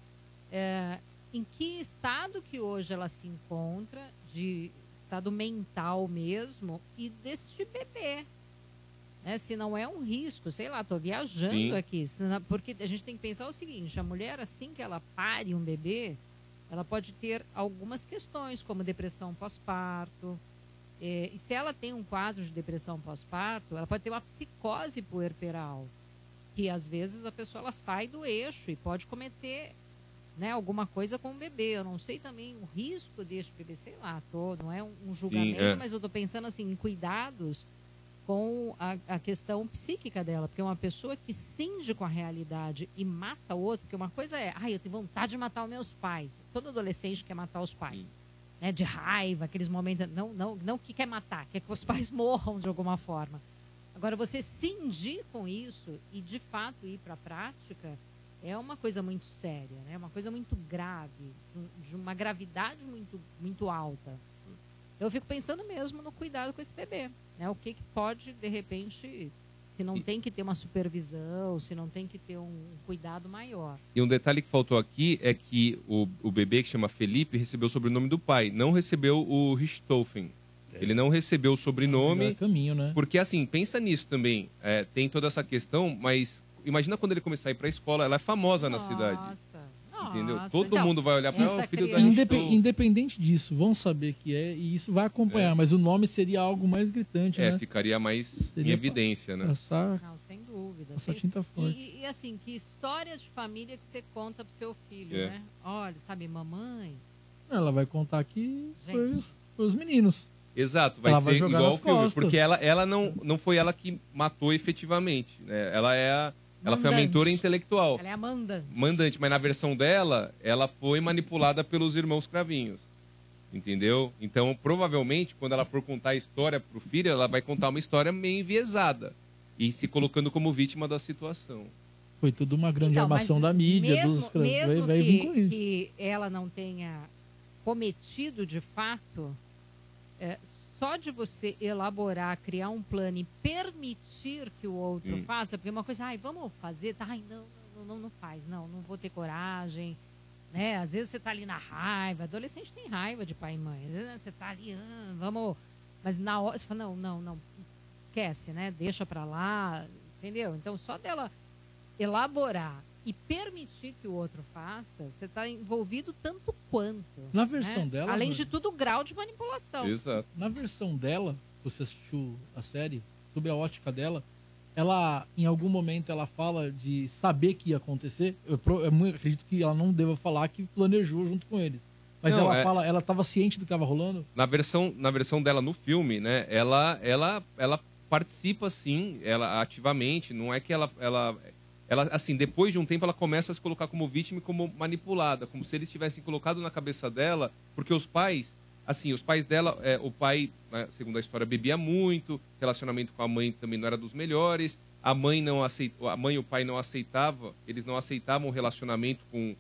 em que estado que hoje ela se encontra, de estado mental mesmo, e deste bebê. Né? Se não é um risco, sei lá, tô viajando Sim. aqui. Porque a gente tem que pensar o seguinte, a mulher, assim que ela pare um bebê, ela pode ter algumas questões, como depressão pós-parto. E se ela tem um quadro de depressão pós-parto, ela pode ter uma psicose puerperal, que às vezes a pessoa ela sai do eixo e pode cometer, né, alguma coisa com o bebê. Eu não sei também o risco deste bebê, sei lá, não é um julgamento, mas eu tô pensando assim, em cuidados com a questão psíquica dela, porque uma pessoa que cinge com a realidade e mata o outro, porque uma coisa é, eu tenho vontade de matar os meus pais. Todo adolescente quer matar os pais, né, de raiva, aqueles momentos, não que quer matar, quer que os pais morram de alguma forma. Agora, você cingir com isso e, de fato, ir para a prática é uma coisa muito séria, né? Uma coisa muito grave, de uma gravidade muito, muito alta. Eu fico pensando mesmo no cuidado com esse bebê, né? O que pode, de repente, se não tem que ter uma supervisão, se não tem que ter um cuidado maior. E um detalhe que faltou aqui é que o bebê, que chama Felipe, recebeu o sobrenome do pai, não recebeu o Richthofen. Ele não recebeu o sobrenome. Caminho, né? Porque, assim, pensa nisso também. Tem toda essa questão, mas imagina quando ele começar a ir pra escola, ela é famosa na cidade. Entendeu? Todo mundo vai olhar para o filho da Independente disso, vão saber que é, e isso vai acompanhar, mas o nome seria algo mais gritante, né? Ficaria mais em evidência, né? Não, sem dúvida. Passar tinta forte. E assim, que história de família que você conta pro seu filho, né? Olha, sabe, mamãe... Ela vai contar que foi isso. pros meninos. Exato, vai Ela ser vai jogar igual nas o filme, costas. porque ela não foi ela que matou efetivamente, né? Ela foi a Mandante. mentora intelectual. Ela é a mandante. Mandante, mas na versão dela, ela foi manipulada pelos irmãos cravinhos. Entendeu? Então, provavelmente, quando ela for contar a história pro filho, ela vai contar uma história meio enviesada. E se colocando como vítima da situação. Foi tudo uma grande Então, armação mas da mídia. Mesmo vai vir com isso. que ela não tenha cometido de fato, só de você elaborar, criar um plano e permitir que o outro faça, porque uma coisa, vamos fazer, tá? Não faz, não vou ter coragem, né? Às vezes você tá ali na raiva, adolescente tem raiva de pai e mãe, às vezes você tá ali, vamos, mas na hora você fala, não, esquece, né? Deixa pra lá, entendeu? Então só dela elaborar e permitir que o outro faça, você está envolvido tanto quanto. Na versão né? dela... Além de tudo, o grau de manipulação. Exato. Na versão dela, você assistiu a série, sobre a ótica dela, ela, em algum momento, ela fala de saber que ia acontecer. Eu acredito que ela não deva falar que planejou junto com eles. Mas Não, ela fala, ela estava ciente do que estava rolando? Na versão dela no filme, né? Ela participa, sim, ela ativamente. Não é que ela, assim, depois de um tempo, ela começa a se colocar como vítima e como manipulada, como se eles tivessem colocado na cabeça dela, porque os pais dela, o pai, né, segundo a história, bebia muito, relacionamento com a mãe também não era dos melhores, a mãe e o pai não aceitavam, eles não aceitavam o relacionamento com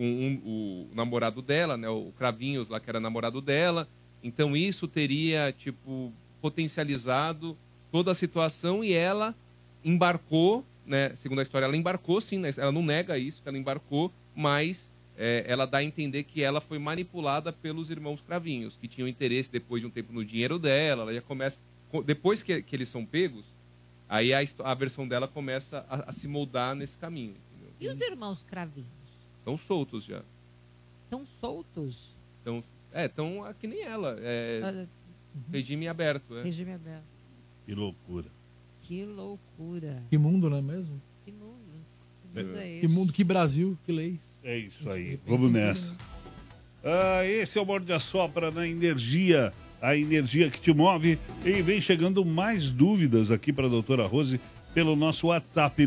o namorado dela, né, o Cravinhos lá, que era namorado dela, então isso teria, potencializado toda a situação e ela embarcou, né, segundo a história, ela embarcou sim, né, ela não nega isso, que ela embarcou, mas ela dá a entender que ela foi manipulada pelos irmãos Cravinhos, que tinham interesse depois de um tempo no dinheiro dela, ela já começa, depois que eles são pegos, aí a versão dela começa a se moldar nesse caminho. Entendeu? E os irmãos Cravinhos? Estão soltos já. Estão soltos? Estão que nem ela, regime aberto. Regime aberto. Que loucura. Que loucura. Que mundo, não é mesmo? Que mundo. Que mundo é Que esse? mundo, que Brasil, que leis. É isso aí. Vamos nessa. Esse é o Morde a Sopra na Energia. A energia que te move. E vem chegando mais dúvidas aqui para a doutora Rose pelo nosso WhatsApp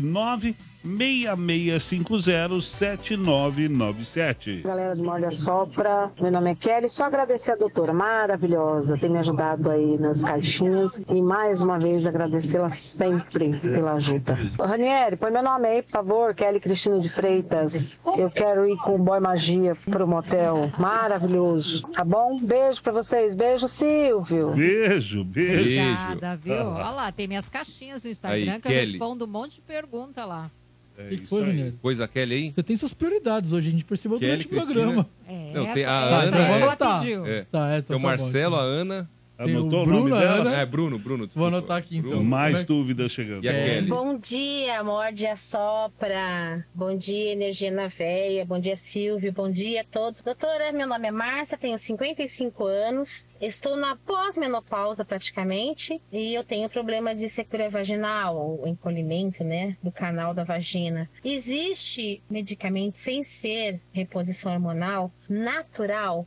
966507997. Galera do Morde a Sopra, meu nome é Kelly, só agradecer a doutora maravilhosa, tem me ajudado aí nas caixinhas e mais uma vez agradecê-la sempre pela ajuda. Ô, Ranieri, põe meu nome aí, por favor, Kelly Cristina de Freitas. Eu quero ir com o Boy Magia pro motel, maravilhoso, tá bom? Beijo pra vocês, beijo Silvio. Beijo. Obrigada, viu? Olha lá, tem minhas caixinhas no Instagram Aí, que eu Kelly. respondo um monte de pergunta lá. É que foi, Ranieri? Coisa Kelly aí? Você tem suas prioridades hoje, a gente percebeu Kelly, durante o programa. Não, tem a essa Ana. ela Tá, pediu. é. Tá, então Tem o tá Marcelo, bom, a Ana. Tem Anotou o nome dela? É, Bruno. Vou desculpa. anotar aqui então. Mais dúvidas chegando. E a Kelly? Bom dia, Morde a Sopra. Bom dia, Energia na Veia. Bom dia, Silvio. Bom dia a todos. Doutora, meu nome é Márcia, tenho 55 anos. Estou na pós-menopausa praticamente e eu tenho problema de secura vaginal, o encolhimento, né, do canal da vagina. Existe medicamento sem ser reposição hormonal natural?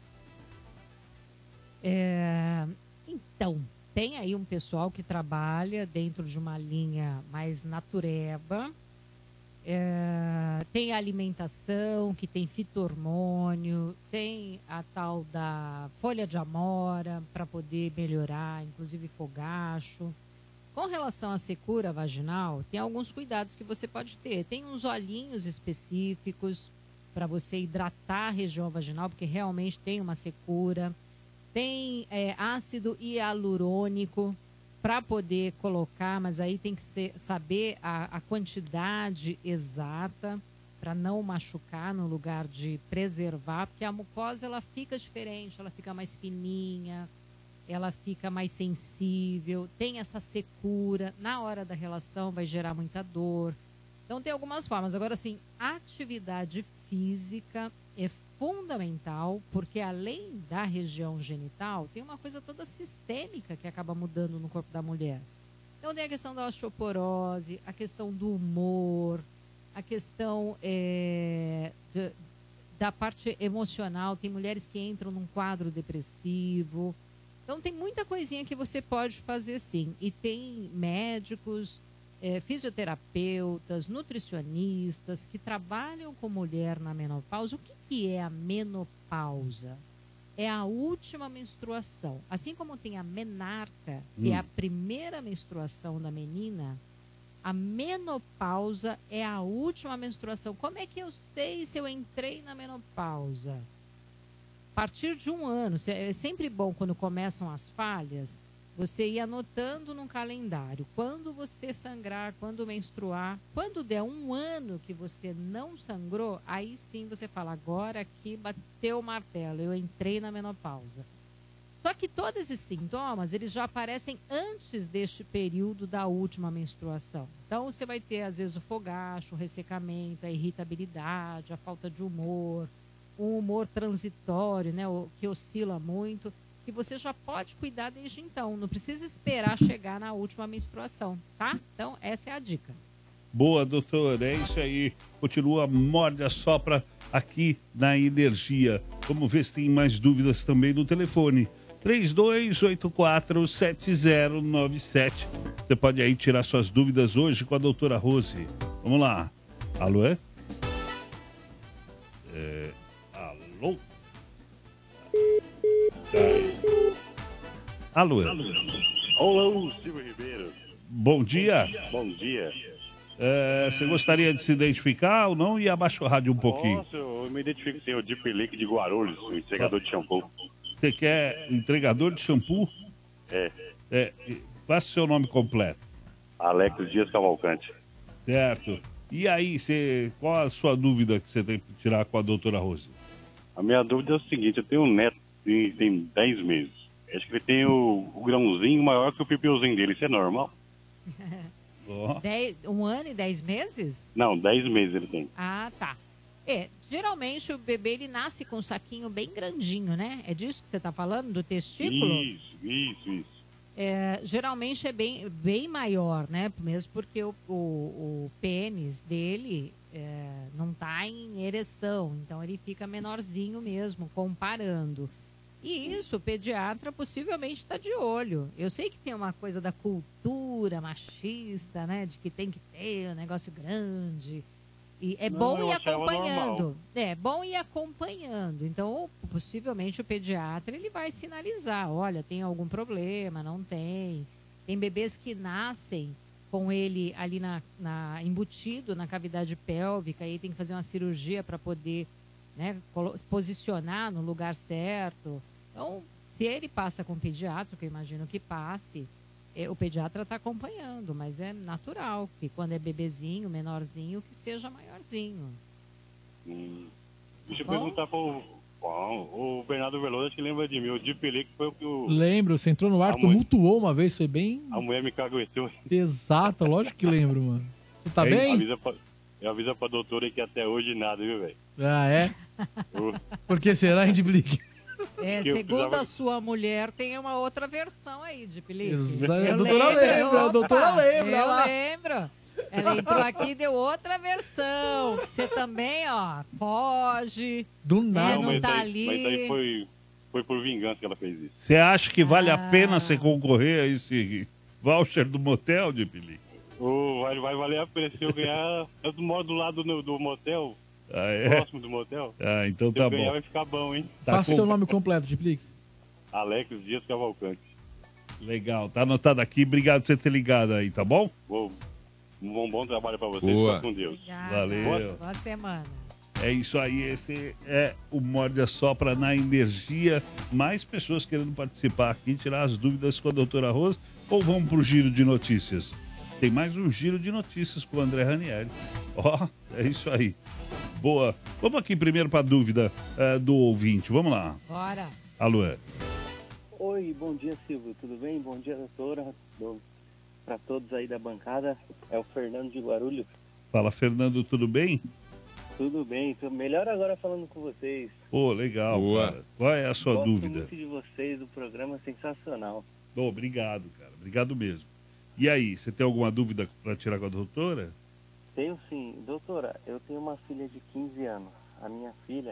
Então, tem aí um pessoal que trabalha dentro de uma linha mais natureba. Tem a alimentação, que tem fito-hormônio, tem a tal da folha de amora para poder melhorar, inclusive fogacho. Com relação à secura vaginal, tem alguns cuidados que você pode ter. Tem uns olhinhos específicos para você hidratar a região vaginal, porque realmente tem uma secura. Tem ácido hialurônico para poder colocar, mas aí tem que saber a quantidade exata para não machucar no lugar de preservar, porque a mucosa ela fica diferente, ela fica mais fininha, ela fica mais sensível, tem essa secura, na hora da relação vai gerar muita dor. Então tem algumas formas. Agora, assim, atividade física é fundamental, porque além da região genital, tem uma coisa toda sistêmica que acaba mudando no corpo da mulher. Então tem a questão da osteoporose, a questão do humor, a questão da parte emocional. Tem mulheres que entram num quadro depressivo. Então, tem muita coisinha que você pode fazer, sim. E tem médicos, fisioterapeutas, nutricionistas que trabalham com mulher na menopausa. O que é a menopausa? É a última menstruação. Assim como tem a menarca, que é a primeira menstruação da menina, a menopausa é a última menstruação. Como é que eu sei se eu entrei na menopausa? A partir de 1 ano. É sempre bom, quando começam as falhas, você ir anotando num calendário. Quando você sangrar, quando menstruar, quando der 1 ano que você não sangrou, aí sim você fala, agora aqui bateu o martelo, eu entrei na menopausa. Só que todos esses sintomas, eles já aparecem antes deste período da última menstruação. Então, você vai ter, às vezes, o fogacho, o ressecamento, a irritabilidade, a falta de humor, um humor transitório, né, que oscila muito, que você já pode cuidar desde então. Não precisa esperar chegar na última menstruação, tá? Então, essa é a dica. Boa, doutor. É isso aí. Continua Morde a Sopra aqui na Energia. Vamos ver se tem mais dúvidas também no telefone. 32847097. Você pode aí tirar suas dúvidas hoje com a doutora Rose. Vamos lá. Alô, é? Alô? Alô, é? Olá, Silvio Ribeiro. Bom dia. Bom dia. Você gostaria de se identificar ou não? E abaixa o rádio um pouquinho. Nossa, eu me identifico com o Deep Lake de Guarulhos, o entregador de shampoo. Você quer entregador de shampoo? É. Faça o seu nome completo. Alex Dias Cavalcante. Certo. E aí, qual a sua dúvida que você tem que tirar com a doutora Rose? A minha dúvida é o seguinte, eu tenho um neto que tem 10 meses. Acho que ele tem o grãozinho maior que o pipeuzinho dele, isso é normal? 1 ano e 10 meses? Não, 10 meses ele tem. Ah, tá. Geralmente o bebê ele nasce com um saquinho bem grandinho, né? É disso que você está falando, do testículo? Isso. Geralmente é bem maior, né? Mesmo porque o pênis dele não está em ereção, então ele fica menorzinho mesmo, comparando. E isso, o pediatra possivelmente está de olho. Eu sei que tem uma coisa da cultura machista, né? De que tem que ter um negócio grande. E é bom ir acompanhando. É bom ir acompanhando. Então, possivelmente o pediatra ele vai sinalizar. Olha, tem algum problema, não tem. Tem bebês que nascem com ele ali embutido na cavidade pélvica. Aí tem que fazer uma cirurgia para poder, né, posicionar no lugar certo. Então, se ele passa com o pediatra, que eu imagino que passe, o pediatra está acompanhando, mas é natural que quando é bebezinho, menorzinho, que seja maiorzinho. Deixa eu perguntar para o Bernardo Veloso, acho que lembra de mim, o Deep Lake foi o que o... Lembro, você entrou no ar, tumultuou uma vez, foi bem... A mulher me caguetou. Exato, lógico que lembro, mano. Você tá bem? Avisa pra doutora aí que até hoje nada, viu, velho? Ah, é? Por que será, Deep Lake? Segundo a sua mulher, tem uma outra versão aí de Pelique. A doutora lembra. Eu lembro. Ela entrou aqui e deu outra versão. Você também, ó, foge. Do nada. Não tá ali. Mas aí foi por vingança que ela fez isso. Você acha que vale a pena você concorrer a esse voucher do motel, de Pelique? Vai valer a pena se eu ganhar. Eu moro do lado do motel. Próximo do motel. Então tá bom. Se eu ganhar vai ficar bom, hein? Passa seu nome completo, Deep. Alex Dias Cavalcante. Legal, tá anotado aqui. Obrigado por você ter ligado aí, tá bom? Um bom trabalho pra vocês. Boa. Com Deus. Valeu. Boa semana. É isso aí, esse é o Morde a Sopra na Energia. Mais pessoas querendo participar aqui, tirar as dúvidas com a doutora Rose, ou vamos pro giro de notícias? Tem mais um giro de notícias com o André Ranieri. É isso aí. Boa. Vamos aqui primeiro para a dúvida do ouvinte. Vamos lá. Bora. Alô. Oi, bom dia, Silvio. Tudo bem? Bom dia, doutora. Para todos aí da bancada. É o Fernando de Guarulhos. Fala, Fernando. Tudo bem? Tudo bem. Tô melhor agora falando com vocês. Legal, cara. Qual é a sua dúvida? Gosto muito de vocês. O programa é sensacional. Obrigado, cara. Obrigado mesmo. E aí, você tem alguma dúvida para tirar com a doutora? Tenho sim. Doutora, eu tenho uma filha de 15 anos. A minha filha,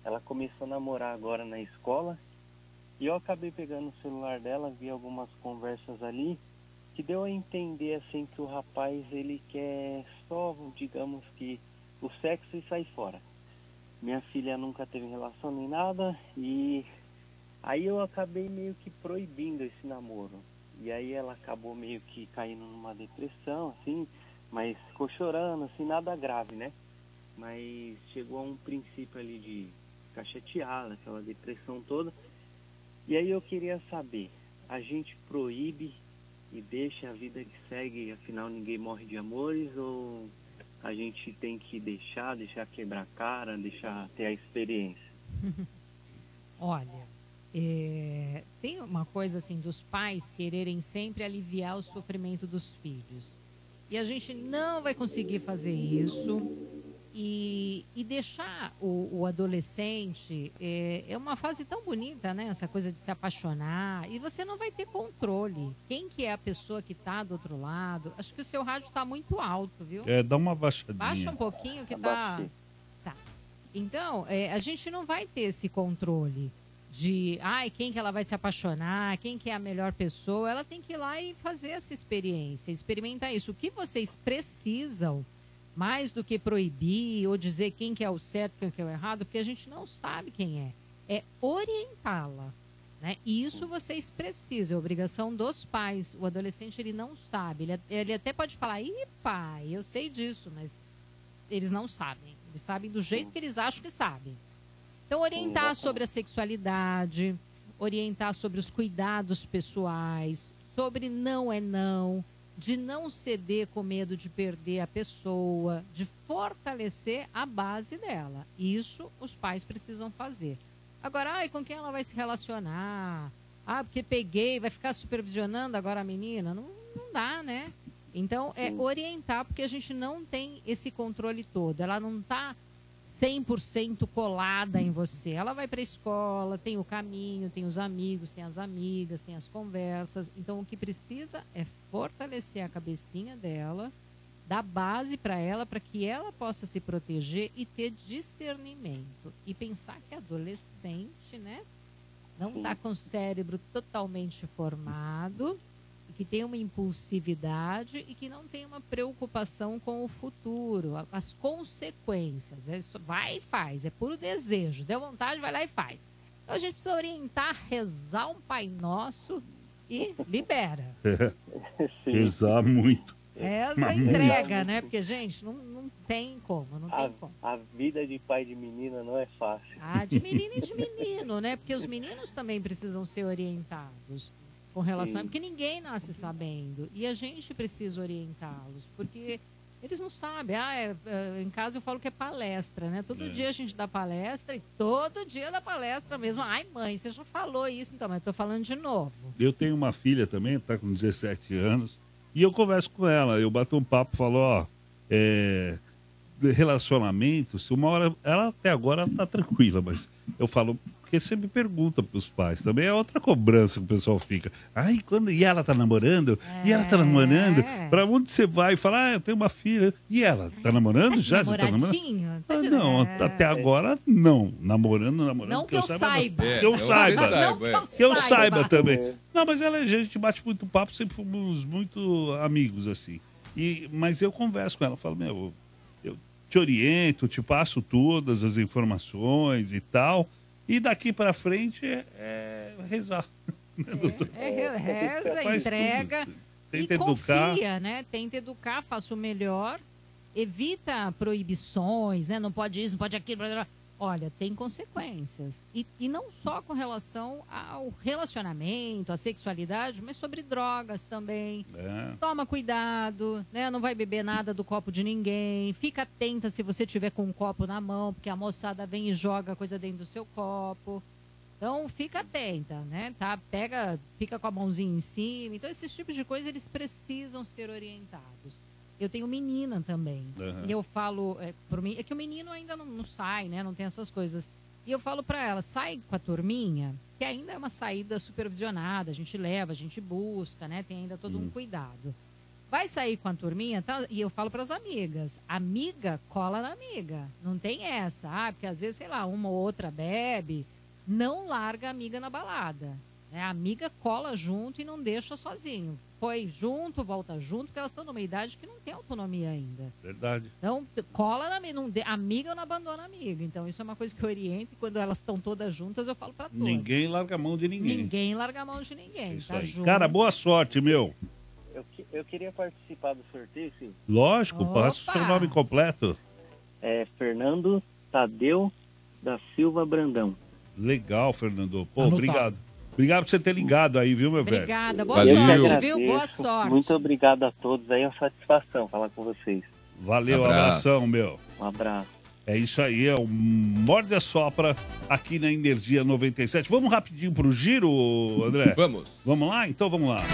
ela começou a namorar agora na escola e eu acabei pegando o celular dela, vi algumas conversas ali que deu a entender assim que o rapaz ele quer só, digamos que o sexo e sair fora. Minha filha nunca teve relação nem nada e aí eu acabei meio que proibindo esse namoro. E aí ela acabou meio que caindo numa depressão, assim, mas ficou chorando, assim, nada grave, né? Mas chegou a um princípio ali de ficar chateada, aquela depressão toda. E aí eu queria saber, a gente proíbe e deixa a vida que segue, afinal ninguém morre de amores, ou a gente tem que deixar quebrar a cara, deixar ter a experiência? Olha, tem uma coisa assim dos pais quererem sempre aliviar o sofrimento dos filhos. E a gente não vai conseguir fazer isso. E deixar o adolescente é uma fase tão bonita, né? Essa coisa de se apaixonar. E você não vai ter controle. Quem que é a pessoa que está do outro lado? Acho que o seu rádio está muito alto, viu? Dá uma baixadinha. Baixa um pouquinho que tá. Então, a gente não vai ter esse controle de quem que ela vai se apaixonar, quem que é a melhor pessoa. Ela tem que ir lá e fazer essa experiência, experimentar isso. O que vocês precisam, mais do que proibir ou dizer quem que é o certo, quem que é o errado, porque a gente não sabe quem é orientá-la, né? E isso vocês precisam, é obrigação dos pais. O adolescente, ele não sabe, ele até pode falar, pai, eu sei disso, mas eles não sabem. Eles sabem do jeito que eles acham que sabem. Então, orientar sobre a sexualidade, orientar sobre os cuidados pessoais, sobre não é não, de não ceder com medo de perder a pessoa, de fortalecer a base dela. Isso os pais precisam fazer. Agora, com quem ela vai se relacionar? Porque peguei, vai ficar supervisionando agora a menina? Não dá, né? Então, orientar, porque a gente não tem esse controle todo. Ela não está 100% colada em você. Ela vai para a escola, tem o caminho, tem os amigos, tem as amigas, tem as conversas. Então, o que precisa é fortalecer a cabecinha dela, dar base para ela, para que ela possa se proteger e ter discernimento. E pensar que adolescente, né, não está com o cérebro totalmente formado, que tem uma impulsividade e que não tem uma preocupação com o futuro, as consequências. Vai e faz, é puro desejo. Deu vontade, vai lá e faz. Então a gente precisa orientar, rezar um Pai Nosso e libera. Rezar muito. Essa entrega, né? Porque, gente, não tem como, A vida de pai de menina não é fácil. De menino e de menino, né? Porque os meninos também precisam ser orientados com relação a... Porque ninguém nasce sabendo. E a gente precisa orientá-los, porque eles não sabem. Em casa eu falo que é palestra, né? Todo dia a gente dá palestra e todo dia dá palestra mesmo. Mãe, você já falou isso, então, mas eu tô falando de novo. Eu tenho uma filha também, tá com 17 anos, e eu converso com ela. Eu bato um papo, falo, de relacionamento, se uma hora... Ela até agora ela tá tranquila, mas eu falo... Porque sempre pergunta pros pais. Também é outra cobrança que o pessoal fica. E ela tá namorando? E ela tá namorando? Pra onde você vai? Fala, eu tenho uma filha. E ela? Tá namorando já? Tá namorando? Não, até agora não. Namorando. Não que eu saiba. Que eu saiba também. Não, mas a gente bate muito papo, sempre fomos muito amigos, assim. Mas eu converso com ela, falo, eu te oriento, te passo todas as informações e tal. E daqui para frente é rezar. Reza, entrega e confia, né? Tenta educar, faça o melhor, evita proibições, né? Não pode isso, não pode aquilo. Blá, blá. Olha, tem consequências. E não só com relação ao relacionamento, à sexualidade, mas sobre drogas também. Toma cuidado, né? Não vai beber nada do copo de ninguém. Fica atenta se você tiver com um copo na mão, porque a moçada vem e joga coisa dentro do seu copo. Então, fica atenta, né? Fica com a mãozinha em cima. Então, esses tipos de coisas, eles precisam ser orientados. Eu tenho menina também. E eu falo por mim, é que o menino ainda não sai, né? Não tem essas coisas. E eu falo pra ela, sai com a turminha, que ainda é uma saída supervisionada, a gente leva, a gente busca, né? Tem ainda todo um cuidado. Vai sair com a turminha, tá? E eu falo pras amigas, amiga cola na amiga. Não tem essa, porque às vezes, sei lá, uma ou outra bebe, não larga a amiga na balada. A amiga cola junto e não deixa sozinho. Foi junto, volta junto, porque elas estão numa idade que não tem autonomia ainda. Verdade. Então, cola na amiga não abandona a amiga. Então, isso é uma coisa que eu oriento. E quando elas estão todas juntas, eu falo pra todas. Ninguém larga a mão de ninguém. Ninguém larga a mão de ninguém. Isso Tá aí. junto. Cara, boa sorte, meu. Eu queria participar do sorteio, sim. Lógico, passa o seu nome completo. É Fernando Tadeu da Silva Brandão. Legal, Fernando. Pô, Anotado. obrigado. Obrigado por você ter ligado aí, viu, meu velho? Obrigada, boa Eu que sorte, agradeço. viu? Boa sorte. Muito obrigado a todos aí, é uma satisfação falar com vocês. Valeu, abração, meu. Um abraço. É isso aí, é o Morde a Sopra aqui na Energia 97. Vamos rapidinho pro giro, André? Vamos. Vamos lá? Então vamos lá.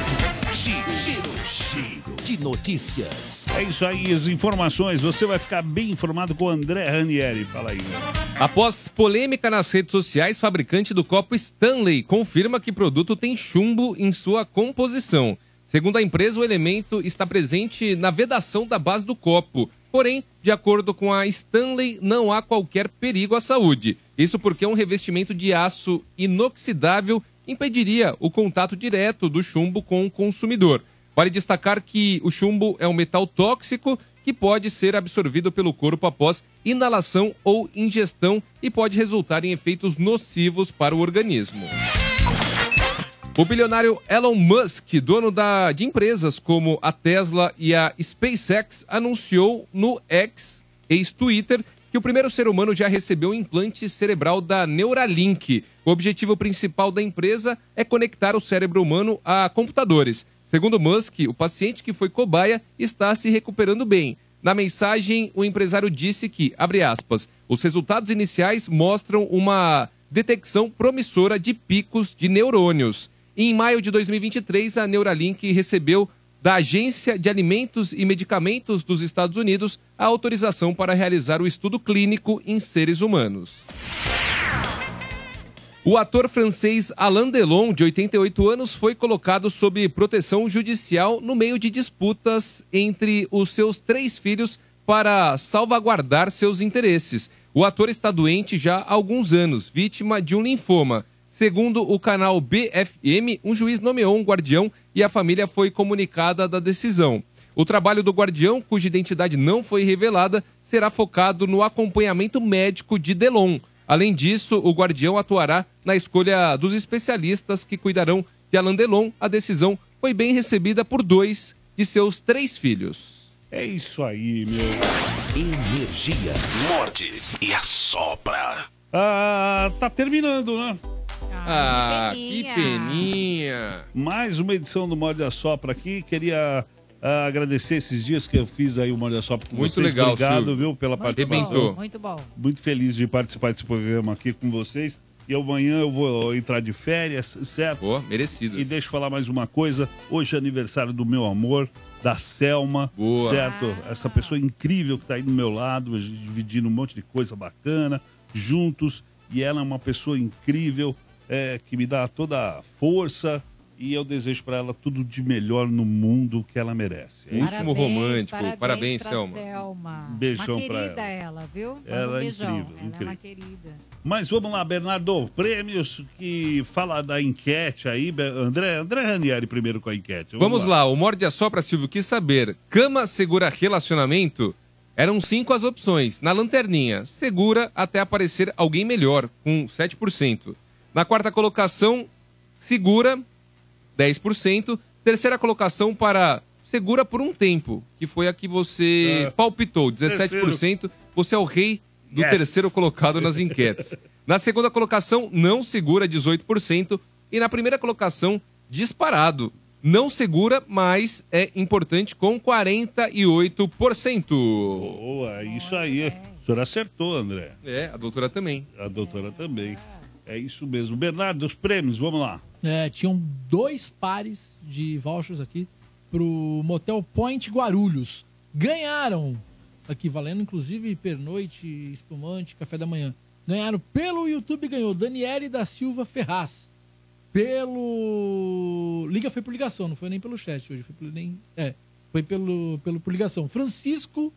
Giro de notícias. É isso aí, as informações. Você vai ficar bem informado com o André Ranieri. Fala aí. Após polêmica nas redes sociais, fabricante do copo Stanley confirma que produto tem chumbo em sua composição. Segundo a empresa, o elemento está presente na vedação da base do copo. Porém, de acordo com a Stanley, não há qualquer perigo à saúde. Isso porque um revestimento de aço inoxidável impediria o contato direto do chumbo com o consumidor. Vale destacar que o chumbo é um metal tóxico que pode ser absorvido pelo corpo após inalação ou ingestão e pode resultar em efeitos nocivos para o organismo. O bilionário Elon Musk, dono de empresas como a Tesla e a SpaceX, anunciou no X, ex-Twitter, que o primeiro ser humano já recebeu um implante cerebral da Neuralink. O objetivo principal da empresa é conectar o cérebro humano a computadores. Segundo Musk, o paciente que foi cobaia está se recuperando bem. Na mensagem, o empresário disse que, abre aspas, os resultados iniciais mostram uma detecção promissora de picos de neurônios. Em maio de 2023, a Neuralink recebeu da Agência de Alimentos e Medicamentos dos Estados Unidos a autorização para realizar o estudo clínico em seres humanos. O ator francês Alain Delon, de 88 anos, foi colocado sob proteção judicial no meio de disputas entre os seus 3 filhos para salvaguardar seus interesses. O ator está doente já há alguns anos, vítima de um linfoma. Segundo o canal BFM, um juiz nomeou um guardião e a família foi comunicada da decisão. O trabalho do guardião, cuja identidade não foi revelada, será focado no acompanhamento médico de Delon. Além disso, o guardião atuará na escolha dos especialistas que cuidarão de Alain Delon. A decisão foi bem recebida por 2 de seus 3 filhos. É isso aí, meu. Energia. Morde e assopra. Tá terminando, né? Que peninha. Mais uma edição do Morde a Sopra aqui. Queria agradecer esses dias que eu fiz aí o Morde a Sopra com Muito vocês. legal, Obrigado, Silvio. viu, pela participação. Muito bom. Muito feliz de participar desse programa aqui com vocês. E amanhã eu vou entrar de férias, certo? Merecido. E deixa eu falar mais uma coisa. Hoje é aniversário do meu amor, da Selma. Boa. Certo? Essa pessoa incrível que tá aí do meu lado, a gente dividindo um monte de coisa bacana, juntos. E ela é uma pessoa incrível, que me dá toda a força. E eu desejo para ela tudo de melhor no mundo que ela merece. É isso? Último romântico. Parabéns, pra Selma. Beijão uma pra querida ela, viu? Manda Ela um é beijão. incrível, Ela incrível. é uma querida. Mas vamos lá, Bernardo. Prêmios que fala da enquete aí. André Ranieri primeiro com a enquete. Vamos lá, o Morde a Sopra, Silvio, quis saber. Cama segura relacionamento? Eram 5 as opções. Na lanterninha, segura até aparecer alguém melhor, com 7%. Na quarta colocação, segura, 10%. Terceira colocação para segura por um tempo, que foi a que você palpitou, 17%. Você é o rei do terceiro colocado nas enquetes. Na segunda colocação, não segura, 18%. E na primeira colocação, disparado. Não segura, mas é importante, com 48%. Boa, isso aí. O senhor acertou, André. A doutora também. A doutora também. É isso mesmo. Bernardo, os prêmios, vamos lá. Tinham 2 pares de vouchers aqui pro Motel Point Guarulhos. Ganharam, aqui valendo inclusive pernoite, espumante, café da manhã. Ganharam pelo YouTube, ganhou Daniele da Silva Ferraz. Pelo... Liga foi por ligação, não foi nem pelo chat hoje. Foi pelo... Foi por ligação. Francisco...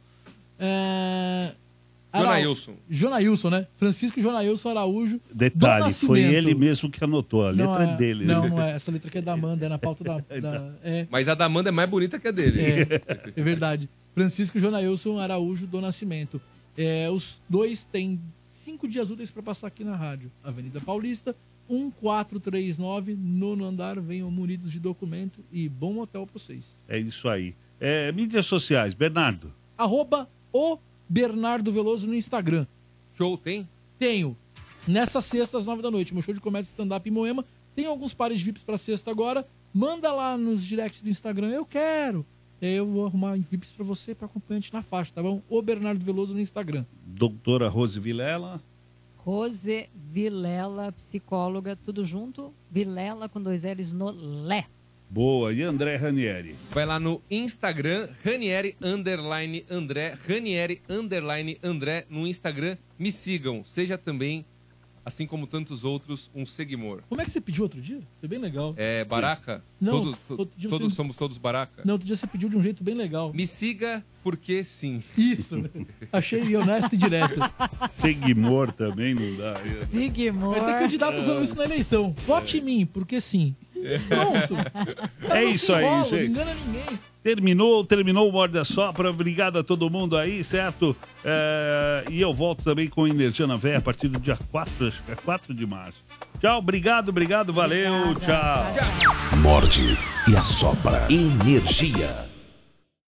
Jonailson, né? Francisco Jonailson Araújo. Detalhe, foi ele mesmo que anotou. A letra é dele. Não é. Essa letra aqui é da Amanda, é na pauta da... Mas a da Amanda é mais bonita que a dele. É verdade. Francisco Jonailson Araújo do Nascimento. Os dois têm 5 dias úteis para passar aqui na rádio. Avenida Paulista, 1439, 9º andar. Venham munidos de documento e bom hotel para vocês. É isso aí. Mídias sociais, Bernardo. @o Bernardo Veloso no Instagram. Show, tem? Tenho. Nessa sexta, às 9h, meu show de comédia stand-up em Moema. Tem alguns pares de VIPs pra sexta agora. Manda lá nos directs do Instagram. Eu quero. Eu vou arrumar VIPs pra você, pra acompanhante na faixa, tá bom? O Bernardo Veloso no Instagram. Doutora Rose Vilela. Rose Vilela, psicóloga, tudo junto. Vilela com 2 L's no Lé. Boa. E André Ranieri? Vai lá no Instagram, Ranieri _André, Ranieri _André no Instagram. Me sigam. Seja também, assim como tantos outros, um seguimor. Como é que você pediu outro dia? Foi bem legal. Baraca? Não, Somos todos Baraca? Não, outro dia você pediu de um jeito bem legal. Me siga porque sim. Isso. Achei honesto e direto. Seguimor também não dá. Seguimor. Vai ter candidato usando isso na eleição. Vote em mim, porque sim. Pronto. É isso aí, gente. Não engana ninguém. Terminou o Morde a Sopra. Obrigado a todo mundo aí, certo? E eu volto também com Energia na Véia a partir do dia 4, acho que é 4 de março. Tchau, obrigado, valeu, tchau. Morde e Assopra. Energia.